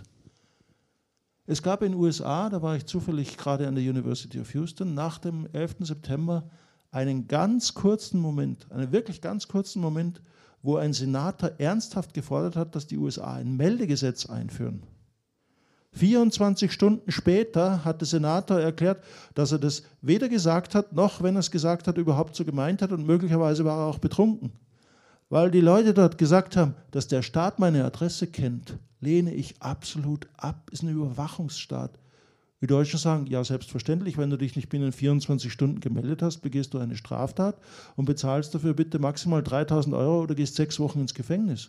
Es gab in den U S A, da war ich zufällig gerade an der University of Houston, nach dem elften September einen ganz kurzen Moment, einen wirklich ganz kurzen Moment, wo ein Senator ernsthaft gefordert hat, dass die U S A ein Meldegesetz einführen. vierundzwanzig Stunden später hat der Senator erklärt, dass er das weder gesagt hat, noch, wenn er es gesagt hat, überhaupt so gemeint hat und möglicherweise war er auch betrunken. Weil die Leute dort gesagt haben, dass der Staat meine Adresse kennt, lehne ich absolut ab, ist ein Überwachungsstaat. Die Deutschen sagen, ja selbstverständlich, wenn du dich nicht binnen vierundzwanzig Stunden gemeldet hast, begehst du eine Straftat und bezahlst dafür bitte maximal dreitausend Euro oder gehst sechs Wochen ins Gefängnis.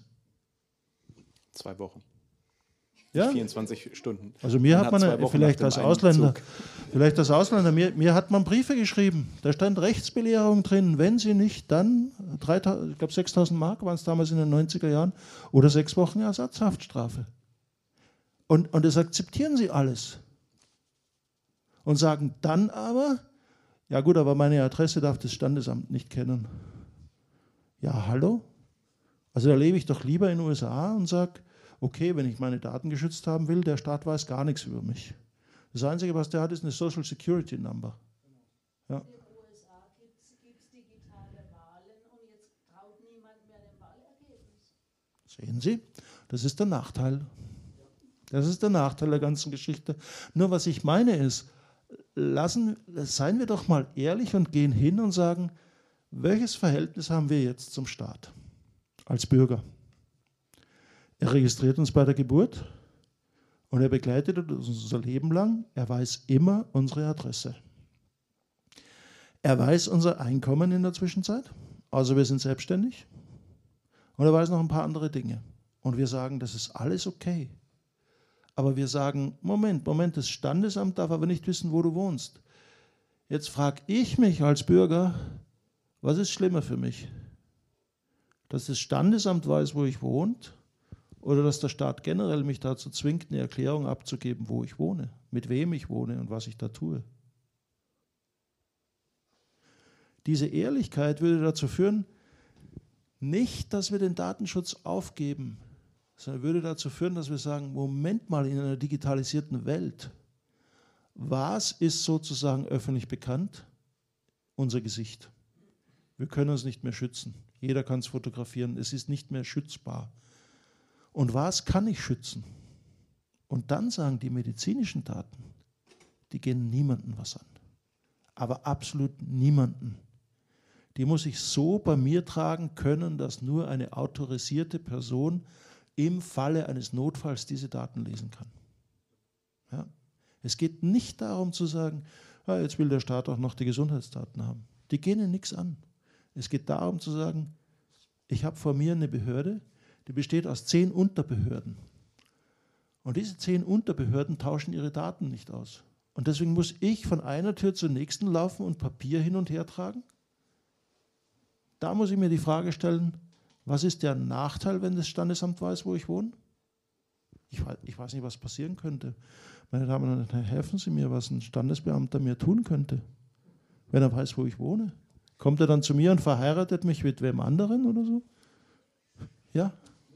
Zwei Wochen. Ja? vierundzwanzig Stunden. Also mir man hat man, vielleicht als Ausländer, vielleicht als Ausländer, mir, mir hat man Briefe geschrieben, da stand Rechtsbelehrung drin, wenn Sie nicht, dann, dreitausend, ich glaube sechstausend Mark waren es damals in den neunziger Jahren, oder sechs Wochen Ersatzhaftstrafe. Und, und das akzeptieren Sie alles. Und sagen dann aber, ja gut, aber meine Adresse darf das Standesamt nicht kennen. Ja, hallo? Also da lebe ich doch lieber in den U S A und sage, okay, wenn ich meine Daten geschützt haben will, der Staat weiß gar nichts über mich. Das Einzige, was der hat, ist eine Social Security Number. Ja. In den U S A gibt es digitale Wahlen und jetzt traut niemand mehr dem Wahlergebnis. Sehen Sie, das ist der Nachteil. Das ist der Nachteil der ganzen Geschichte. Nur was ich meine ist, lassen, seien wir doch mal ehrlich und gehen hin und sagen, welches Verhältnis haben wir jetzt zum Staat als Bürger? Er registriert uns bei der Geburt und er begleitet uns unser Leben lang. Er weiß immer unsere Adresse. Er weiß unser Einkommen in der Zwischenzeit, also wir sind selbstständig. Und er weiß noch ein paar andere Dinge. Und wir sagen, das ist alles okay. Aber wir sagen, Moment, Moment, das Standesamt darf aber nicht wissen, wo du wohnst. Jetzt frage ich mich als Bürger, was ist schlimmer für mich? Dass das Standesamt weiß, wo ich wohne, oder dass der Staat generell mich dazu zwingt, eine Erklärung abzugeben, wo ich wohne, mit wem ich wohne und was ich da tue. Diese Ehrlichkeit würde dazu führen, nicht, dass wir den Datenschutz aufgeben, sondern würde dazu führen, dass wir sagen, Moment mal, in einer digitalisierten Welt, was ist sozusagen öffentlich bekannt? Unser Gesicht. Wir können uns nicht mehr schützen. Jeder kann es fotografieren. Es ist nicht mehr schützbar. Und was kann ich schützen? Und dann sagen die medizinischen Daten, die gehen niemandem was an. Aber absolut niemanden. Die muss ich so bei mir tragen können, dass nur eine autorisierte Person im Falle eines Notfalls diese Daten lesen kann. Ja? Es geht nicht darum zu sagen, ja, jetzt will der Staat auch noch die Gesundheitsdaten haben. Die gehen ihnen nichts an. Es geht darum zu sagen, ich habe vor mir eine Behörde, die besteht aus zehn Unterbehörden. Und diese zehn Unterbehörden tauschen ihre Daten nicht aus. Und deswegen muss ich von einer Tür zur nächsten laufen und Papier hin und her tragen. Da muss ich mir die Frage stellen, was ist der Nachteil, wenn das Standesamt weiß, wo ich wohne? Ich weiß, ich weiß nicht, was passieren könnte. Meine Damen und Herren, helfen Sie mir, was ein Standesbeamter mir tun könnte, wenn er weiß, wo ich wohne. Kommt er dann zu mir und verheiratet mich mit wem anderen oder so? Ja?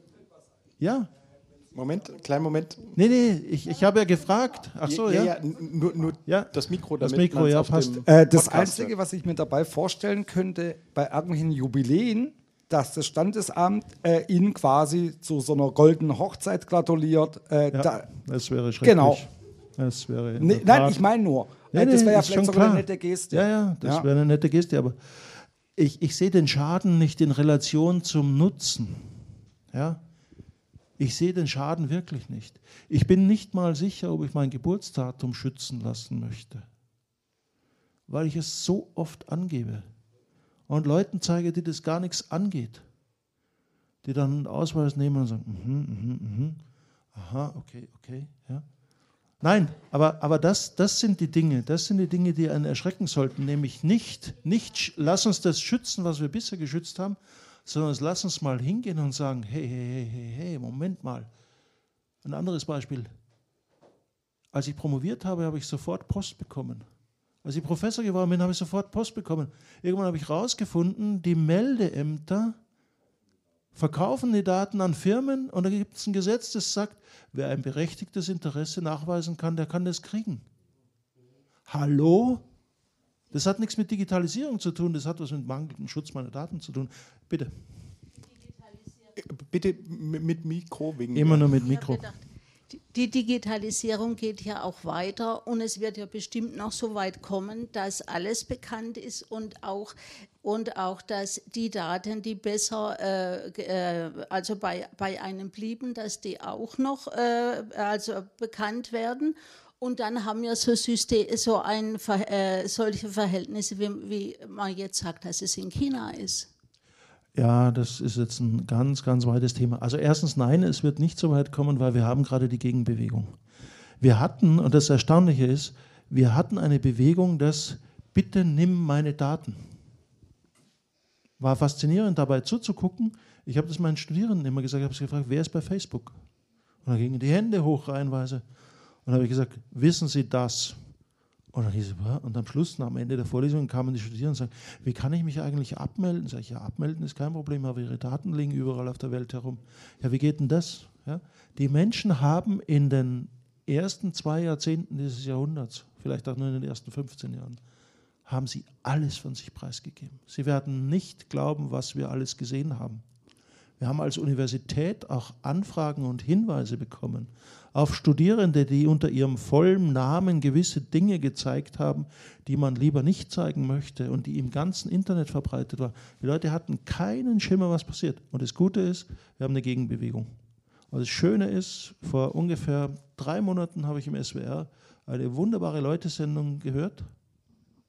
Ja. Moment, kleinen Moment. Nee, nee, ich, ich habe ja gefragt. Ach so, ja. ja, ja nur, nur ja. das Mikro, das damit Mikro, ja, auf passt. dem Äh, das Podcast Einzige, hört. was ich mir dabei vorstellen könnte, bei irgendwelchen Jubiläen, dass das Standesamt äh, Ihnen quasi zu so einer goldenen Hochzeit gratuliert. Äh, Ja, da, das wäre schrecklich. Genau. Das wäre in Nee, der nein, Tat- ich meine nur. Nee, äh, das nee, wäre ja ist vielleicht schon sogar eine klar. nette Geste. Ja, ja, das Ja. wäre eine nette Geste, aber ich, ich sehe den Schaden nicht in Relation zum Nutzen. Ja? Ich sehe den Schaden wirklich nicht. Ich bin nicht mal sicher, ob ich mein Geburtsdatum schützen lassen möchte, weil ich es so oft angebe und Leuten zeige, die das gar nichts angeht, die dann einen Ausweis nehmen und sagen, mhm, mhm, mhm, aha, okay, okay, ja. Nein, aber, aber das, das sind die Dinge, das sind die Dinge, die einen erschrecken sollten, nämlich nicht, nicht, lass uns das schützen, was wir bisher geschützt haben, sondern lass uns mal hingehen und sagen, hey, hey, hey, hey, hey, Moment mal. Ein anderes Beispiel. Als ich promoviert habe, habe ich sofort Post bekommen. Als ich Professor geworden bin, habe ich sofort Post bekommen. Irgendwann habe ich herausgefunden, die Meldeämter verkaufen die Daten an Firmen und da gibt es ein Gesetz, das sagt, wer ein berechtigtes Interesse nachweisen kann, der kann das kriegen. Hallo? Das hat nichts mit Digitalisierung zu tun, das hat was mit mangelndem Schutz meiner Daten zu tun. Bitte. Bitte mit Mikro. Wegen Immer nur mit Mikro. Die Digitalisierung geht ja auch weiter und es wird ja bestimmt noch so weit kommen, dass alles bekannt ist und auch, und auch dass die Daten, die besser äh, äh, also bei, bei einem blieben, dass die auch noch äh, also bekannt werden. Und dann haben wir so, System, so ein, äh, solche Verhältnisse, wie, wie man jetzt sagt, dass es in China ist. Ja, das ist jetzt ein ganz, ganz weites Thema. Also erstens, nein, es wird nicht so weit kommen, weil wir haben gerade die Gegenbewegung. Wir hatten, und das Erstaunliche ist, wir hatten eine Bewegung, dass bitte nimm meine Daten. War faszinierend dabei zuzugucken. Ich habe das meinen Studierenden immer gesagt, ich habe sie gefragt, wer ist bei Facebook? Und dann gingen die Hände hoch reihenweise. Und dann habe ich gesagt, wissen Sie das? Und dann hieß es, ja. Und am Schluss, am Ende der Vorlesung, kamen die Studierenden und sagten, wie kann ich mich eigentlich abmelden? Sag ich, ja, abmelden ist kein Problem, aber Ihre Daten liegen überall auf der Welt herum. Ja, wie geht denn das? Ja? Die Menschen haben in den ersten zwei Jahrzehnten dieses Jahrhunderts, vielleicht auch nur in den ersten fünfzehn Jahren, haben sie alles von sich preisgegeben. Sie werden nicht glauben, was wir alles gesehen haben. Wir haben als Universität auch Anfragen und Hinweise bekommen auf Studierende, die unter ihrem vollen Namen gewisse Dinge gezeigt haben, die man lieber nicht zeigen möchte und die im ganzen Internet verbreitet waren. Die Leute hatten keinen Schimmer, was passiert. Und das Gute ist, wir haben eine Gegenbewegung. Und das Schöne ist, vor ungefähr drei Monaten habe ich im S W R eine wunderbare Leutesendung gehört.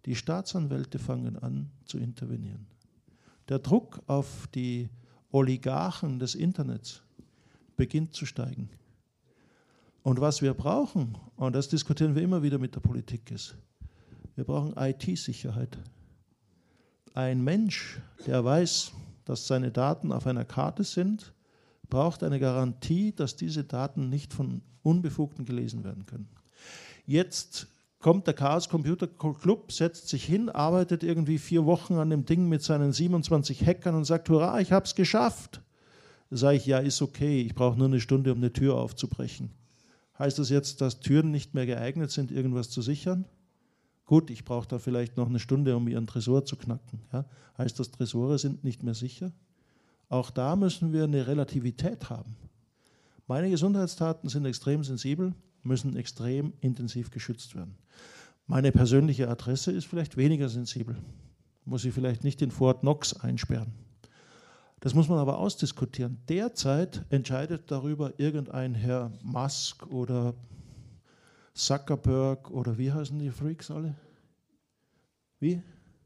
Die Staatsanwälte fangen an zu intervenieren. Der Druck auf die Oligarchen des Internets beginnt zu steigen. Und was wir brauchen, und das diskutieren wir immer wieder mit der Politik, ist, wir brauchen I T-Sicherheit. Ein Mensch, der weiß, dass seine Daten auf einer Karte sind, braucht eine Garantie, dass diese Daten nicht von Unbefugten gelesen werden können. Jetzt kommt der Chaos Computer Club, setzt sich hin, arbeitet irgendwie vier Wochen an dem Ding mit seinen siebenundzwanzig Hackern und sagt, hurra, ich habe es geschafft. Da sage ich, ja, ist okay, ich brauche nur eine Stunde, um eine Tür aufzubrechen. Heißt das jetzt, dass Türen nicht mehr geeignet sind, irgendwas zu sichern? Gut, ich brauche da vielleicht noch eine Stunde, um ihren Tresor zu knacken. Ja? Heißt das, Tresore sind nicht mehr sicher? Auch da müssen wir eine Relativität haben. Meine Gesundheitsdaten sind extrem sensibel, müssen extrem intensiv geschützt werden. Meine persönliche Adresse ist vielleicht weniger sensibel, muss ich vielleicht nicht in Fort Knox einsperren. Das muss man aber ausdiskutieren. Derzeit entscheidet darüber irgendein Herr Musk oder Zuckerberg oder wie heißen die Freaks alle? Wie?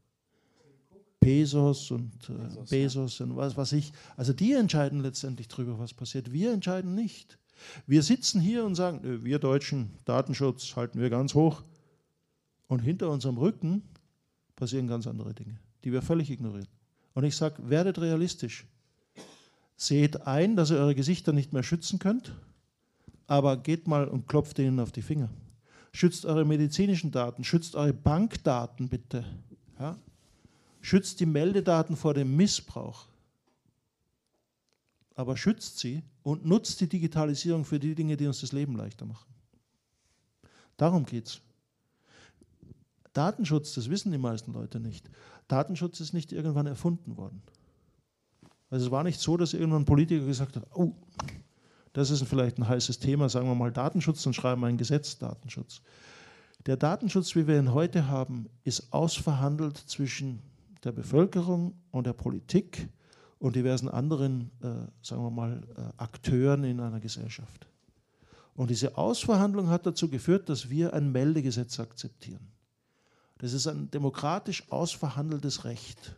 Bezos und äh, Bezos, Bezos ja. und was weiß ich. Also die entscheiden letztendlich darüber, was passiert. Wir entscheiden nicht. Wir sitzen hier und sagen, wir Deutschen, Datenschutz halten wir ganz hoch. Und hinter unserem Rücken passieren ganz andere Dinge, die wir völlig ignorieren. Und ich sage, werdet realistisch. Seht ein, dass ihr eure Gesichter nicht mehr schützen könnt, aber geht mal und klopft ihnen auf die Finger. Schützt eure medizinischen Daten, schützt eure Bankdaten bitte. Ja? Schützt die Meldedaten vor dem Missbrauch. Aber schützt sie und nutzt die Digitalisierung für die Dinge, die uns das Leben leichter machen. Darum geht es. Datenschutz, das wissen die meisten Leute nicht. Datenschutz ist nicht irgendwann erfunden worden. Also es war nicht so, dass irgendwann ein Politiker gesagt hat, oh, das ist vielleicht ein heißes Thema, sagen wir mal Datenschutz, dann schreiben wir ein Gesetz Datenschutz. Der Datenschutz, wie wir ihn heute haben, ist ausverhandelt zwischen der Bevölkerung und der Politik und diversen anderen, äh, sagen wir mal, äh, Akteuren in einer Gesellschaft. Und diese Ausverhandlung hat dazu geführt, dass wir ein Meldegesetz akzeptieren. Das ist ein demokratisch ausverhandeltes Recht.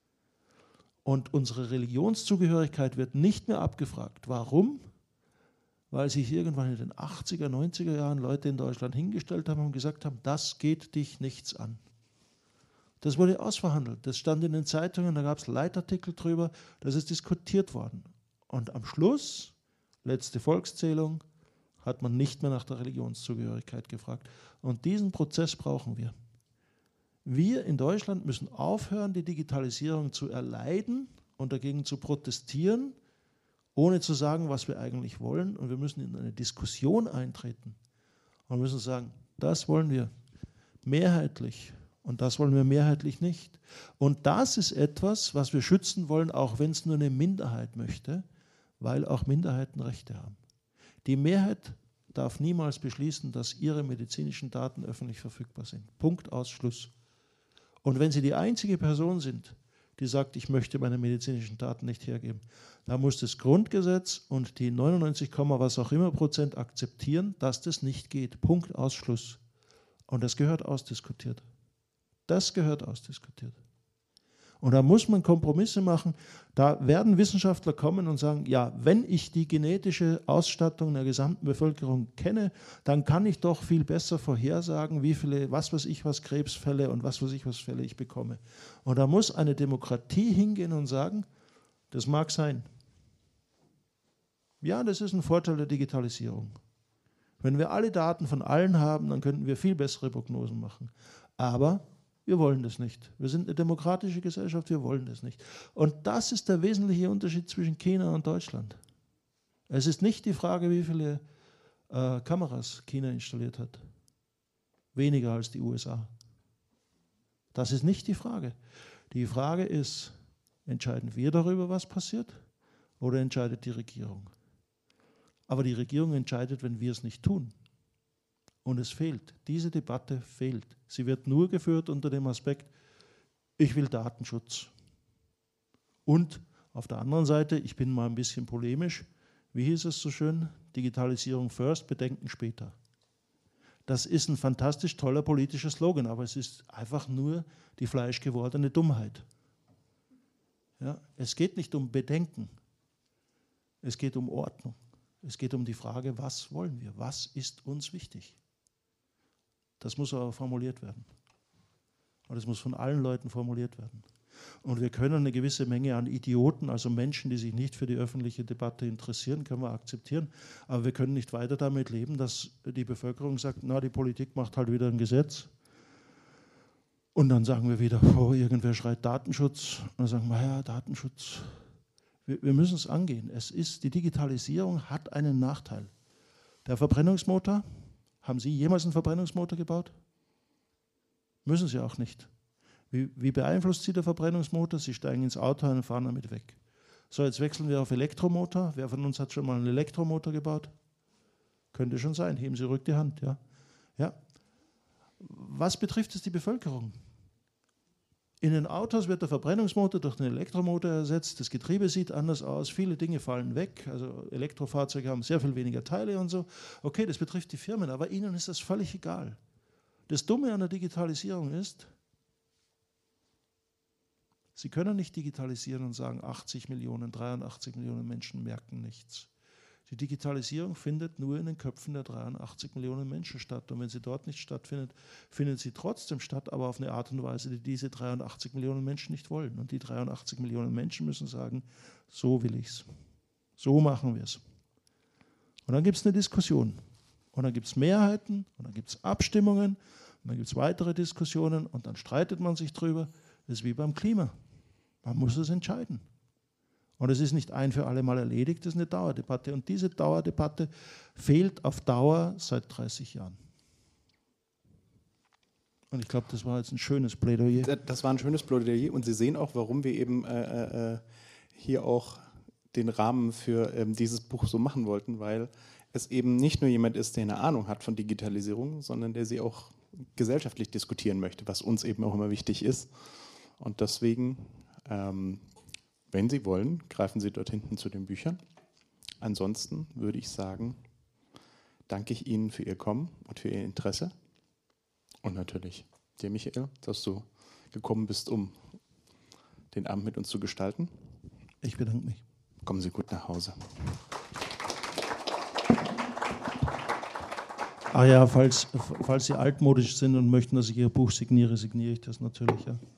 Und unsere Religionszugehörigkeit wird nicht mehr abgefragt. Warum? Weil sich irgendwann in den achtziger, neunziger Jahren Leute in Deutschland hingestellt haben und gesagt haben, das geht dich nichts an. Das wurde ausverhandelt. Das stand in den Zeitungen, da gab es Leitartikel drüber, das ist diskutiert worden. Und am Schluss, letzte Volkszählung, hat man nicht mehr nach der Religionszugehörigkeit gefragt. Und diesen Prozess brauchen wir. Wir in Deutschland müssen aufhören, die Digitalisierung zu erleiden und dagegen zu protestieren, ohne zu sagen, was wir eigentlich wollen. Und wir müssen in eine Diskussion eintreten und müssen sagen, das wollen wir mehrheitlich und das wollen wir mehrheitlich nicht. Und das ist etwas, was wir schützen wollen, auch wenn es nur eine Minderheit möchte, weil auch Minderheiten Rechte haben. Die Mehrheit darf niemals beschließen, dass ihre medizinischen Daten öffentlich verfügbar sind. Punkt, aus, Schluss. Und wenn Sie die einzige Person sind, die sagt, ich möchte meine medizinischen Daten nicht hergeben, dann muss das Grundgesetz und die neunundneunzig, was auch immer Prozent akzeptieren, dass das nicht geht. Punkt, aus, Schluss. Und das gehört ausdiskutiert. Das gehört ausdiskutiert. Und da muss man Kompromisse machen. Da werden Wissenschaftler kommen und sagen, ja, wenn ich die genetische Ausstattung der gesamten Bevölkerung kenne, dann kann ich doch viel besser vorhersagen, wie viele, was weiß ich, was Krebsfälle und was weiß ich, was Fälle ich bekomme. Und da muss eine Demokratie hingehen und sagen, das mag sein. Ja, das ist ein Vorteil der Digitalisierung. Wenn wir alle Daten von allen haben, dann könnten wir viel bessere Prognosen machen. Aber wir wollen das nicht. Wir sind eine demokratische Gesellschaft, wir wollen das nicht. Und das ist der wesentliche Unterschied zwischen China und Deutschland. Es ist nicht die Frage, wie viele äh, Kameras China installiert hat. Weniger als die U S A. Das ist nicht die Frage. Die Frage ist, entscheiden wir darüber, was passiert, oder entscheidet die Regierung? Aber die Regierung entscheidet, wenn wir es nicht tun. Und es fehlt. Diese Debatte fehlt. Sie wird nur geführt unter dem Aspekt, ich will Datenschutz. Und auf der anderen Seite, ich bin mal ein bisschen polemisch, wie hieß es so schön, Digitalisierung first, Bedenken später. Das ist ein fantastisch toller politischer Slogan, aber es ist einfach nur die fleischgewordene Dummheit. Ja, es geht nicht um Bedenken, es geht um Ordnung. Es geht um die Frage, was wollen wir, was ist uns wichtig? Das muss aber formuliert werden. Und es muss von allen Leuten formuliert werden. Und wir können eine gewisse Menge an Idioten, also Menschen, die sich nicht für die öffentliche Debatte interessieren, können wir akzeptieren. Aber wir können nicht weiter damit leben, dass die Bevölkerung sagt, na, die Politik macht halt wieder ein Gesetz. Und dann sagen wir wieder, oh, irgendwer schreit Datenschutz. Und dann sagen wir, ja, Datenschutz. Wir, wir müssen es angehen. Es ist, die Digitalisierung hat einen Nachteil. Der Verbrennungsmotor, haben Sie jemals einen Verbrennungsmotor gebaut? Müssen Sie auch nicht. Wie, wie beeinflusst Sie der Verbrennungsmotor? Sie steigen ins Auto und fahren damit weg. So, jetzt wechseln wir auf Elektromotor. Wer von uns hat schon mal einen Elektromotor gebaut? Könnte schon sein. Heben Sie ruhig die Hand. Ja. Ja. Was betrifft es die Bevölkerung? In den Autos wird der Verbrennungsmotor durch den Elektromotor ersetzt. Das Getriebe sieht anders aus. Viele Dinge fallen weg. Also Elektrofahrzeuge haben sehr viel weniger Teile und so. Okay, das betrifft die Firmen, aber ihnen ist das völlig egal. Das Dumme an der Digitalisierung ist, Sie können nicht digitalisieren und sagen, achtzig Millionen, dreiundachtzig Millionen Menschen merken nichts. Die Digitalisierung findet nur in den Köpfen der dreiundachtzig Millionen Menschen statt. Und wenn sie dort nicht stattfindet, findet sie trotzdem statt, aber auf eine Art und Weise, die diese dreiundachtzig Millionen Menschen nicht wollen. Und die dreiundachtzig Millionen Menschen müssen sagen, so will ich es. So machen wir es. Und dann gibt es eine Diskussion. Und dann gibt es Mehrheiten, und dann gibt es Abstimmungen, und dann gibt es weitere Diskussionen, und dann streitet man sich drüber. Das ist wie beim Klima. Man muss es entscheiden. Und es ist nicht ein für alle Mal erledigt, das ist eine Dauerdebatte. Und diese Dauerdebatte fehlt auf Dauer seit dreißig Jahren. Und ich glaube, das war jetzt ein schönes Plädoyer. Das war ein schönes Plädoyer. Und Sie sehen auch, warum wir eben äh, äh, hier auch den Rahmen für ähm, dieses Buch so machen wollten, weil es eben nicht nur jemand ist, der eine Ahnung hat von Digitalisierung, sondern der sie auch gesellschaftlich diskutieren möchte, was uns eben auch immer wichtig ist. Und deswegen, ähm, wenn Sie wollen, greifen Sie dort hinten zu den Büchern. Ansonsten würde ich sagen, danke ich Ihnen für Ihr Kommen und für Ihr Interesse. Und natürlich dir, Michael, dass du gekommen bist, um den Abend mit uns zu gestalten. Ich bedanke mich. Kommen Sie gut nach Hause. Ach ja, falls, falls Sie altmodisch sind und möchten, dass ich Ihr Buch signiere, signiere ich das natürlich, ja.